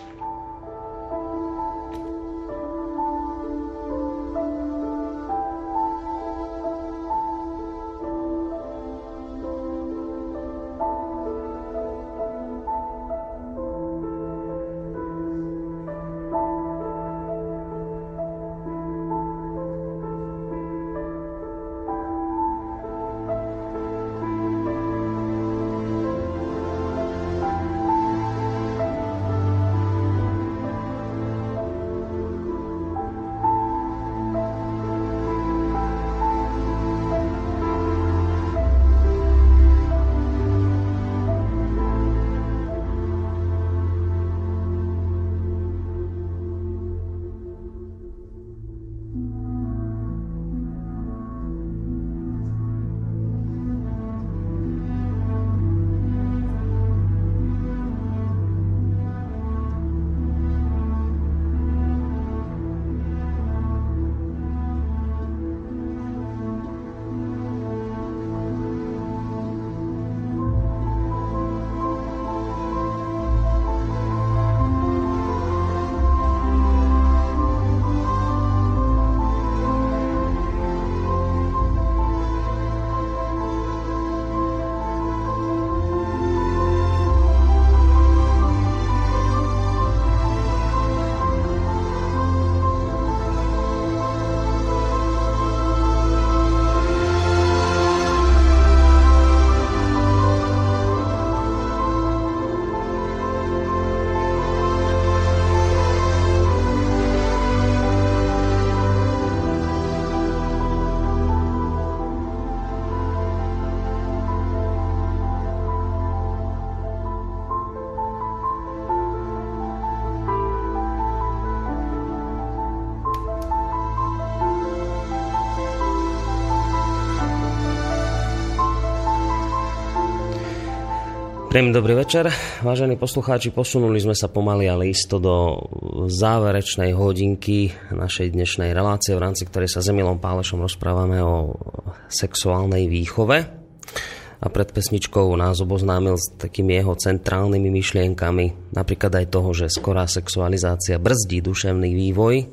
Príjemný dobrý večer, vážení poslucháči, posunuli sme sa pomaly, ale isto do záverečnej hodinky našej dnešnej relácie, v rámci ktorej sa s Emilom Pálešom rozprávame o sexuálnej výchove. A pred pesničkou nás oboznámil s takými jeho centrálnymi myšlienkami, napríklad aj toho, že skorá sexualizácia brzdí duševný vývoj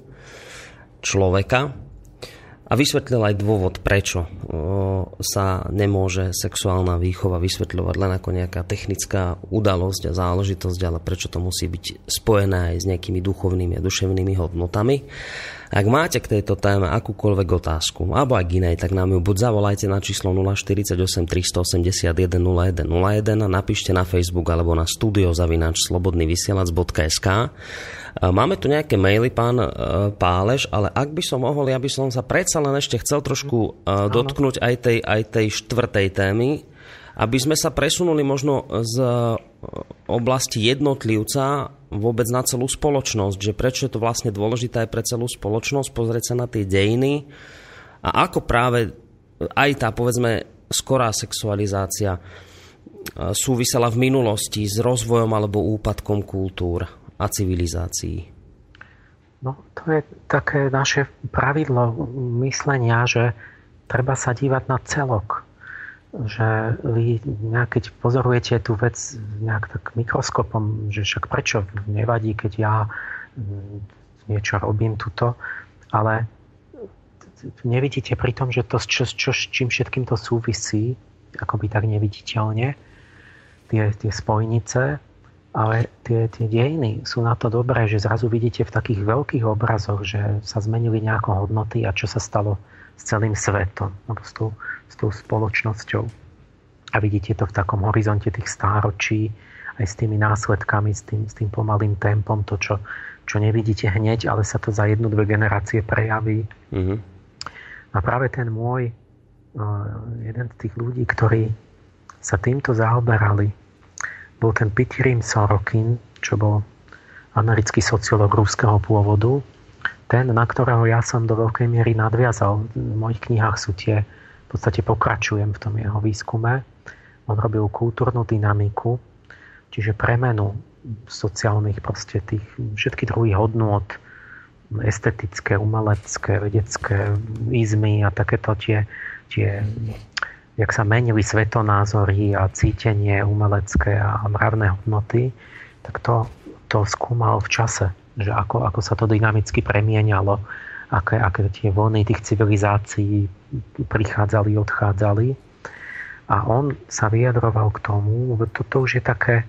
človeka. A vysvetlil aj dôvod, prečo sa nemôže sexuálna výchova vysvetľovať len ako nejaká technická udalosť a záležitosť, ale prečo to musí byť spojené aj s nejakými duchovnými a duševnými hodnotami. Ak máte k tejto téme akúkoľvek otázku, alebo aj inej, tak nám ju buď zavolajte na číslo 048 381 0101 a napíšte na Facebook alebo na studio@slobodnyvysielac.sk. Máme tu nejaké maily, pán Páleš, ale ak by som mohol, ja by som sa predsa len ešte chcel trošku dotknúť aj tej štvrtej témy, aby sme sa presunuli možno z oblasti jednotlivca vôbec na celú spoločnosť, že prečo je to vlastne dôležité aj pre celú spoločnosť, pozrieť sa na tie dejiny a ako práve aj tá, povedzme, skorá sexualizácia súvisela v minulosti s rozvojom alebo úpadkom kultúr a civilizácií. No, to je také naše pravidlo myslenia, že treba sa dívať na celok. Že vy keď pozorujete tú vec nejak tak mikroskopom, že však prečo nevadí, keď ja niečo robím tuto, ale nevidíte pri tom, že to, čím všetkým to súvisí, akoby tak neviditeľne, tie spojnice, ale tie dejiny sú na to dobré, že zrazu vidíte v takých veľkých obrazoch, že sa zmenili nejaké hodnoty a čo sa stalo s celým svetom, alebo s tou spoločnosťou. A vidíte to v takom horizonte tých stáročí, aj s tými následkami, s tým pomalým tempom, to, čo nevidíte hneď, ale sa to za 1-2 generácie prejaví. Mm-hmm. A práve ten môj, jeden z tých ľudí, ktorí sa týmto zaoberali, bol ten Pitirim Sorokin, čo bol americký sociológ ruského pôvodu. Ten, na ktorého ja som do veľkej miery nadviazal. V mojich knihách sú tie, v podstate pokračujem v tom jeho výskume. On robil kultúrnu dynamiku, čiže premenu sociálnych, proste tých všetkých druhých hodnôt, estetické, umelecké, vedecké izmy a takéto tie jak sa menili svetonázory a cítenie umelecké a mravné hodnoty, tak to skúmal v čase, že ako sa to dynamicky premieňalo, aké tie vlny tých civilizácií prichádzali, odchádzali. A on sa vyjadroval k tomu, to už je také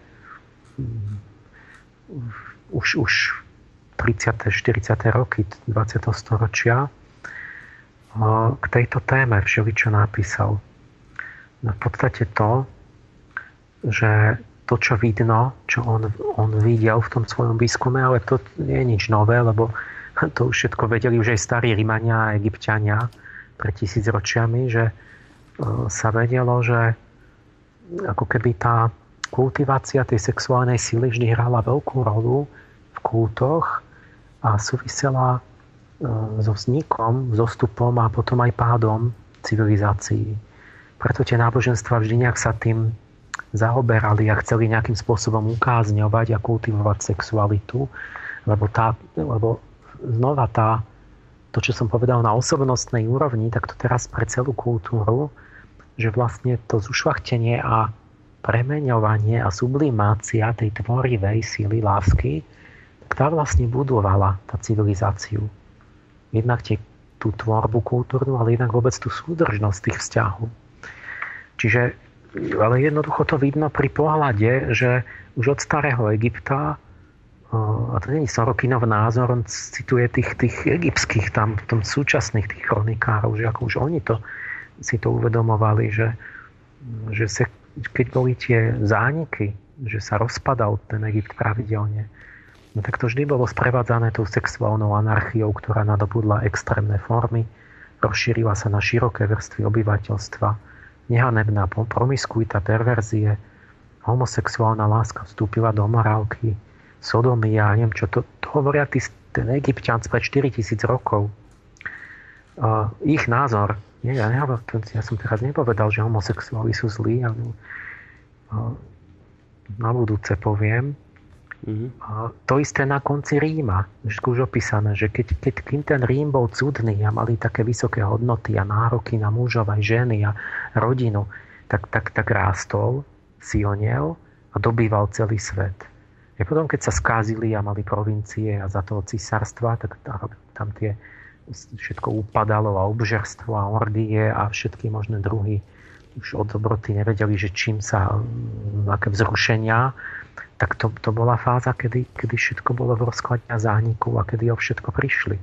už 30. 40. roky 20. storočia k tejto téme všeličo napísal. No v podstate to, že to, čo vidno, čo on videl v tom svojom výskume, ale to nie je nič nové, lebo to už všetko vedeli už aj starí Rimania a Egypťania pred 1000 ročiami, že sa vedelo, že ako keby tá kultivácia tej sexuálnej sily vždy hrala veľkú rolu v kultoch a súvisela so vznikom, zostupom a potom aj pádom civilizácií. Preto tie náboženstva vždy nejak sa tým zaoberali a chceli nejakým spôsobom ukázňovať a kultivovať sexualitu, lebo znova to, čo som povedal na osobnostnej úrovni, tak to teraz pre celú kultúru, že vlastne to zušľachtenie a premeňovanie a sublimácia tej tvorivej síly lásky, tak tá vlastne budovala tá civilizáciu. Jednak tú tvorbu kultúrnu, ale jednak vôbec tú súdržnosť tých vzťahov. Čiže, ale jednoducho to vidno pri pohľade, že už od starého Egypta, a to nie je Sorokinov názor, on cituje tých egyptských tam, v tom súčasných tých kronikárov, že ako už oni si to uvedomovali, že keď boli tie zániky, že sa rozpadal ten Egypt pravidelne, no tak to vždy bolo sprevádzané tou sexuálnou anarchiou, ktorá nadobudla extrémne formy, rozšírila sa na široké vrstvy obyvateľstva, nehanebná promiskuita, perverzie, homosexuálna láska vstúpila do morálky, sodomia, neviem čo, to hovoria ten Egypťan spred 4000 rokov. Ich názor, ja som teraz nepovedal, že homosexuáli sú zlí, ale na budúce poviem. To isté na konci Ríma, už opísané, že kým ten Rím bol cudný a mali také vysoké hodnoty a nároky na mužov aj ženy a rodinu, tak rástol, silnel a dobýval celý svet. A potom, keď sa skázili a mali provincie a za toho císarstva, tak tam tie všetko upadalo a obžerstvo a ordie a všetky možné druhy už od dobroty nevedeli, že čím sa, aké vzrušenia. Tak to bola fáza, kedy všetko bolo v rozklade a zániku a kedy o všetko prišli.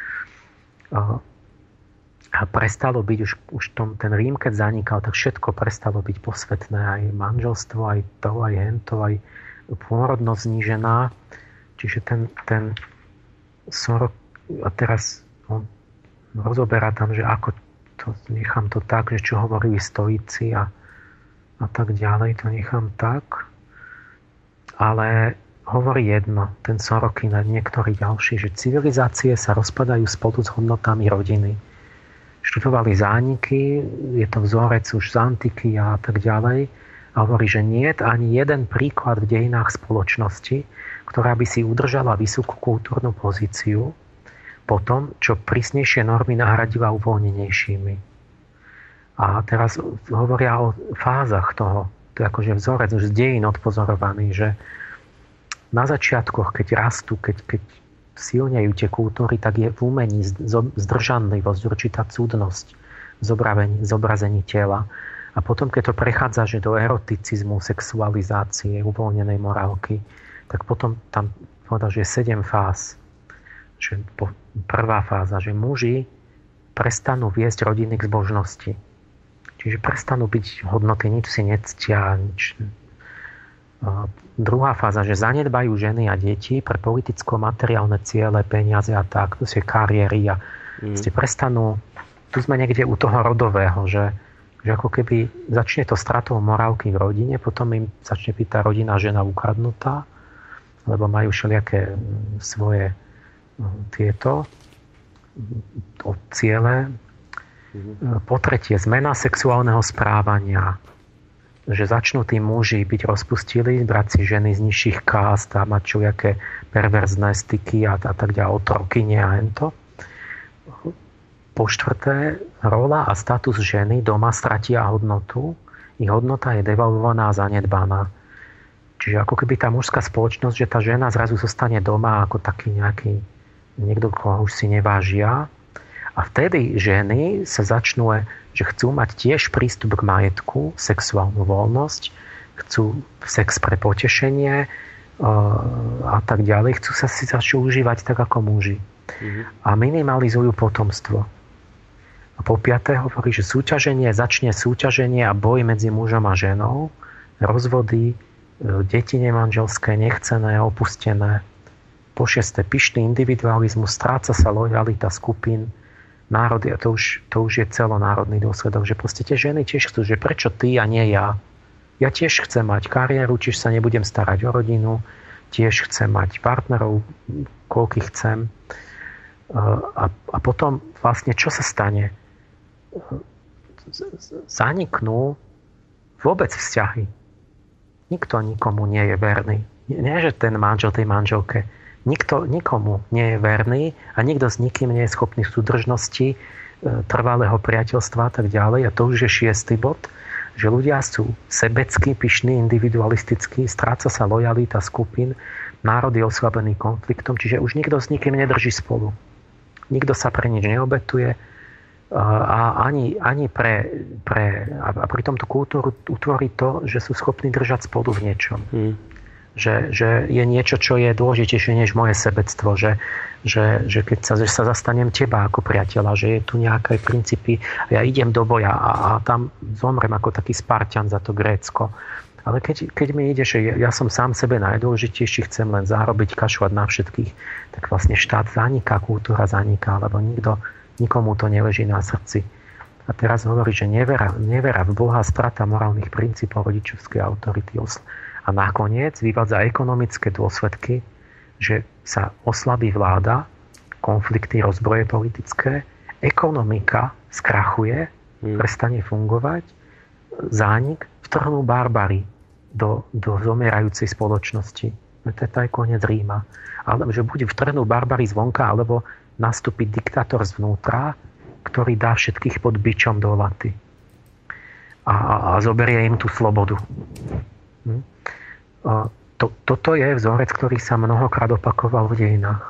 A prestalo byť už ten Rím, keď zanikal, tak všetko prestalo byť posvetné. Aj manželstvo, aj to, aj hento, aj pôrodnosť znížená. Čiže ten Sorok, a teraz on rozoberá tam, že ako to nechám to tak, že čo hovorili stoici a tak ďalej, to nechám tak. Ale hovorí jedno, ten Sorokin a niektorí ďalší, že civilizácie sa rozpadajú spolu s hodnotami rodiny. Študovali zániky, je to vzorec už z antiky a tak ďalej. A hovorí, že nie je ani jeden príklad v dejinách spoločnosti, ktorá by si udržala vysokú kultúrnu pozíciu po tom, čo prísnejšie normy nahradila uvoľnenejšími. A teraz hovoria o fázach toho. To je akože vzorec už z dejín odpozorovaný, že na začiatkoch, keď rastú, keď silnejú tie kultúry, tak je v umení zdržanlivosť, určitá cudnosť v zobrazení tela. A potom, keď to prechádza že do eroticizmu, sexualizácie, uvoľnenej morálky, tak potom tam povedal, že je 7 fáz. Že prvá fáza, že muži prestanú viesť rodiny k zbožnosti. Čiže prestanú byť hodnoty, nič si nectia, nič. Druhá fáza, že zanedbajú ženy a deti pre politicko-materiálne ciele, peniaze a tak, to sú kariéry a prestanú, tu sme niekde u toho rodového, že ako keby začne to stratou morálky v rodine, potom im začne byť tá rodina žena ukradnutá, lebo majú všelijaké svoje tieto ciele. Po tretie, zmena sexuálneho správania. že začnú tí muži byť rozpustili, brať si ženy z nižších kást a mať čojaké perverzné styky a tak ďalej, otrokyne a hento. Po štvrté, rola a status ženy doma stratia hodnotu. Ich hodnota je devalvovaná a zanedbaná. Čiže ako keby tá mužská spoločnosť, že tá žena zrazu zostane doma ako taký nejaký niekto, koho už si nevážia. A vtedy ženy sa začnú, že chcú mať tiež prístup k majetku, sexuálnu voľnosť, chcú sex pre potešenie a tak ďalej. Chcú sa si začnú užívať tak ako muži. A minimalizujú potomstvo. A po piaté hovorí, že začne súťaženie a boj medzi mužom a ženou, rozvody, deti nemanželské, nechcené, opustené. Po šiesté, pyšný individualizmus, stráca sa lojalita skupín, národy, a to už je celonárodný dôsledok, že proste tie ženy tiež chcú, že prečo ty a nie ja. Ja tiež chcem mať kariéru, tiež sa nebudem starať o rodinu, tiež chcem mať partnerov, koľkých chcem. A potom vlastne čo sa stane? Zaniknú vôbec vzťahy. Nikto nikomu nie je verný. Nie, že ten manžel tej manželke. Nikto nikomu nie je verný a nikto s nikým nie je schopný súdržnosti, trvalého priateľstva a tak ďalej. A to už je 6. bod, že ľudia sú sebeckí, pyšní, individualistickí, stráca sa lojalita skupín, národ je oslabený konfliktom, čiže už nikto s nikým nedrží spolu. Nikto sa pre nič neobetuje a ani a pritom tú kultúru utvorí to, že sú schopní držať spolu v niečom. Že je niečo, čo je dôležitejšie než moje sebectvo, že keď sa zastanem teba ako priateľa, že je tu nejaké princípy, ja idem do boja a tam zomrem ako taký Spartan za to Grécko. Ale keď mi ide, že ja som sám sebe najdôležitejší, chcem len zarobiť, kašľať na všetkých, tak vlastne štát zaniká, kultúra zaniká, lebo nikomu to neleží na srdci. A teraz hovorí, že nevera v Boha, strata morálnych princípov rodičovskej autority. A nakoniec vyvádza ekonomické dôsledky, že sa oslabí vláda, konflikty, rozbroje politické, ekonomika skrachuje, prestane fungovať, zánik, vtrhnú barbary do zomierajúcej spoločnosti. To je aj koniec Ríma. Ale že buď vtrhnú barbary zvonka, alebo nastúpi diktátor zvnútra, ktorý dá všetkých pod bičom do laty. A zoberie im tú slobodu. Toto je vzorec, ktorý sa mnohokrát opakoval v dejinách.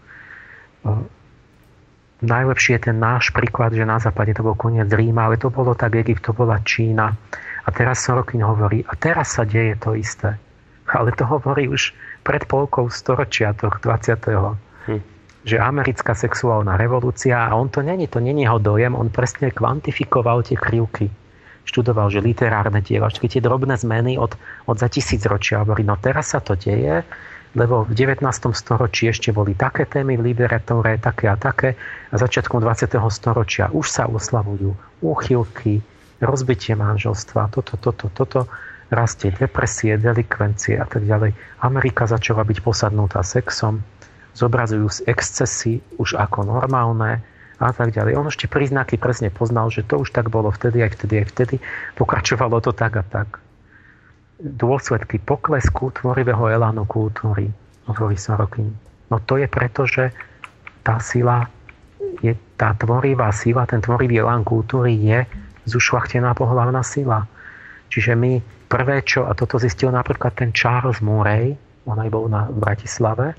Najlepší je ten náš príklad, že na západe to bol koniec Ríma, ale to bolo tak Egypt, to bola Čína. A teraz Sorokin hovorí, a teraz sa deje to isté. Ale to hovorí už pred polkou storočia, toho 20. Že americká sexuálna revolúcia, a on to není jeho dojem, on presne kvantifikoval tie krivky. Študoval, že literárne diela, všetky tie drobné zmeny od za 1000 ročia. Hovorí, no teraz sa to deje, lebo v 19. storočí ešte boli také témy v literatúre, také a také, a začiatkom 20. storočia už sa oslavujú úchylky, rozbitie manželstva, toto, rastie depresie, delikvencie a tak ďalej. Amerika začala byť posadnutá sexom, zobrazujú excesy už ako normálne a tak ďalej. On ešte príznaky presne poznal, že to už tak bolo vtedy, aj vtedy. Pokračovalo to tak a tak. Dôsledky poklesku tvorivého elánu kultúry, hovorí Sorokin. No to je preto, že tá sila, tá tvorivá sila, ten tvorivý elán kultúry je zušľachtená pohlavná sila. Čiže my prvé, a toto zistil napríklad ten Charles Murray, on aj bol v Bratislave,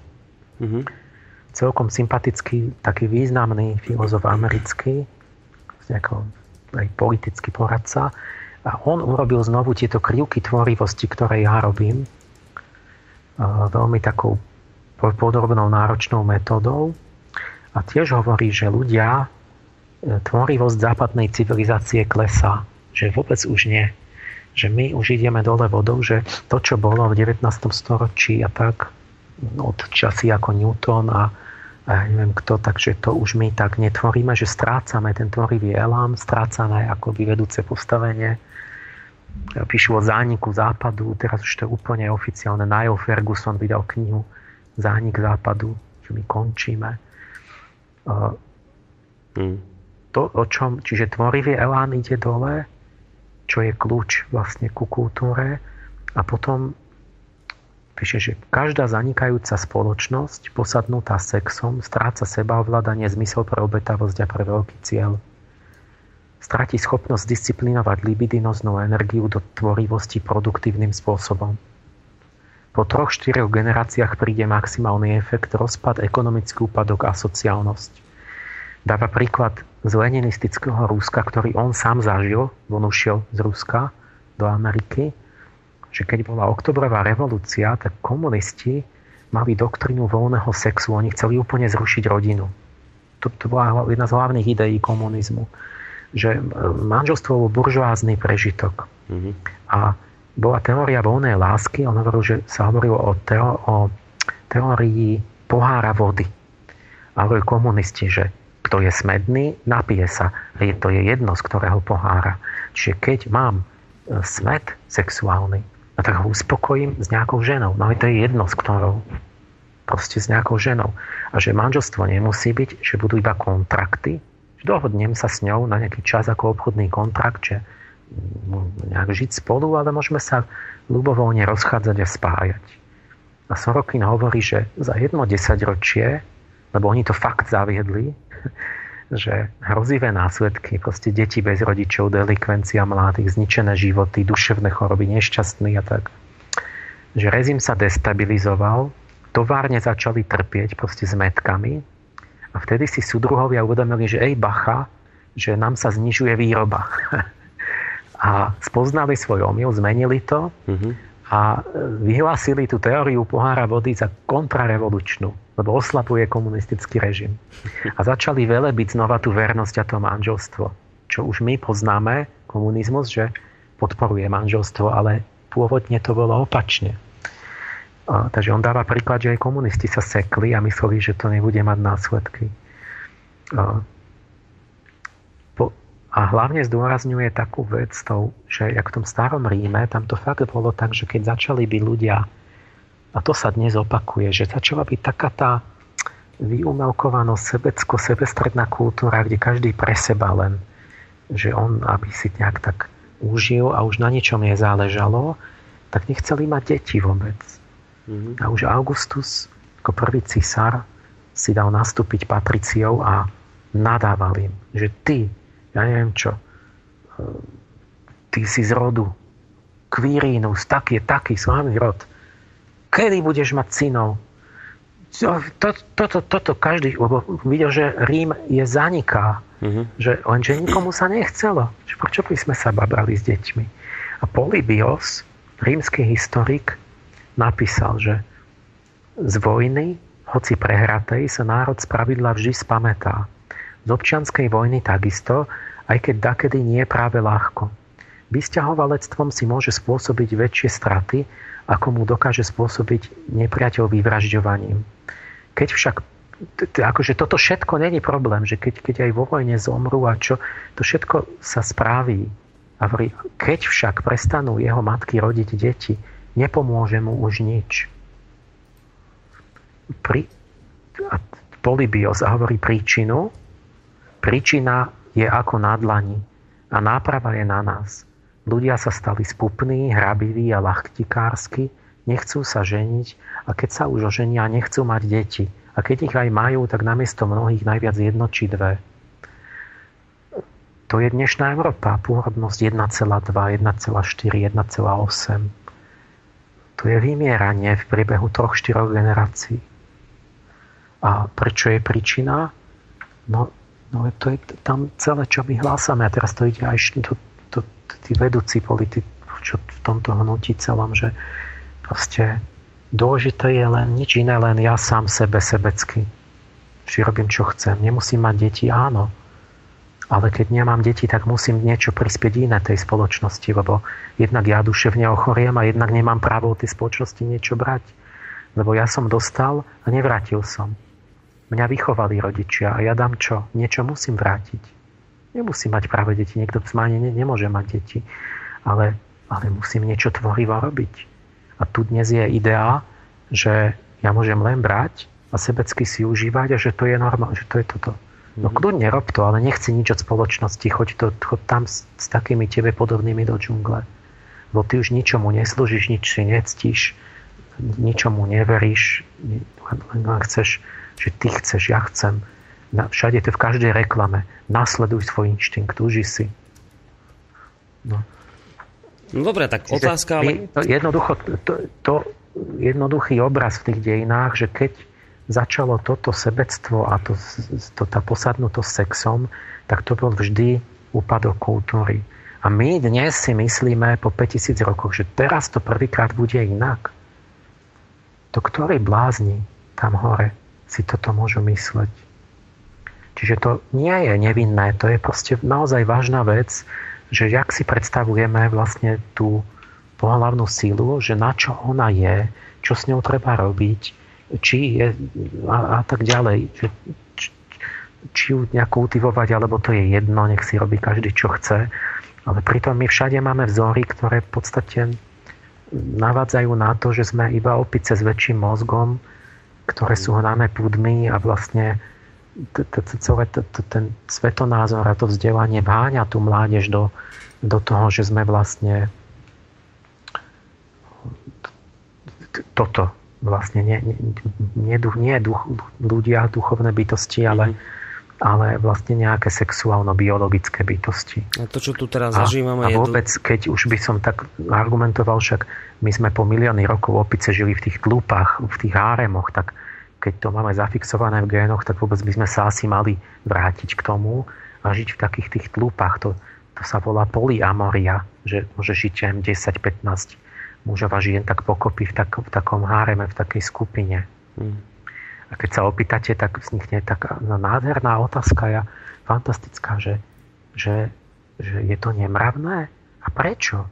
celkom sympatický, taký významný filozof americký, aj politický poradca, a on urobil znovu tieto krivky tvorivosti, ktoré ja robím, veľmi takou podrobnou, náročnou metódou, a tiež hovorí, že ľudia, tvorivosť západnej civilizácie klesá, že vôbec už nie. Že my už ideme dole vodou, že to, čo bolo v 19. storočí a tak, od časy ako Newton a neviem kto, takže to už my tak netvoríme, že strácame ten tvorivý elán, strácame ako vedúce postavenie. Píšu o zániku západu, teraz už to je úplne oficiálne. Niall Ferguson vydal knihu Zánik západu, že my končíme. To, čiže tvorivý elán ide dole, čo je kľúč vlastne ku kultúre. A potom píše, že každá zanikajúca spoločnosť posadnutá sexom stráca sebaovládanie, zmysel pre obetavosť a pre veľký cieľ. Stratí schopnosť disciplinovať libidinoznú energiu do tvorivosti produktívnym spôsobom. Po 3-4 generáciách príde maximálny efekt, rozpad, ekonomický úpadok a sociálnosť. Dáva príklad z leninistického Ruska, ktorý on sám zažil, on ušiel z Ruska do Ameriky, že keď bola oktobrová revolúcia, tak komunisti mali doktrínu voľného sexu. Oni chceli úplne zrušiť rodinu. To bola jedna z hlavných ideí komunizmu. Že manželstvo bol buržoázny prežitok. Mm-hmm. A bola teória voľnej lásky. On hovoril, že sa hovorilo o teórii pohára vody. A hovorili komunisti, že kto je smedný, napije sa. To je jedno, z ktorého pohára. Čiže keď mám smed sexuálny, a tak ho uspokojím s nejakou ženou. No to je jedno, s ktorou. Proste s nejakou ženou. A že manželstvo nemusí byť, že budú iba kontrakty. Dohodnem sa s ňou na nejaký čas ako obchodný kontrakt, že nejak žiť spolu, ale môžeme sa ľubovoľne rozchádzať a spájať. A Sorokin hovorí, že za 1 desaťročie, lebo oni to fakt zaviedli, že hrozivé následky, proste deti bez rodičov, delikvencia mladých, zničené životy, duševné choroby, nešťastní a tak. Že rezim sa destabilizoval, továrne začali trpieť proste s mätkami a vtedy si súdruhovia uvedomili, že bacha, že nám sa znižuje výroba. A spoznali svoj omyl, zmenili to a vyhlásili tú teóriu pohára vody za kontrarevolučnú, lebo oslabuje komunistický režim. A začali velebiť znova tú vernosť a to manželstvo. Čo už my poznáme, komunizmus, že podporuje manželstvo, ale pôvodne to bolo opačne. Takže on dáva príklad, že aj komunisti sa sekli a mysleli, že to nebude mať následky. A hlavne zdôrazňuje takú vec, že jak v tom starom Ríme, tam to fakt bolo tak, že keď začali byť ľudia, a to sa dnes opakuje, že začala byť taká tá vyumelkovanosť, sebestredná kultúra, kde každý pre seba len, že on, aby si nejak tak užil a už na ničom nezáležalo, tak nechceli mať deti vôbec. Mm-hmm. A už Augustus, ako prvý cisár, si dal nastúpiť patriciou a nadával im, že ty, ja neviem čo, ty si z rodu Quirínus, taký slávny rod. Kedy budeš mať synov? Toto každý, lebo videl, že Rím je zaniká. Lenže nikomu sa nechcelo. Prečo by sme sa babrali s deťmi? A Polybios, rímsky historik, napísal, že z vojny, hoci prehratej, sa národ spravidla vždy spamätá. Z občianskej vojny takisto, aj keď dakedy nie je práve ľahko. Vysťahovalectvom si môže spôsobiť väčšie straty, ako mu dokáže spôsobiť nepriateľ vyvražďovaním. Keď však, akože toto všetko není problém, že keď aj vo vojne zomrú a čo, to všetko sa spraví. A keď však prestanú jeho matky rodiť deti, nepomôže mu už nič. Polybios hovorí príčinu. Príčina je ako na dlani a náprava je na nás. Ľudia sa stali spupní, hrabiví a ľachtikársky, nechcú sa ženiť a keď sa už oženia, nechcú mať deti. A keď ich aj majú, tak namiesto mnohých najviac 1 či 2. To je dnešná Európa. Pôrodnosť 1,2, 1,4, 1,8. To je vymieranie v priebehu 3-4 generácií. A prečo je príčina? No to je tam celé, čo my hlásame. A teraz to ide aj tí vedúci politici, čo v tomto hnutí celom, že proste dôležité je len nič iné, len ja sám sebecky. Či robím, čo chcem. Nemusím mať deti, áno. Ale keď nemám deti, tak musím niečo prispieť iné tej spoločnosti, lebo jednak ja duševne ochoriem a jednak nemám právo od tej spoločnosti niečo brať. Lebo ja som dostal a nevrátil som. Mňa vychovali rodičia a ja dám čo? Niečo musím vrátiť. Nemusím mať práve deti. Niekto z mňa nemôže mať deti. Ale musím niečo tvorivo robiť. A tu dnes je idea, že ja môžem len brať a sebecky si užívať a že to je normálne, že to je toto. No kľudne rob to, ale nechci nič od spoločnosti, choď tam s takými tebe podobnými do džungle. Bo ty už ničomu neslúžiš, nič si nectíš, ničomu neveríš, len chceš, že ty chceš, ja chcem. Všade to v každej reklame. Nasleduj svoj inštinkt, uži si. No dobre, tak otázka... Jednoduchý obraz v tých dejinách, že keď začalo toto sebectvo a tá posadnutosť sexom, tak to bol vždy úpadok kultúry. A my dnes si myslíme po 5000 rokoch, že teraz to prvýkrát bude inak. To ktorý blázni tam hore si toto môžu mysleť. Čiže to nie je nevinné, to je proste naozaj vážna vec, že jak si predstavujeme vlastne tú pohlavnú sílu, že na čo ona je, čo s ňou treba robiť, či je a tak ďalej. Či ju nejak kultivovať, alebo to je jedno, nech si robí každý, čo chce. Ale pritom my všade máme vzory, ktoré v podstate navádzajú na to, že sme iba opice s väčším mozgom, ktoré sú hnané púdmi a vlastne ten svetonázor a to vzdelanie váňa tú mládež do toho, že sme vlastne toto vlastne nie ľudia, duchovné bytosti, ale vlastne nejaké sexuálno-biologické bytosti. A to, čo tu teraz zažívame... A vôbec, keď už by som tak argumentoval, však my sme po milióny rokov opice žili v tých tlupách, v tých háremoch, tak keď to máme zafixované v génoch, tak vôbec by sme sa asi mali vrátiť k tomu a žiť v takých tých tlupách. To sa volá polyamoria, že môže žiť aj 10-15 mužov a žien tak pokopy v takom háreme, v takej skupine. A keď sa opýtate, tak vznikne taká nádherná otázka, fantastická, že je to nemravné? A prečo?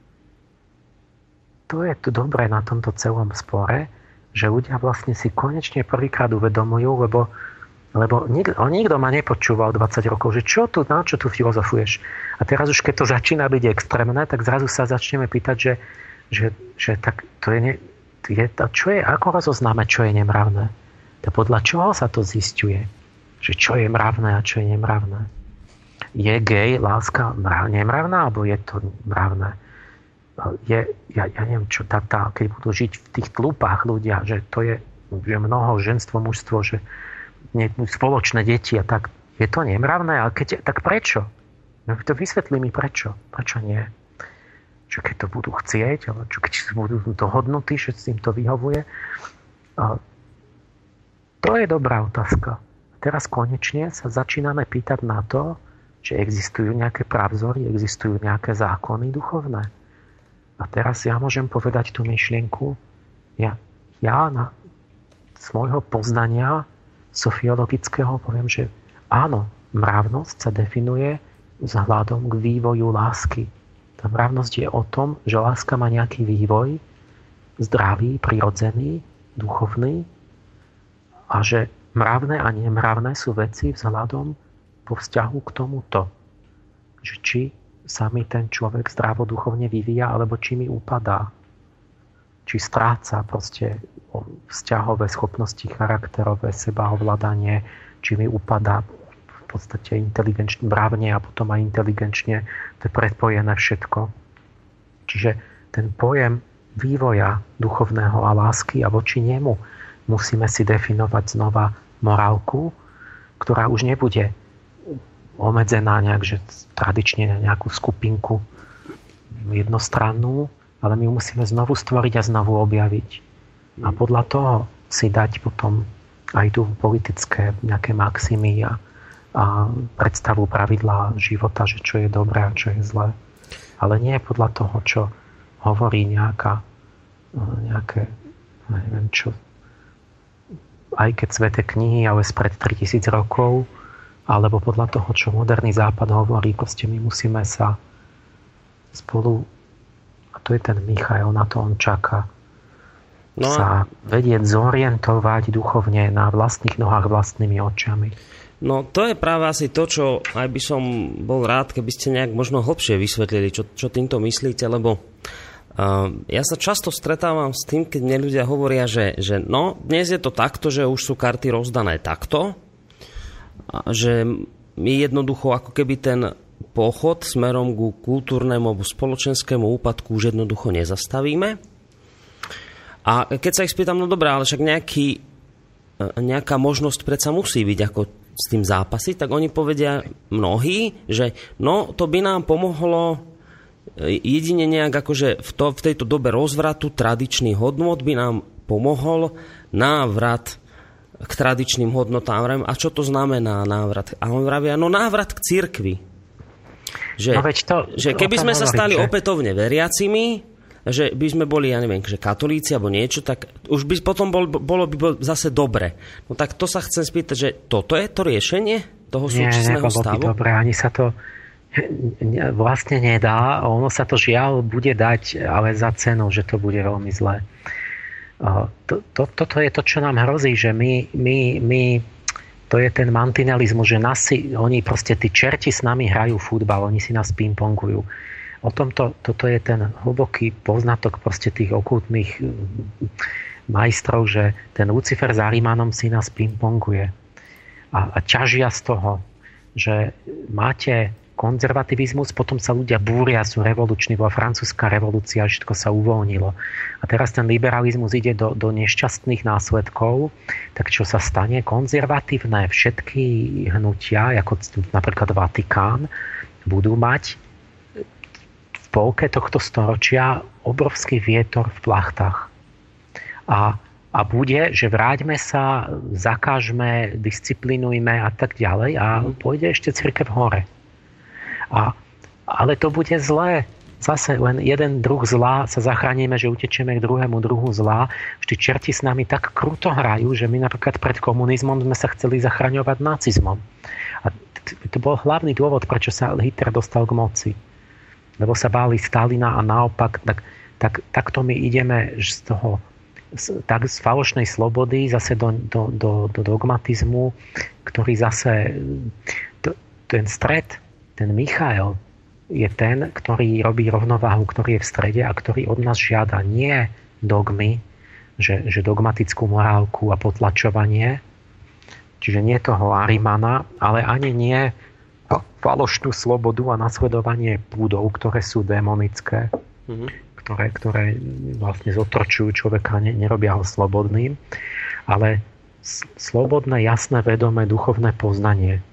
To je to dobré na tomto celom spore, že ľudia vlastne si konečne prvýkrát uvedomujú, lebo nikto ma nepočúval 20 rokov, že na čo tu filozofuješ? A teraz už keď to začína byť extrémne, tak zrazu sa začneme pýtať, že tak to je čo je, ako rozoznáme, čo je nemravné? To podľa čoho sa to zisťuje? Že čo je mravné a čo je nemravné? Je gej láska nemravná, alebo je to mravné? Ja neviem, čo keď budú žiť v tých tlupách ľudia, že to je že mnoho ženstvo, mužstvo, že spoločné deti a tak, je to nemravné, ale tak prečo? No to vysvetlí mi prečo. Prečo nie? Čo keď to budú chcieť, alebo keď budú dohodnutí, že s tým to vyhovuje. To je dobrá otázka. Teraz konečne sa začíname pýtať na to, že existujú nejaké pravzory, existujú nejaké zákony duchovné. A teraz ja môžem povedať tú myšlienku, ja z môjho poznania sofiologického poviem, že áno, mravnosť sa definuje vzhľadom k vývoju lásky. Tá mravnosť je o tom, že láska má nejaký vývoj, zdravý, prirodzený, duchovný, a že mravné a nemravné sú veci vzhľadom vo vzťahu k tomuto. Že či sa mi ten človek zdravo duchovne vyvíja, alebo či mi upadá. Či stráca proste vzťahové schopnosti, charakterové, sebaovládanie, či mi upadá v podstate inteligenčne, mravne a potom aj inteligenčne. To je prepojené všetko. Čiže ten pojem vývoja duchovného a lásky a voči nemu musíme si definovať znova morálku, ktorá už nebude obmedzená nejak, že tradične na nejakú skupinku jednostrannú, ale my musíme znovu stvoriť a znovu objaviť. A podľa toho si dať potom aj tu politické nejaké maximy a predstavu pravidlá života, že čo je dobré a čo je zlé. Ale nie podľa toho, čo hovorí nejaké, neviem čo, aj keď sväté knihy, ale spred 3000 rokov, alebo podľa toho, čo moderný západ hovorí, proste my musíme sa spolu, a to je ten Michael, na to on čaká, sa vedieť zorientovať duchovne na vlastných nohách, vlastnými očami. No to je práve asi to, čo aj by som bol rád, keby ste nejak možno hlbšie vysvetlili, čo týmto myslíte, lebo ja sa často stretávam s tým, keď mne ľudia hovoria, že no, dnes je to takto, že už sú karty rozdané takto že my jednoducho ako keby ten pochod smerom ku kultúrnemu alebo spoločenskému úpadku už jednoducho nezastavíme. A keď sa ich spýtam, no dobré, ale však nejaká možnosť predsa musí byť, ako s tým zápasiť, tak oni povedia mnohí, že no to by nám pomohlo jedine nejak akože v tejto dobe rozvratu tradičných hodnôt by nám pomohol návrat k tradičným hodnotám. A čo to znamená návrat? A on vravia, no návrat k cirkvi. Že keby sme sa stali opätovne veriacimi, že by sme boli, ja neviem, že katolíci alebo niečo, tak už by potom bolo by zase dobre. No tak to sa chcem spýtať, že toto je to riešenie toho súčasného stavu? Nie, dobre, ani sa to vlastne nedá. Ono sa to žiaľ bude dať, ale za cenu, že to bude veľmi zlé. Toto je to, čo nám hrozí, že my to je ten mantinelizmus, že oni proste, tí čerti s nami hrajú futbal, oni si nás pingpongujú. O tomto, toto je ten hlboký poznatok proste tých okultných majstrov, že ten Lucifer s Arimanom si nás pingponguje. A ťažia z toho, že máte konzervativizmus, potom sa ľudia búria, sú revoluční, bola francúzska revolúcia, všetko sa uvoľnilo. A teraz ten liberalizmus ide do nešťastných následkov, tak čo sa stane? Konzervatívne všetky hnutia, ako napríklad Vatikán, budú mať v polke tohto storočia obrovský vietor v plachtách. A bude, že vráťme sa, zakážme, disciplinujme a tak ďalej a pôjde ešte cirkev hore. Ale to bude zlé. Zase len jeden druh zla sa zachránime, že utečeme k druhému druhu zla. Vždy čerti s nami tak kruto hrajú, že my napríklad pred komunizmom sme sa chceli zachraňovať nacizmom. A to bol hlavný dôvod, prečo sa Hitler dostal k moci. Lebo sa báli Stalina a naopak, takto my ideme z toho tak z falošnej slobody zase do dogmatizmu, ktorý zase ten stred, ten Michael je ten, ktorý robí rovnováhu, ktorý je v strede a ktorý od nás žiada nie dogmy, že dogmatickú morálku a potlačovanie, čiže nie toho Arimana, ale ani nie falošnú slobodu a nasledovanie púdov, ktoré sú démonické, ktoré vlastne zotročujú človeka, nerobia ho slobodným, ale slobodné, jasné, vedomé, duchovné poznanie,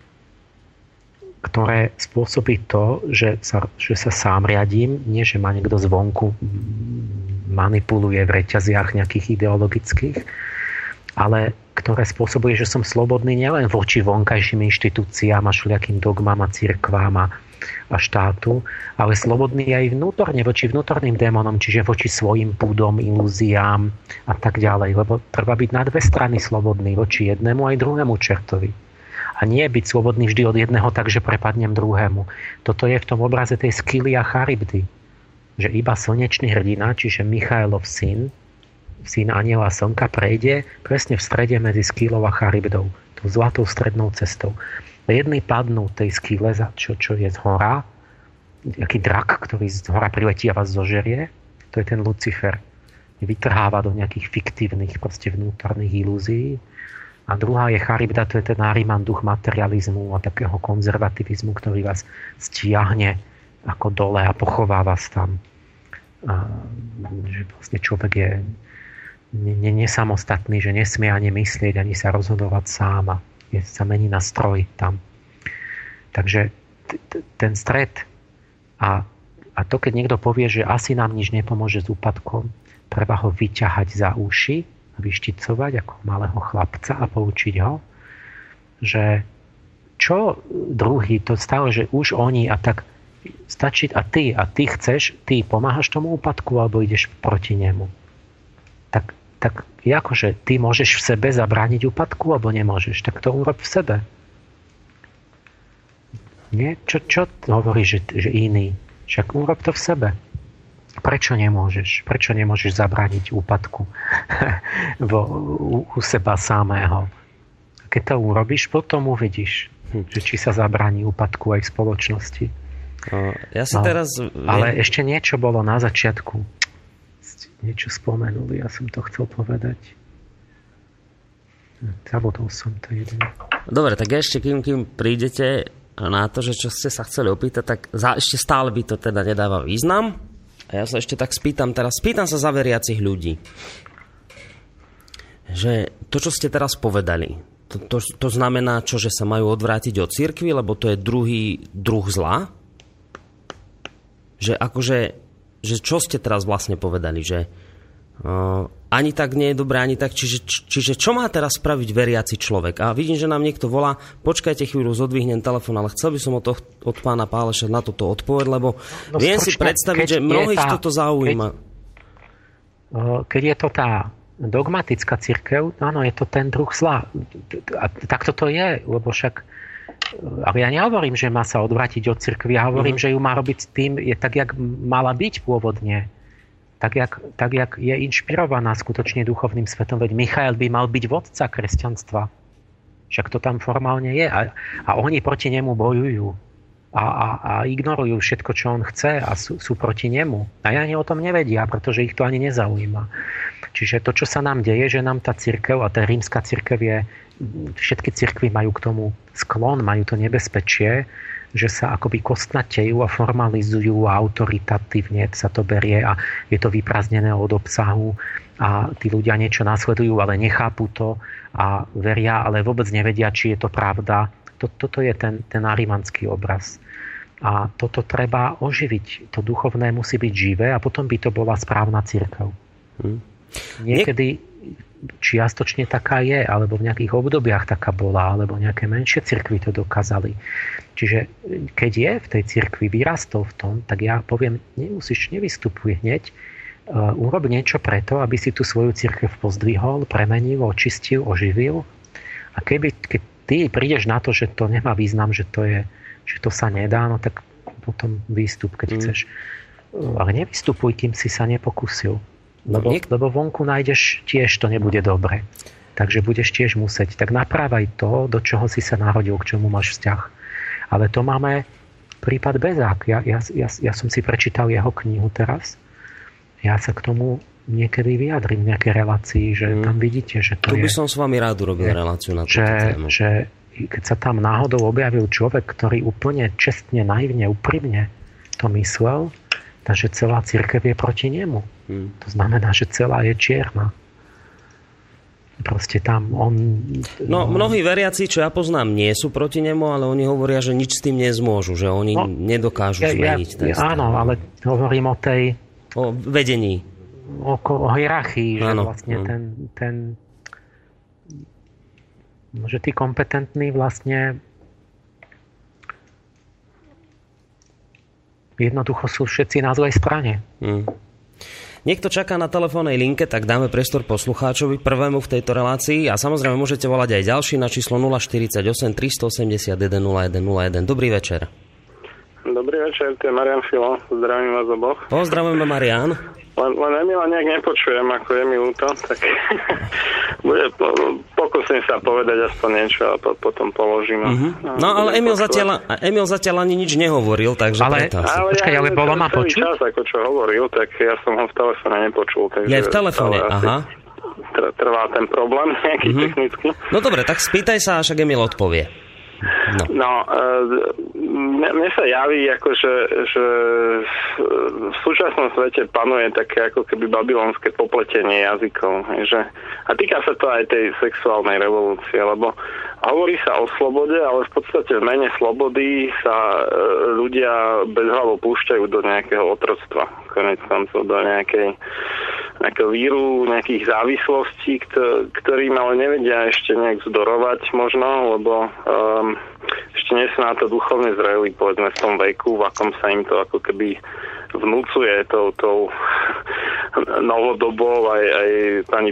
ktoré spôsobí to, že sa sám riadím, nie že ma niekto zvonku manipuluje v reťaziach nejakých ideologických, ale ktoré spôsobuje, že som slobodný nielen voči vonkajším inštitúciám a všelijakým dogmám a cirkvám a štátu, ale slobodný aj vnútorne voči vnútorným démonom, čiže voči svojim púdom, ilúziám a tak ďalej. Lebo treba byť na dve strany slobodný, voči jednému aj druhému čertovi. A nie byť slobodný vždy od jedného, takže prepadnem druhému. Toto je v tom obraze tej Skyly a Charybdy. Že iba slnečný hrdina, čiže Michaelov syn aniela slnka, prejde presne v strede medzi Skylou a Charybdou. Tou zlatou strednou cestou. Jedni padnú tej Skyle, čo je z hora, nejaký drak, ktorý z hora priletí a vás zožerie, to je ten Lucifer. Vytrháva do nejakých fiktívnych, proste vnútorných ilúzií. A druhá je Charybda, to je ten Ariman, duch materializmu a takého konzervativizmu, ktorý vás stiahne ako dole a pochová vás tam. A, že vlastne človek je nesamostatný, že nesmie ani myslieť, ani sa rozhodovať sám a sa mení na stroj tam. Takže ten stred a to, keď niekto povie, že asi nám nič nepomôže s úpadkom, treba ho vyťahať za uši, vyšticovať ako malého chlapca a poučiť ho, že čo druhý, to stále, že už oni a tak stačí a ty chceš, ty pomáhaš tomu úpadku alebo ideš proti nemu. Tak akože ty môžeš v sebe zabrániť úpadku alebo nemôžeš, tak to urob v sebe. Nie? Čo hovoríš, že iný? Však urob to v sebe. Prečo nemôžeš? Prečo nemôžeš zabrániť úpadku u seba samého? Keď to urobíš, potom uvidíš, že či sa zabráni úpadku aj v spoločnosti. Ja si teraz... Ale ešte niečo bolo na začiatku. Niečo spomenuli, ja som to chcel povedať. Zabudol som to jedno. Dobre, tak ešte kým prídete na to, že čo ste sa chceli opýtať, tak ešte stále by to teda nedáva význam. A ja sa ešte tak spýtam sa za veriacich ľudí, že to, čo ste teraz povedali, to znamená čo, že sa majú odvrátiť od cirkvi, lebo to je druhý druh zla? Že akože, že čo ste teraz vlastne povedali, že ani tak nie je dobré, ani tak, čiže čo má teraz spraviť veriaci človek? A vidím, že nám niekto volá, počkajte chvíľu, zodvihnem telefón, ale chcel by som od pána Páleša na toto odpoveď, lebo viem si predstaviť, že mnohých toto zaujíma. Keď je to tá dogmatická cirkev, áno, je to ten druh zla. A tak toto je, lebo však ale ja nehovorím, že má sa odvrátiť od cirkvi, ja hovorím, že ju má robiť s tým, je tak, jak mala byť pôvodne. Tak, jak je inšpirovaná skutočne duchovným svetom. Veď Michael by mal byť vodca kresťanstva. Však to tam formálne je. A oni proti nemu bojujú. A ignorujú všetko, čo on chce a sú proti nemu. A ani o tom nevedia, pretože ich to ani nezaujíma. Čiže to, čo sa nám deje, že nám tá cirkev, a tá rímska cirkev je, všetky cirkvy majú k tomu sklon, majú to nebezpečie, že sa akoby kostnatejú a formalizujú a autoritatívne sa to berie a je to vyprázdnené od obsahu a tí ľudia niečo nasledujú, ale nechápu to a veria, ale vôbec nevedia, či je to pravda. Toto je ten arimanský obraz. A toto treba oživiť. To duchovné musí byť živé a potom by to bola správna cirkev. Niekedy čiastočne taká je, alebo v nejakých obdobiach taká bola, alebo nejaké menšie cirkvi to dokázali. Čiže keď je v tej cirkvi vyrastol v tom, tak ja poviem, nevystupuj hneď, urob niečo preto, aby si tú svoju cirkev pozdvihol, premenil, očistil, oživil. A keď ty prídeš na to, že to nemá význam, že to sa nedá, no tak potom výstup, keď chceš. Ale nevystupuj, kým si sa nepokúsil. Lebo vonku nájdeš tiež, to nebude dobre. Takže budeš tiež musieť. Tak naprávaj to, do čoho si sa narodil, k čomu máš vzťah. Ale to máme prípad Bezák. Ja som si prečítal jeho knihu teraz. Ja sa k tomu niekedy vyjadrím v nejakej relácii, že tam vidíte, že to je... Tu by som s vami rád urobil reláciu na túto tému. Že keď sa tam náhodou objavil človek, ktorý úplne čestne, naivne, úprimne to myslel, takže celá cirkev je proti nemu. To znamená, že celá je čierna. Proste tam on... No, mnohí veriaci, čo ja poznám, nie sú proti nemu, ale oni hovoria, že nič s tým nezmôžu, že oni nedokážu zmeniť ten stav. Áno, ale hovorím o tej... O vedení. O hierarchii, že vlastne ten že tí kompetentní vlastne jednoducho sú všetci na zlej strane. Niekto čaká na telefónnej linke, tak dáme priestor poslucháčovi prvému v tejto relácii a samozrejme môžete volať aj ďalší na číslo 048 381 0101. Dobrý večer. Dobrý večer, to je Marian Filo. Zdravím vás oboch. Pozdravujeme, Marian. Len Emila nejak nepočujem, ako je mi ľúto, tak pokúsim sa povedať aspoň niečo a potom položím. No ale Emil zatiaľ ani nič nehovoril, takže preto. Ale bolo ma počuť? Čas, ako čo hovoril, tak ja som ho v telefóne nepočul. Je v telefóne, aha. Trvá ten problém nejaký technický. No dobre, tak spýtaj sa, až ak Emil odpovie. No, mne sa javí, že v súčasnom svete panuje také ako keby babylonské popletenie jazykov. A týka sa to aj tej sexuálnej revolúcie, lebo hovorí sa o slobode, ale v podstate v mene slobody sa ľudia bezhlavo púšťajú do nejakého otroctva. Konec koncov do nejakého víru, nejakých závislostí, ktorým ale nevedia ešte nejak zdorovať možno, lebo ešte nie sú na to duchovne zreli, povedzme v tom veku, v akom sa im to ako keby vnúcuje tou novodobou aj pani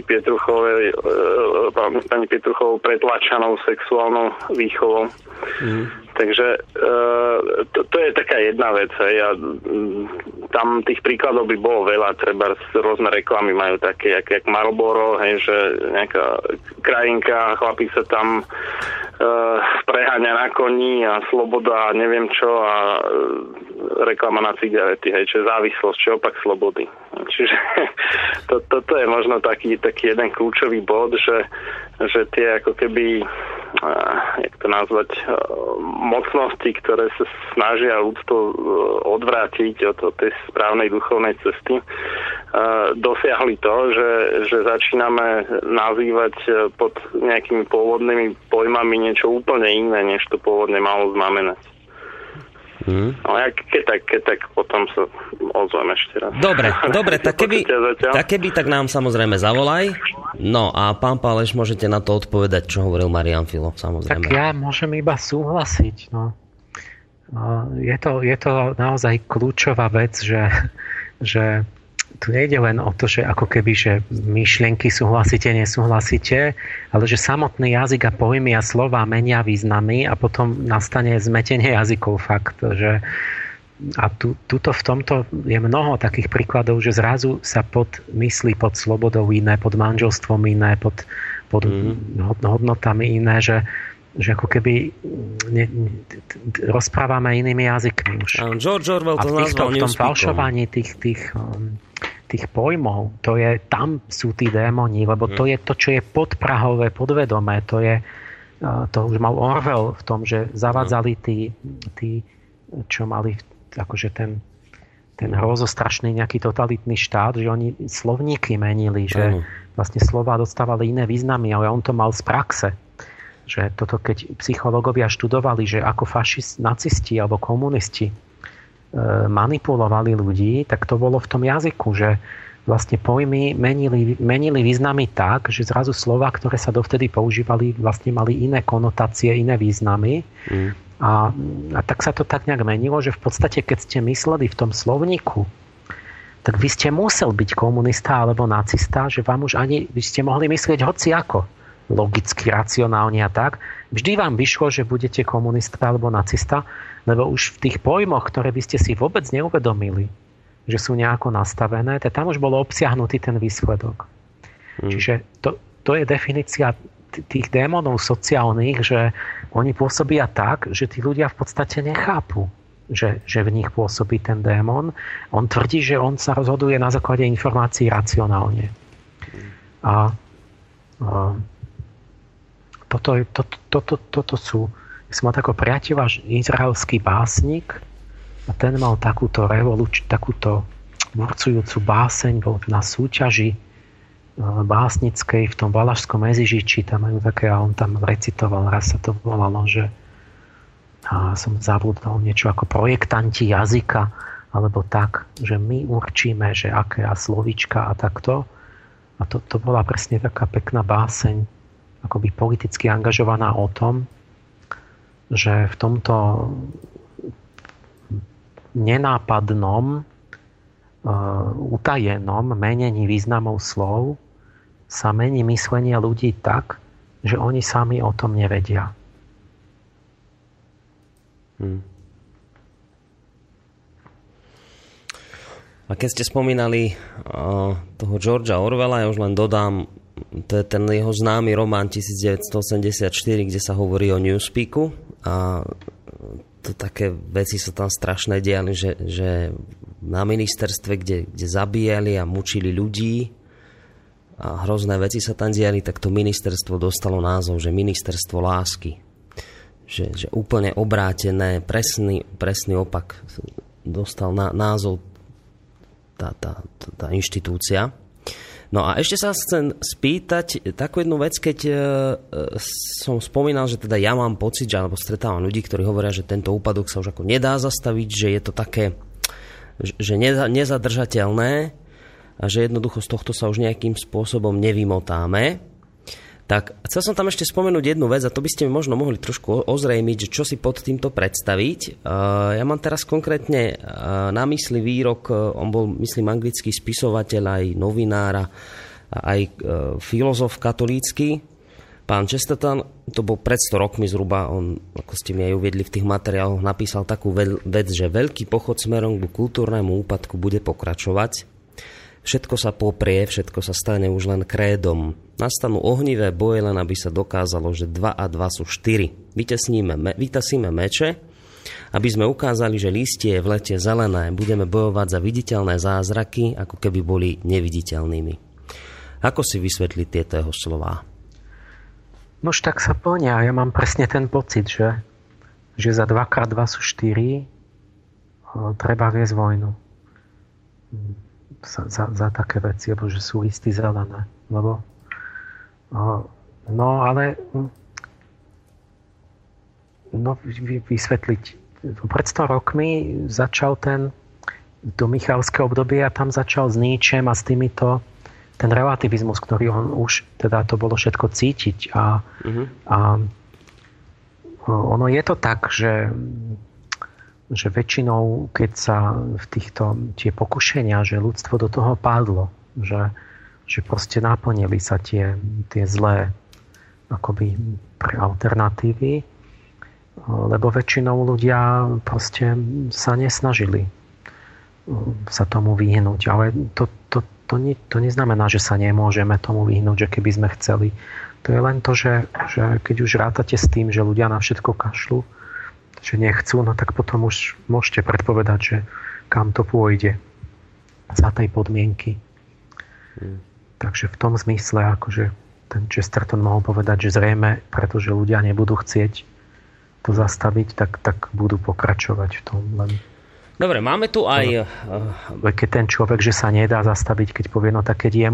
Pietruchovou pretlačanou sexuálnou výchovou. Takže to je taká jedna vec. Tam tých príkladov by bolo veľa. Treba rôzne reklamy majú také, jak Marlboro, že nejaká krajinka, chlapík sa tam preháňa na koni a sloboda a neviem čo a reklama na cigarety, čo je závislosť, čo je opak slobody. Čiže toto je možno taký jeden kľúčový bod, že tie ako keby jak to nazvať, mocnosti, ktoré sa snažia ľudstvo odvrátiť od tej správnej duchovnej cesty, dosiahli to, že začíname nazývať pod nejakými pôvodnými pojmami niečo úplne iné, než to pôvodne malo znamenať. No ja keď tak potom sa ozvem ešte raz. Dobre, tak keby tak nám samozrejme zavolaj. No a pán Páleš, môžete na to odpovedať, čo hovoril Marián Filo, samozrejme. Tak ja môžem iba súhlasiť. No. Je to naozaj kľúčová vec, že tu nejde len o to, že ako keby, že myšlienky súhlasíte, nesúhlasíte, ale že samotný jazyk a pojmy a slova menia významy a potom nastane zmetenie jazykov fakt, že a tuto v tomto je mnoho takých príkladov, že zrazu sa myslí pod slobodou iné, pod manželstvom iné, pod hodnotami iné, že ako keby rozprávame inými jazykmi už. George Orwell to nazval v tom falšovaní tých pojmov, tam sú tí démoni, lebo to je to, čo je podprahové, podvedomé, to už mal Orwell v tom, že zavádzali tí čo mali akože ten hrozostrašný nejaký totalitný štát, že oni slovníky menili, že vlastne slová dostávali iné významy, ale on to mal z praxe. Že toto, keď psychológovia študovali, že ako nacisti alebo komunisti manipulovali ľudí, tak to bolo v tom jazyku, že vlastne pojmy menili významy tak, že zrazu slova, ktoré sa dovtedy používali, vlastne mali iné konotácie, iné významy. A tak sa to tak nejak menilo, že v podstate, keď ste mysleli v tom slovníku, tak vy ste musel byť komunista alebo nacista, že vám už ani, vy ste mohli myslieť hociako, logicky, racionálne a tak. Vždy vám vyšlo, že budete komunista alebo nacista, lebo už v tých pojmoch, ktoré by ste si vôbec neuvedomili, že sú nejako nastavené, tak tam už bolo obsiahnutý ten výsledok. Čiže to je definícia tých démonov sociálnych, že oni pôsobia tak, že tí ľudia v podstate nechápu, že v nich pôsobí ten démon. On tvrdí, že on sa rozhoduje na základe informácií racionálne. A toto sú... Som mal takého priateľa, izraelský básnik, a ten mal takúto takúto burcujúcu báseň, bol na súťaži básnickej v tom Valašskom Mezižiči, tam majú také, a on tam recitoval, raz sa to volalo, že som zabudol niečo ako projektanti jazyka, alebo tak, že my určíme, že aké slovíčka a takto. A to bola presne taká pekná báseň, akoby politicky angažovaná o tom, že v tomto nenápadnom, utajenom menení významov slov sa mení myslenie ľudí tak, že oni sami o tom nevedia. A keď ste spomínali toho Georgea Orwella, ja už len dodám, to je ten jeho známy román 1984, kde sa hovorí o Newspeaku a to také veci sa tam strašné diali, že na ministerstve, kde zabíjali a mučili ľudí a hrozné veci sa tam diali, tak to ministerstvo dostalo názov, že ministerstvo lásky. Že úplne obrátené, presný opak dostal názov tá inštitúcia. No a ešte sa chcem spýtať takú jednu vec, keď som spomínal, že teda ja mám pocit, že alebo stretávam ľudí, ktorí hovoria, že tento úpadok sa už ako nedá zastaviť, že je to také, že nezadržateľné a že jednoducho z tohto sa už nejakým spôsobom nevymotáme. Tak chcel som tam ešte spomenúť jednu vec a to by ste mi možno mohli trošku ozrejmiť, že čo si pod týmto predstaviť. Ja mám teraz konkrétne na mysli výrok, on bol, myslím, anglický spisovateľ, aj novinár, aj filozof katolícky, pán Chesterton, to bol pred 100 rokmi zhruba, on, ako ste mi aj uviedli v tých materiáloch, napísal takú vec, že veľký pochod smerom k kultúrnemu úpadku bude pokračovať. Všetko sa poprie, všetko sa stane už len krédom. Nastanú ohnivé boje, len aby sa dokázalo, že 2 a 2 sú 4. Vytasíme meče, aby sme ukázali, že listie je v lete zelené. Budeme bojovať za viditeľné zázraky, ako keby boli neviditeľnými. Ako si vysvetliť tieto jeho slová? Nož tak sa plnia. Ja mám presne ten pocit, že za 2x2 sú 4 treba viesť vojnu. Za také veci, lebo že sú listy zelené. Lebo vysvetliť. Pred 100 rokmi začal to Michalské obdobie a tam začal s Nietzschem a s týmito ten relativizmus, ktorý on už, teda to bolo všetko cítiť a ono je to tak, že väčšinou, keď sa v tie pokušenia, že ľudstvo do toho padlo, že proste naplnili sa tie zlé akoby alternatívy, lebo väčšinou ľudia proste sa nesnažili sa tomu vyhnúť, ale to neznamená, že sa nemôžeme tomu vyhnúť, že keby sme chceli. To je len to, že keď už rátate s tým, že ľudia na všetko kašľú, že nechcú, no tak potom už môžete predpovedať, že kam to pôjde za tej podmienky. Takže v tom zmysle, akože ten Chesterton mohol povedať, že zrejme, pretože ľudia nebudú chcieť to zastaviť, tak budú pokračovať v tom len. Dobre, máme tu aj... Keď ten človek, že sa nedá zastaviť, keď povie, no tak keď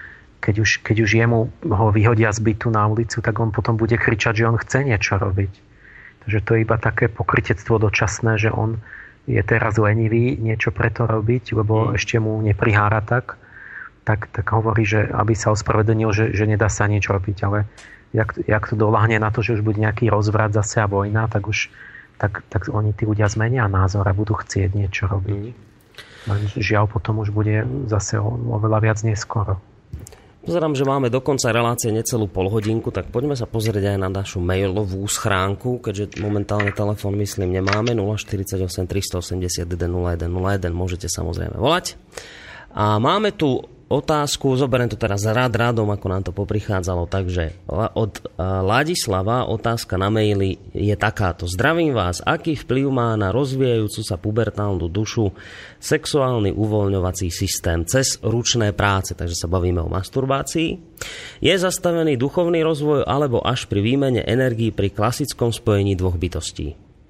už jemu ho vyhodia z bytu na ulicu, tak on potom bude kričať, že on chce niečo robiť. Takže to je iba také pokrytectvo dočasné, že on je teraz lenivý niečo preto robiť, lebo ešte mu neprihára tak hovorí, že aby sa ospravedlnil, že nedá sa nič robiť. Ale jak to doľahne na to, že už bude nejaký rozvrat zase a vojna, tak už tak oni tí ľudia zmenia názor a budú chcieť niečo robiť. Žiaľ, potom už bude zase oveľa viac neskoro. Pozerám, že máme do konca relácie necelú polhodinku, tak poďme sa pozrieť aj na našu mailovú schránku, keďže momentálne telefón, myslím, nemáme. 048 381 0101, môžete samozrejme volať. A máme tu otázku, zoberiem to teraz rádom, ako nám to poprichádzalo, takže od Ladislava otázka na maili je takáto. Zdravím vás, aký vplyv má na rozvíjajúcu sa pubertálnu dušu sexuálny uvoľňovací systém cez ručné práce, takže sa bavíme o masturbácii. Je zastavený duchovný rozvoj alebo až pri výmene energií pri klasickom spojení dvoch bytostí?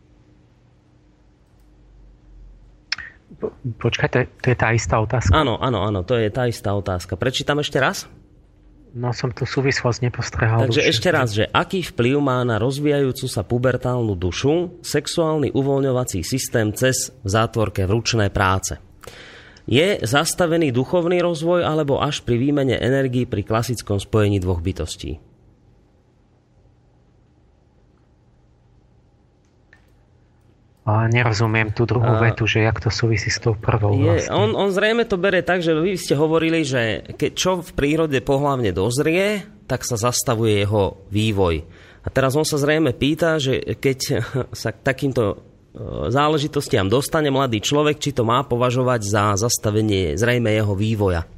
Počkaj, to je tá istá otázka? Áno, to je tá istá otázka. Prečítam ešte raz? No som tú súvislosť nepostrehal. Takže ešte raz, že aký vplyv má na rozvíjajúcu sa pubertálnu dušu sexuálny uvoľňovací systém cez v zátvorke ručné práce? Je zastavený duchovný rozvoj alebo až pri výmene energií pri klasickom spojení dvoch bytostí? Nerozumiem tú druhú vetu, že jak to súvisí s tou prvou. Vlastne. On zrejme to berie tak, že vy ste hovorili, že čo v prírode pohlavne dozrie, tak sa zastavuje jeho vývoj. A teraz on sa zrejme pýta, že keď sa k takýmto záležitostiam dostane mladý človek, či to má považovať za zastavenie zrejme jeho vývoja.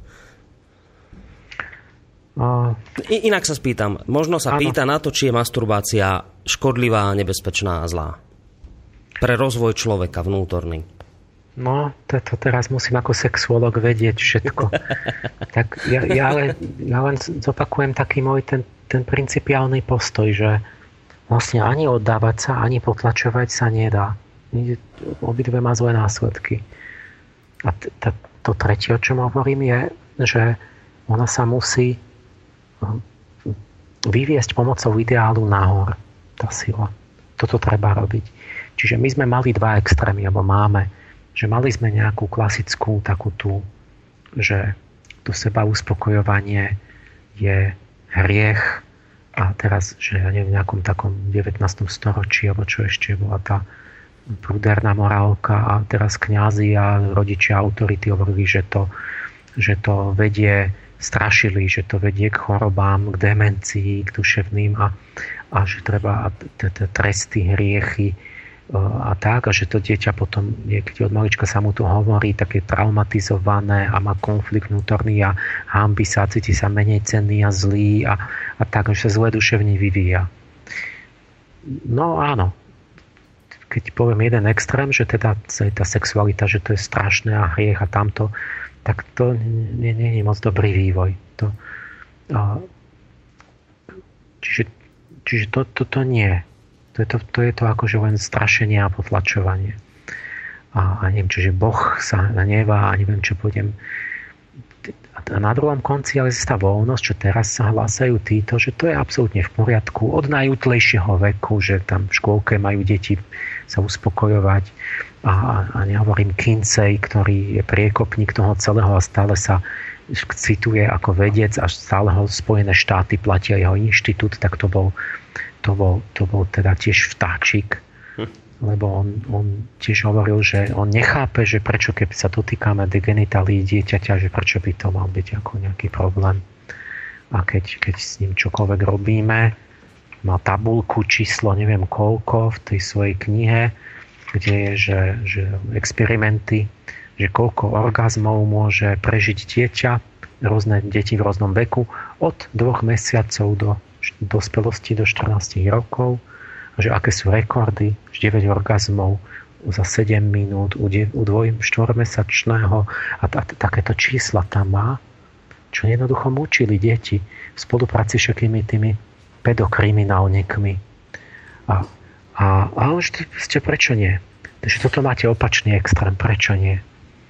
Inak sa spýtam, možno sa pýta na to, či je masturbácia škodlivá, nebezpečná a zlá. Pre rozvoj človeka vnútorný. No, to teraz musím ako sexuolog vedieť všetko. Tak ja len zopakujem taký môj ten principiálny postoj, že vlastne ani oddávať sa, ani potlačovať sa nedá. Obidve má zlé následky. A to tretie, o čom hovorím, je, že ona sa musí vyviesť pomocou ideálu nahor. Tá sila. Toto treba robiť. Čiže my sme mali dva extrémy, alebo máme, že mali sme nejakú klasickú takú tú, že to seba uspokojovanie je hriech a teraz, že ja neviem, v nejakom takom 19. storočí, alebo čo ešte bola tá pruderná morálka a teraz kňazi a rodičia autority hovorili, že to vedie, strašili, že to vedie k chorobám, k demencii, k duševným a že treba tresty, hriechy a tak, a že to dieťa potom niekedy od malička sa mu to hovorí, také traumatizované a má konflikt vnútorný a hanbí sa, cíti sa menej cenný a zlý a tak, že sa zle duševne vyvíja. No áno, keď poviem jeden extrém, že teda tá sexualita, že to je strašné a hriech a tamto, tak to nie je moc dobrý vývoj. Čiže to nie. To je to akože len strašenie a potlačovanie. A neviem, čiže Boh sa hnevá a neviem, čo pôjdem. A na druhom konci ale tá voľnosť, čo teraz sa hlásajú títo, že to je absolútne v poriadku od najútlejšieho veku, že tam v škôlke majú deti sa uspokojovať a nehovorím Kinsey, ktorý je priekopník toho celého a stále sa cituje ako vedec a stále ho Spojené štáty platia jeho inštitút, tak to bol teda tiež vtáčik, lebo on tiež hovoril, že on nechápe, že prečo keď sa dotýkame genitálií dieťaťa, že prečo by to mal byť ako nejaký problém. A keď s ním čokoľvek robíme, má tabuľku, číslo, neviem koľko v tej svojej knihe, kde je, že experimenty, že koľko orgazmov môže prežiť dieťa, rôzne deti v rôznom veku, od 2 mesiacov do dospelosti do 14 rokov, že aké sú rekordy, 9 orgazmov za 7 minút u 2-4-mesačného a takéto čísla tam má, čo jednoducho mučili deti v spolupráci s všetkými tými pedokriminálnikmi. A už ste prečo nie? Takže toto máte opačný extrém, prečo nie?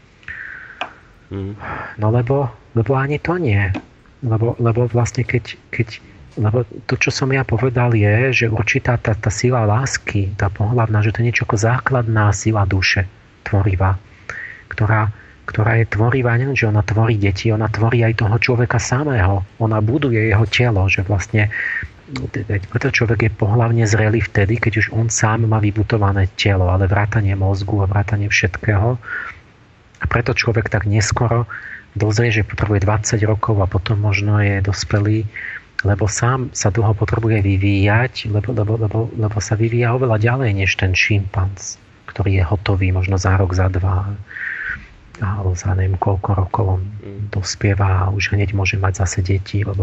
No lebo ani to nie. Lebo vlastne lebo to, čo som ja povedal, je, že určitá tá sila lásky, tá pohlavná, že to je niečo ako základná sila duše tvorivá, ktorá je tvorivá, neviem, že ona tvorí deti, ona tvorí aj toho človeka samého. Ona buduje jeho telo, že vlastne preto človek je pohlavne zrelý vtedy, keď už on sám má vybudované telo, ale vrátanie mozgu a vrátanie všetkého. A preto človek tak neskoro dozrie, že potrebuje 20 rokov a potom možno je dospelý, lebo sám sa dlho potrebuje vyvíjať, lebo sa vyvíja oveľa ďalej než ten šimpanz, ktorý je hotový možno za rok, za 2 alebo za neviem koľko rokov on dospieva a už hneď môže mať zase deti, lebo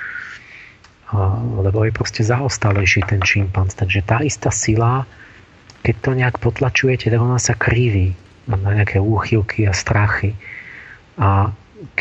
je proste zaostalejší ten šimpanz. Takže tá istá sila, keď to nejak potlačujete, tak ona sa kriví na nejaké úchylky a strachy. A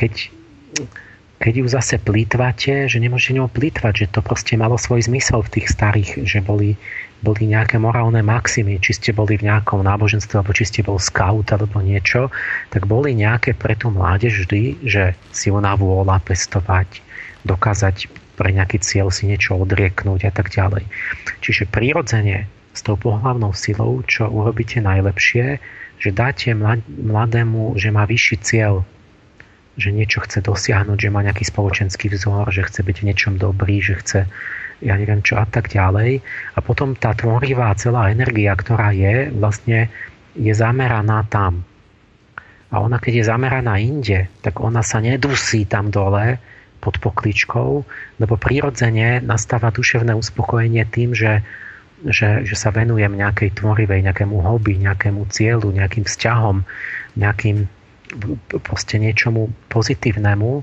keď ju zase plýtvate, že nemôžete ňou plýtvať, že to proste malo svoj zmysel v tých starých, že boli nejaké morálne maximy, či ste boli v nejakom náboženstve, alebo či ste bol scout, alebo niečo, tak boli nejaké pre tú mládež vždy, že silná vôľa pestovať, dokázať pre nejaký cieľ si niečo odrieknúť a tak ďalej. Čiže prirodzene s tou pohlavnou silou, čo urobíte najlepšie, že dáte mladému, že má vyšší cieľ, že niečo chce dosiahnuť, že má nejaký spoločenský vzor, že chce byť v niečom dobrý, že chce, ja neviem čo a tak ďalej. A potom tá tvorivá celá energia, ktorá je, vlastne je zameraná tam. A ona, keď je zameraná inde, tak ona sa nedusí tam dole pod pokličkou, lebo prirodzene nastáva duševné uspokojenie tým, že sa venujem nejakej tvorivej, nejakému hobby, nejakému cieľu, nejakým vzťahom, nejakým proste niečomu pozitívnemu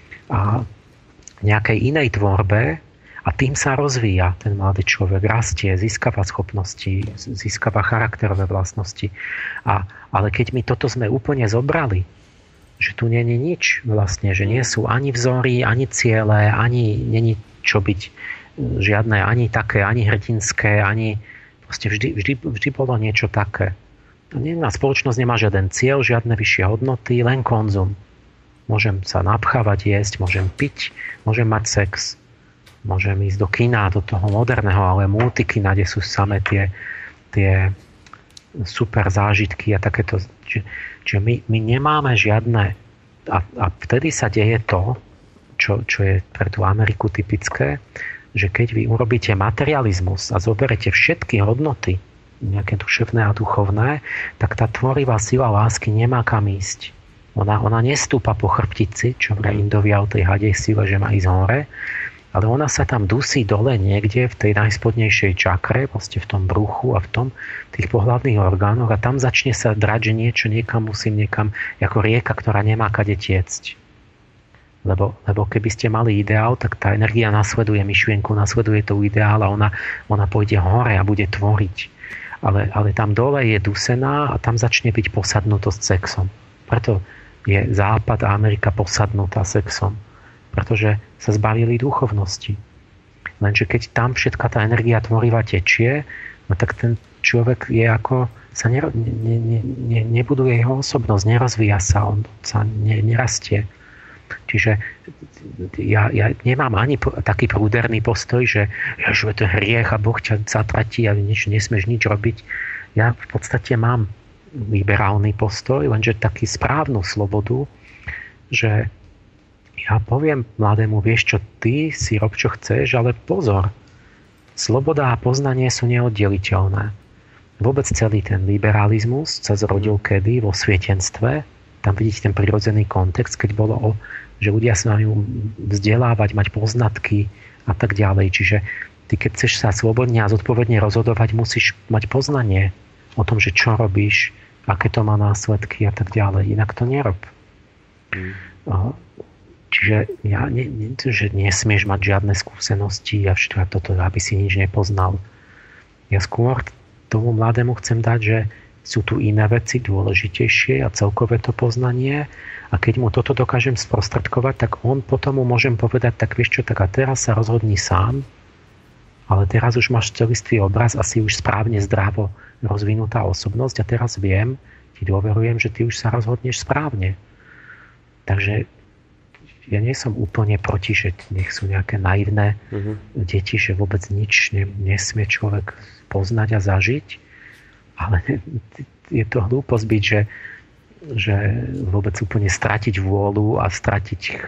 a nejakej inej tvorbe a tým sa rozvíja ten mladý človek, rastie, získava schopnosti, získava charakterové vlastnosti. Ale keď my toto sme úplne zobrali, že tu nie je nič vlastne, že nie sú ani vzory, ani ciele, ani není čo byť žiadne ani také, ani hrdinské, ani proste vždy bolo niečo také. Spoločnosť nemá žiaden cieľ, žiadne vyššie hodnoty, len konzum. Môžem sa napchávať, jesť, môžem piť, môžem mať sex, môžem ísť do kina, do toho moderného, ale multikina, kde sú samé tie super zážitky a takéto. Čiže my nemáme žiadne a vtedy sa deje to, čo je pre tú Ameriku typické, že keď vy urobíte materializmus a zoberete všetky hodnoty, nejaké duševné a duchovné, tak tá tvorivá sila lásky nemá kam ísť. Ona nestúpa po chrbtici, čo vraj Indovia o tej hadej sile, že má ísť hore, ale ona sa tam dusí dole niekde v tej najspodnejšej čakre, vlastne v tom bruchu a v tých pohlavných orgánoch a tam začne sa drať, že niečo niekam musím ako rieka, ktorá nemá kade tiecť. Lebo keby ste mali ideál, tak tá energia nasleduje myšlienku, nasleduje to ideál a ona pôjde hore a bude tvoriť. Ale tam dole je dusená a tam začne byť posadnutosť sexom. Preto je Západ a Amerika posadnutá sexom. Pretože sa zbavili duchovnosti. Lenže keď tam všetká tá energia tvorivá tečie, no tak ten človek je ako sa nebuduje jeho osobnosť, nerozvíja sa, on sa nerastie. Čiže ja nemám ani taký prúderný postoj, že je to hriech a Boh ťa zatratí a nesmieš nič robiť. Ja v podstate mám liberálny postoj, lenže taký správnu slobodu, že ja poviem mladému, vieš čo, ty si rob čo chceš, ale pozor, sloboda a poznanie sú neoddeliteľné. Vôbec celý ten liberalizmus sa zrodil kedy? Vo svietenstve. Tam vidíte ten prirodzený kontext, keď bolo že ľudia sa majú vzdelávať, mať poznatky a tak ďalej. Čiže ty, keď chceš sa slobodne a zodpovedne rozhodovať, musíš mať poznanie o tom, že čo robíš, aké to má následky a tak ďalej. Inak to nerob. Čiže že nesmieš mať žiadne skúsenosti a toto, aby si nič nepoznal. Ja skôr tomu mladému chcem dať, že sú tu iné veci dôležitejšie a celkové to poznanie a keď mu toto dokážem sprostredkovať, tak on potom mu môžem povedať, tak vieš čo, tak a teraz sa rozhodni sám, ale teraz už máš celistvý obraz a si už správne zdravo rozvinutá osobnosť a teraz viem, ti dôverujem, že ty už sa rozhodneš správne. Takže ja nie som úplne proti, že nech sú nejaké naivné deti, že vôbec nič nesmie človek poznať a zažiť, ale je to hlúposť byť, že vôbec úplne stratiť vôľu a stratiť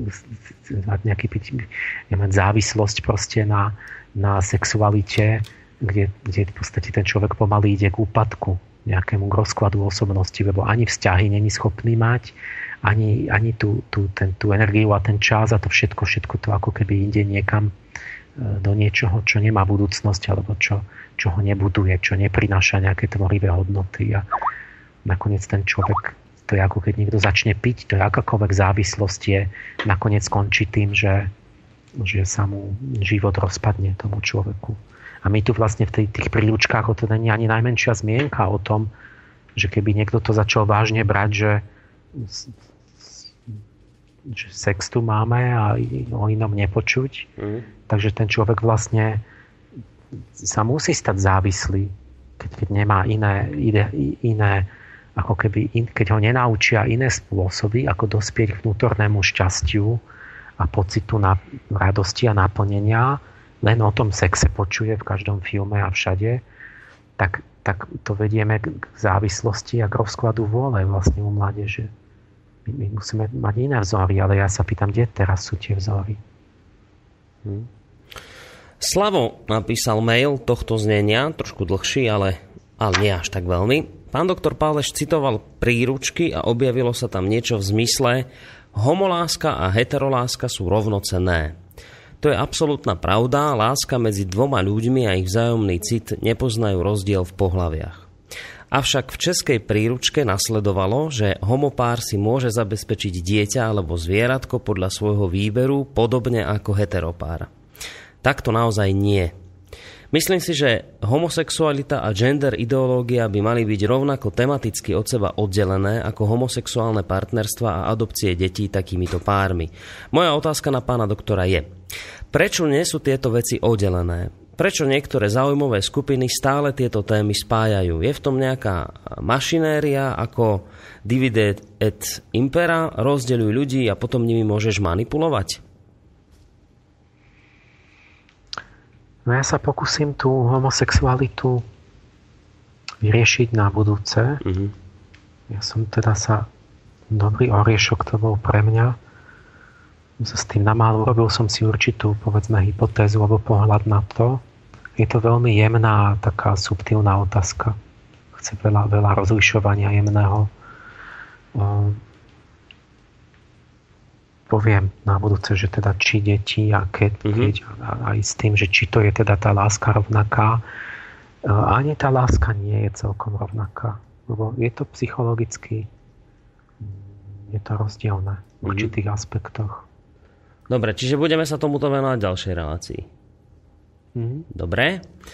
mať závislosť proste na sexualite, kde v podstate ten človek pomaly ide k úpadku, nejakému rozkladu osobnosti, lebo ani vzťahy není schopný mať, ani tú energiu a ten čas a to všetko to ako keby ide niekam do niečoho, čo nemá budúcnosť alebo čo ho nebuduje, čo neprináša nejaké tvorivé hodnoty a nakoniec ten človek, to je ako keď niekto začne piť, to je akákoľvek závislosť je, nakoniec skončí tým, že sa mu život rozpadne tomu človeku. A my tu vlastne v tých príručkách o to není ani najmenšia zmienka o tom, že keby niekto to začal vážne brať, že sex tu máme a o inom nepočuť. Takže ten človek vlastne sa musí stať závislý, keď nemá iné ako keby, keď ho nenaučia iné spôsoby, ako dospieť k vnútornému šťastiu a pocitu radosti a naplnenia, len o tom sexe počuje v každom filme a všade, tak to vedieme k závislosti a k rozkladu vôle vlastne u mládeže. My musíme mať iné vzory, ale ja sa pýtam, kde teraz sú tie vzory? Slavo napísal mail tohto znenia, trošku dlhší, ale nie až tak veľmi. Pán doktor Páleš citoval príručky a objavilo sa tam niečo v zmysle homoláska a heteroláska sú rovnocenné. To je absolútna pravda, láska medzi dvoma ľuďmi a ich vzájomný cit nepoznajú rozdiel v pohlaviach. Avšak v českej príručke nasledovalo, že homopár si môže zabezpečiť dieťa alebo zvieratko podľa svojho výberu, podobne ako heteropár. Tak to naozaj nie. Myslím si, že homosexualita a gender ideológia by mali byť rovnako tematicky od seba oddelené ako homosexuálne partnerstva a adopcie detí takýmito pármi. Moja otázka na pána doktora je, prečo nie sú tieto veci oddelené? Prečo niektoré záujmové skupiny stále tieto témy spájajú? Je v tom nejaká mašinéria ako divide et impera, rozdeľuj ľudí a potom nimi môžeš manipulovať? No ja sa pokúsim tú homosexualitu vyriešiť na budúce. Ja som teda dobrý oriešok to bol pre mňa. S tým urobil som si určitú, povedzme, hypotézu alebo pohľad na to. Je to veľmi jemná, taká subtilná otázka. Chce veľa rozlišovania jemného. Poviem na budúce, že teda či deti a keď aj s tým, že či to je teda tá láska rovnaká. Ani tá láska nie je celkom rovnaká. Lebo je to psychologicky je to rozdielne v určitých aspektoch. Dobre, čiže budeme sa tomuto venovať v ďalšej relácii. Dobre.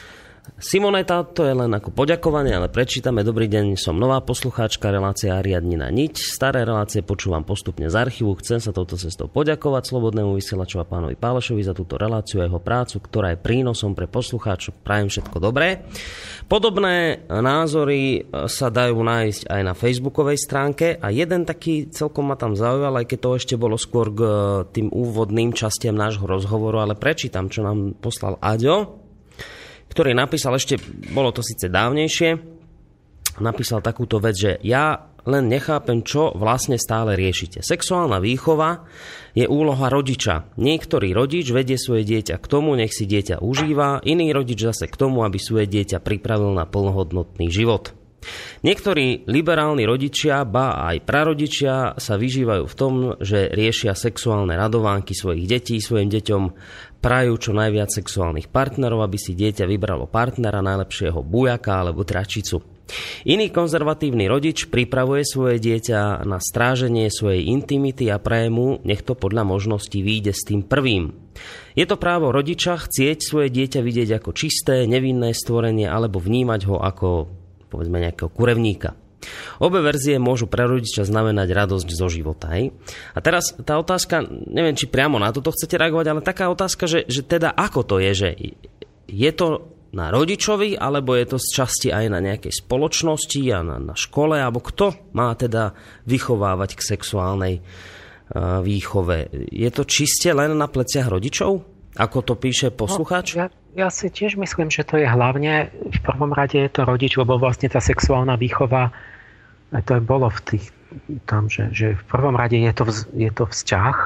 Simoneta, to je len ako poďakovanie, ale prečítame. Dobrý deň, som nová poslucháčka, relácia Ariadnina niť. Staré relácie počúvam postupne z archívu. Chcem sa touto cestou poďakovať Slobodnému vysielaču a pánovi Pálešovi za túto reláciu a jeho prácu, ktorá je prínosom pre poslucháčov. Prajem všetko dobré. Podobné názory sa dajú nájsť aj na facebookovej stránke a jeden taký celkom ma tam zaujal, aj keď to ešte bolo skôr k tým úvodným častiam nášho rozhovoru, ale prečítam, čo nám poslal Aďo, ktorý napísal, ešte bolo to síce dávnejšie, napísal takúto vec, že ja len nechápem, čo vlastne stále riešite. Sexuálna výchova je úloha rodiča. Niektorý rodič vedie svoje dieťa k tomu, nech si dieťa užíva, iný rodič zase k tomu, aby svoje dieťa pripravil na plnohodnotný život. Niektorí liberálni rodičia, ba aj prarodičia sa vyžívajú v tom, že riešia sexuálne radovánky svojich detí, svojim deťom prajú čo najviac sexuálnych partnerov, aby si dieťa vybralo partnera, najlepšieho bujaka alebo tračicu. Iný konzervatívny rodič pripravuje svoje dieťa na stráženie svojej intimity a praje mu, nech to podľa možností vyjde s tým prvým. Je to právo rodiča chcieť svoje dieťa vidieť ako čisté, nevinné stvorenie alebo vnímať ho ako, povedzme, nejakého kurevníka. Obe verzie môžu pre rodiča znamenať radosť zo života. Hej? A teraz tá otázka, neviem, či priamo na toto chcete reagovať, ale taká otázka, že teda ako to je, že je to na rodičovi, alebo je to z časti aj na nejakej spoločnosti a na škole, alebo kto má teda vychovávať k sexuálnej výchove? Je to čiste len na pleciach rodičov? Ako to píše poslucháč? No, ja si tiež myslím, že to je hlavne, v prvom rade je to rodič, lebo vlastne tá sexuálna výchova, to bolo v tých, tam, že v prvom rade je to vzťah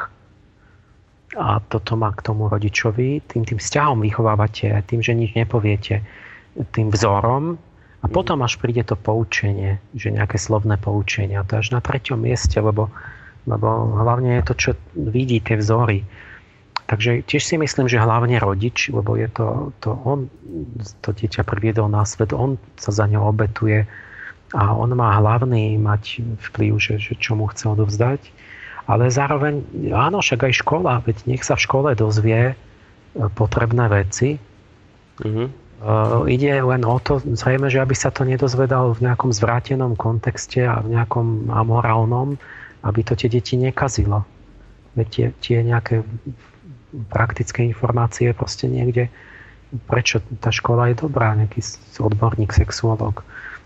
a toto má k tomu rodičovi, tým vzťahom vychovávate, tým, že nič nepoviete, tým vzorom a potom až príde to poučenie, že nejaké slovné poučenie. A to až na 3. mieste, lebo hlavne je to, čo vidí, tie vzory. Takže tiež si myslím, že hlavne rodič, lebo je to on, to dieťa priviedol na svet, on sa za ňo obetuje a on má hlavný mať vplyv, že čo mu chce odovzdať. Ale zároveň, áno, však aj škola, veď nech sa v škole dozvie potrebné veci. Ide len o to, zrejme, že aby sa to nedozvedal v nejakom zvrátenom kontexte a v nejakom amorálnom, aby to tie deti nekazilo. Veď tie nejaké praktické informácie proste niekde, prečo tá škola je dobrá, nejaký odborník, sexuológ.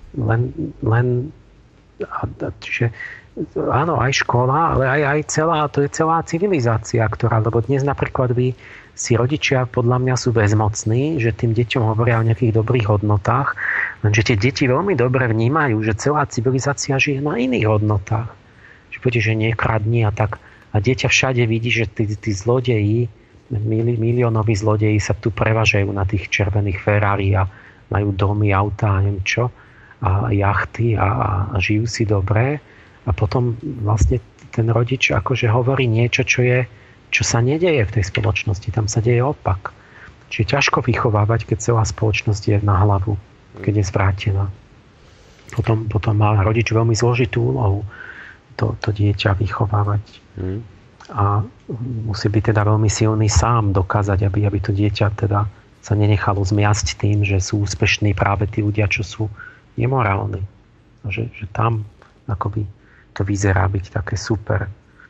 Čiže áno, aj škola, ale aj to je celá civilizácia, lebo dnes napríklad si rodičia podľa mňa sú bezmocní, že tým deťom hovoria o nejakých dobrých hodnotách, lenže tie deti veľmi dobre vnímajú, že celá civilizácia žije na iných hodnotách. Že poviete, že nekradni a tak. A dieťa všade vidí, že tí zlodeji, miliónoví zlodeji sa tu prevažajú na tých červených Ferrari a majú domy, autá a neviem čo a jachty a žijú si dobre. A potom vlastne ten rodič akože hovorí niečo, čo sa nedeje v tej spoločnosti. Tam sa deje opak. Čiže ťažko vychovávať, keď celá spoločnosť je na hlavu, keď je zvrátená. Potom má rodič veľmi zložitú úlohu to dieťa vychovávať. A musí byť teda veľmi silný sám dokázať, aby to dieťa teda sa nenechalo zmiasť tým, že sú úspešní práve tí ľudia, čo sú nemorálni. Že tam akoby to vyzerá byť také super.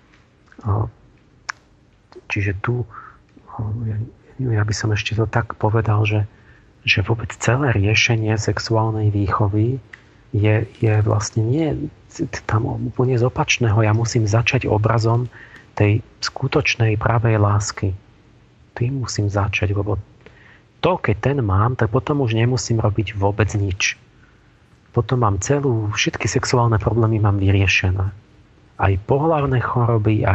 Čiže tu ja by som ešte to tak povedal, že vôbec celé riešenie sexuálnej výchovy je vlastne nie tam úplne z opačného. Ja musím začať obrazom tej skutočnej pravej lásky. Tým musím začať, lebo to, keď ten mám, tak potom už nemusím robiť vôbec nič. Potom mám všetky sexuálne problémy mám vyriešené. Aj pohlavné choroby, aj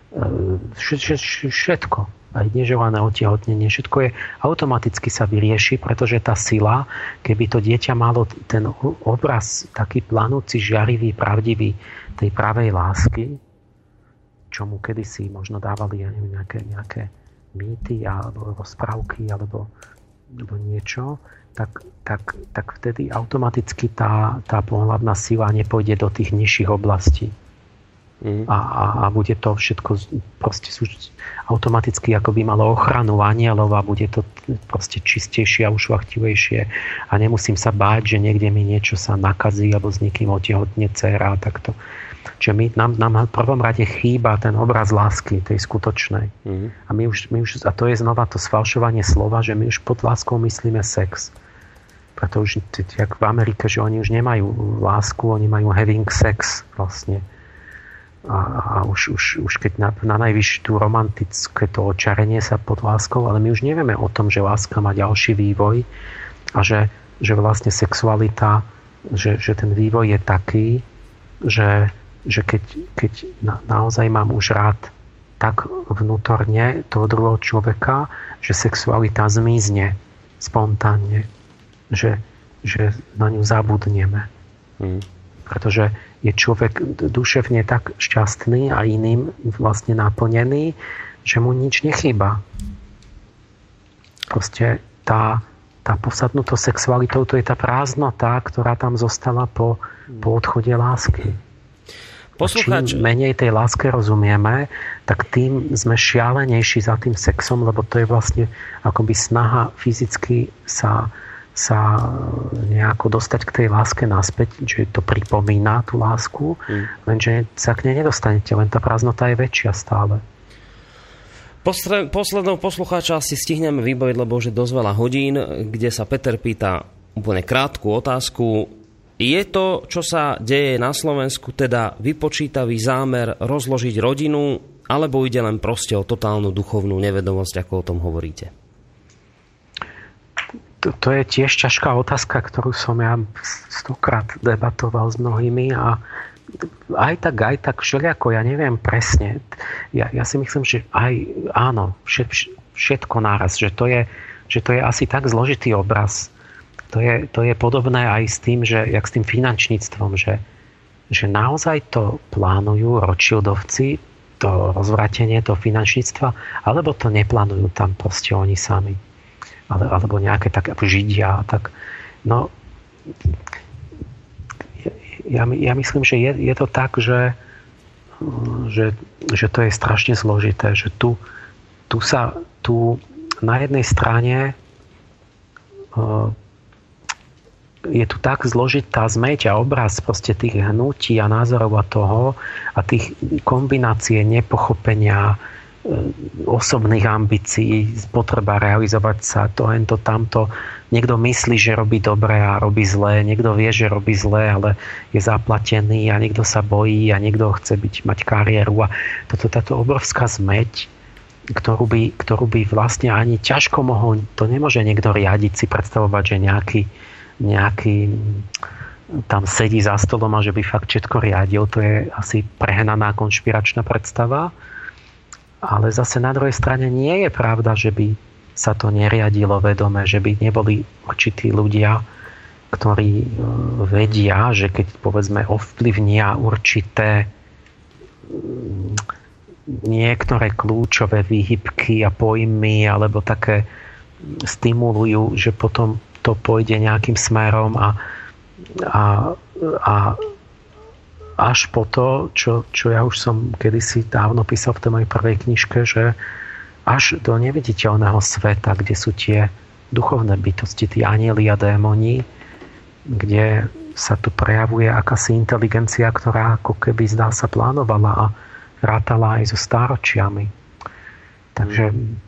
všetko. Aj neželané otehotnenie. Všetko je automaticky sa vyrieši, pretože tá sila, keby to dieťa malo ten obraz taký planúci, žiarivý, pravdivý tej pravej lásky, čo mu kedysi možno dávali, ja neviem, nejaké mýty alebo rozprávky alebo niečo, tak vtedy automaticky tá pohlavná sila nepôjde do tých nižších oblastí. a bude to všetko proste automaticky ako by malo ochranu anielov a bude to proste čistejšie a ušľachtivejšie a nemusím sa báť, že niekde mi niečo sa nakazí alebo s niekým otehotne dcéra a takto. Čiže nám v prvom rade chýba ten obraz lásky, tej skutočnej. A my už, a to je znova to sfalšovanie slova, že my už pod láskou myslíme sex. Preto už, jak v Amerike, že oni už nemajú lásku, oni majú having sex vlastne. A už keď na najvyššiu tú romantické to očarenie sa pod láskou, ale my už nevieme o tom, že láska má ďalší vývoj a že vlastne sexualita, že ten vývoj je taký, že keď naozaj mám už rád tak vnútorne toho druhého človeka, že sexualita zmizne spontánne, že na ňu zabudneme. Pretože je človek duševne tak šťastný a iným vlastne naplnený, že mu nič nechýba. Proste tá posadnutosť sexualitou, to je tá prázdnota, ktorá tam zostala po odchode lásky. Čím menej tej láske rozumieme, tak tým sme šialenejší za tým sexom, lebo to je vlastne akoby snaha fyzicky sa nejako dostať k tej láske naspäť, že to pripomína tú lásku, lenže sa k nej nedostanete, len tá prázdnota je väčšia stále. Poslednou poslucháča si stihneme vybaviť, lebo už je dosť veľa hodín, kde sa Peter pýta úplne krátku otázku. Je to, čo sa deje na Slovensku, teda vypočítavý zámer rozložiť rodinu, alebo ide len proste o totálnu duchovnú nevedomosť, ako o tom hovoríte? To je tiež ťažká otázka, ktorú som ja 100-krát debatoval s mnohými a aj tak všelijako, ja neviem presne. Ja si myslím, že aj áno, všetko naraz, že to je asi tak zložitý obraz. To je podobné aj s tým, že jak s tým finančníctvom, že naozaj to plánujú Rothschildovci, to rozvratenie toho finančníctva, alebo to neplánujú tam proste oni sami. Alebo nejaké tak Židia. Tak, no, ja myslím, že je to tak, že to je strašne zložité, že tu na jednej strane je tu tak zložitá zmeť a obraz proste tých hnutí a názorov a toho a tých kombinácie nepochopenia osobných ambícií, potreba realizovať sa, to, tamto. Niekto myslí, že robí dobre a robí zlé, niekto vie, že robí zlé, ale je zaplatený a niekto sa bojí a niekto chce mať kariéru a táto obrovská zmeť, ktorú by vlastne ani ťažko mohol, to nemôže niekto riadiť, si predstavovať, že nejaký tam sedí za stolom a že by fakt všetko riadil, to je asi prehnaná konšpiračná predstava. Ale zase na druhej strane nie je pravda, že by sa to neriadilo vedome, že by neboli určití ľudia, ktorí vedia, že keď povedzme ovplyvnia určité niektoré kľúčové výhybky a pojmy alebo také stimulujú, že potom to pôjde nejakým smerom a až po to, čo ja už som kedysi dávno písal v tej mojej prvej knižke, že až do neviditeľného sveta, kde sú tie duchovné bytosti, tí anjeli a démoni, kde sa tu prejavuje akási inteligencia, ktorá ako keby zdá sa plánovala a rátala aj so stáročiami. Takže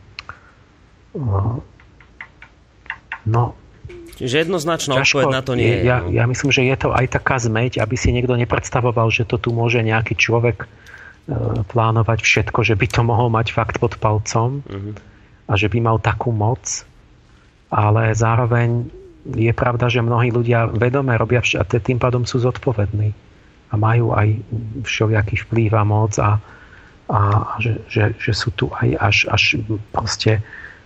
Čiže jednoznačná odpoveď na to nie je. Ja myslím, že je to aj taká zmeť, aby si niekto nepredstavoval, že to tu môže nejaký človek plánovať všetko, že by to mohol mať fakt pod palcom a že by mal takú moc. Ale zároveň je pravda, že mnohí ľudia vedome robia a tým pádom sú zodpovední a majú aj všelijaký vplyv a moc a že sú tu aj až proste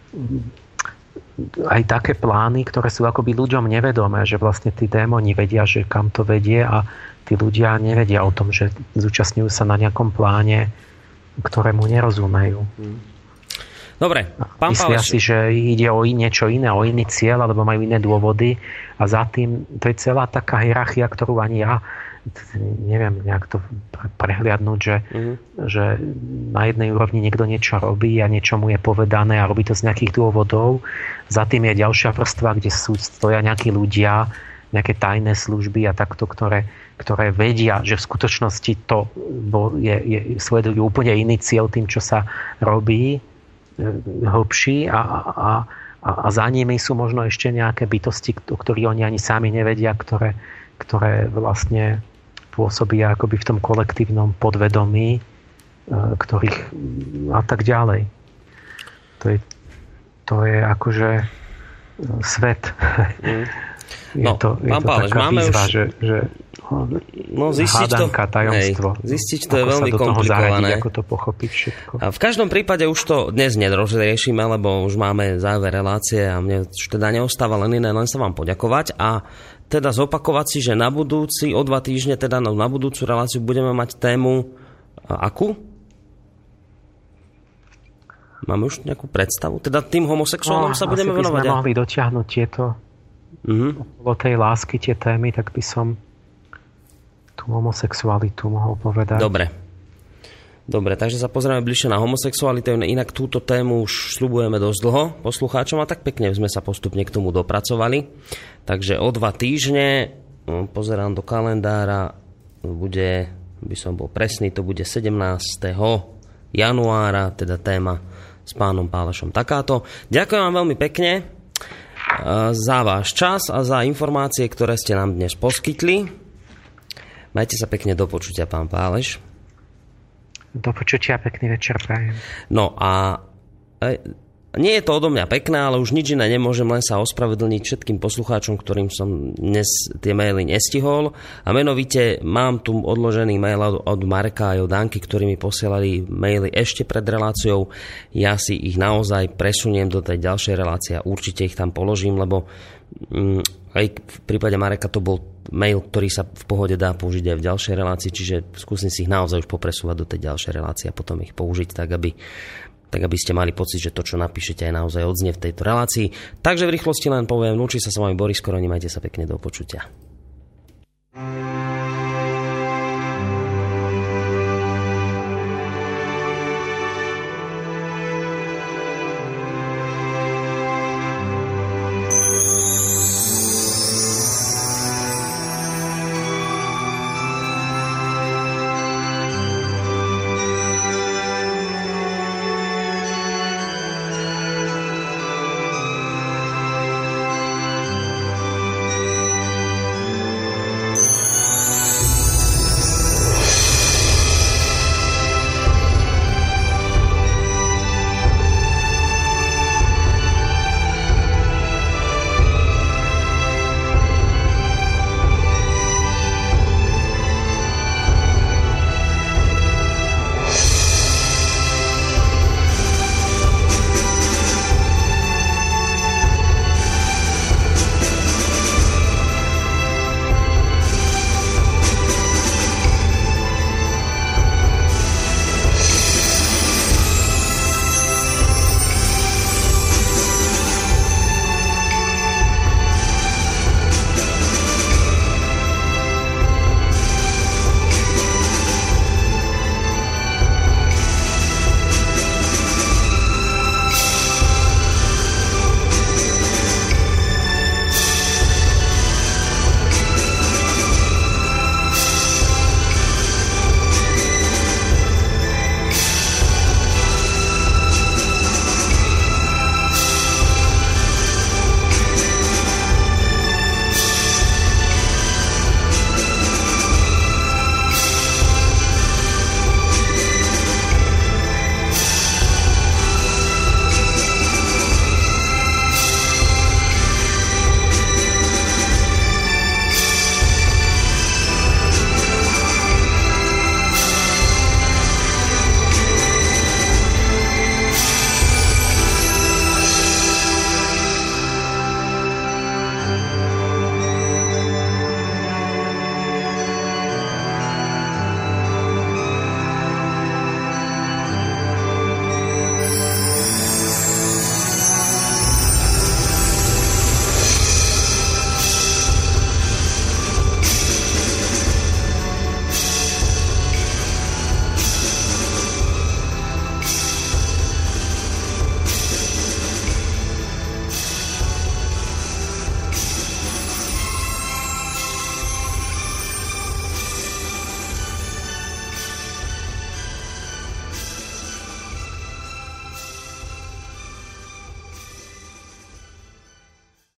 aj také plány, ktoré sú akoby ľuďom nevedomé, že vlastne tí démoni vedia, že kam to vedie a tí ľudia nevedia o tom, že zúčastňujú sa na nejakom pláne, ktorému nerozumejú. Dobre, pán Myslia si, že ide o niečo iné, o iný cieľ, alebo majú iné dôvody a za tým to je celá taká hierarchia, ktorú ani ja neviem nejak to prehliadnúť, že na jednej úrovni niekto niečo robí a niečo mu je povedané a robí to z nejakých dôvodov. Za tým je ďalšia vrstva, kde stoja nejakí ľudia, nejaké tajné služby a takto, ktoré vedia, že v skutočnosti to sledujú úplne iný cieľ tým, čo sa robí, hlbší a za nimi sú možno ešte nejaké bytosti, o ktorých oni ani sami nevedia, ktoré vlastne pôsobia akoby v tom kolektívnom podvedomí, ktorých a tak ďalej. To je akože svet. Pán Pálež, máme výzva, už... že hádanka, tajomstvo. Zistiť to je veľmi komplikované. Ako to pochopiť všetko. A v každom prípade už to dnes nerozriešime, lebo už máme záver relácie a mne už teda neostáva len sa vám poďakovať a teda zopakovať si, že na budúci, o 2 týždne, teda na budúcu reláciu budeme mať tému akú? Máme už nejakú predstavu? Teda tým homosexuálom sa budeme venovať. Asi by sme mohli dotiahnuť tieto okolo tej lásky, tie témy, tak by som tú homosexualitu mohol povedať. Dobre, takže sa pozrieme bližšie na homosexualitu. Inak túto tému už sľubujeme dosť dlho poslucháčom a tak pekne sme sa postupne k tomu dopracovali. Takže o 2 týždne, pozerám do kalendára, bude, by som bol presný, to bude 17. januára, teda téma s pánom Pálešom takáto. Ďakujem vám veľmi pekne za váš čas a za informácie, ktoré ste nám dnes poskytli. Majte sa pekne, do počutia, pán Páleš. Do počutia, pekný večer prajem. No a nie je to odo mňa pekné, ale už nič iné nemôžem, len sa ospravedlniť všetkým poslucháčom, ktorým som dnes tie maily nestihol. A menovite mám tu odložený mail od Marka a od Danky, ktorí mi posielali maily ešte pred reláciou. Ja si ich naozaj presuniem do tej ďalšej relácie a určite ich tam položím, lebo aj v prípade Mareka to bol mail, ktorý sa v pohode dá použiť aj v ďalšej relácii, čiže skúsim si ich naozaj už popresúvať do tej ďalšej relácie a potom ich použiť tak, aby ste mali pocit, že to, čo napíšete, aj naozaj odznie v tejto relácii. Takže v rýchlosti len poviem, lúči sa s vami Boris Koroni, majte sa pekne, do počutia.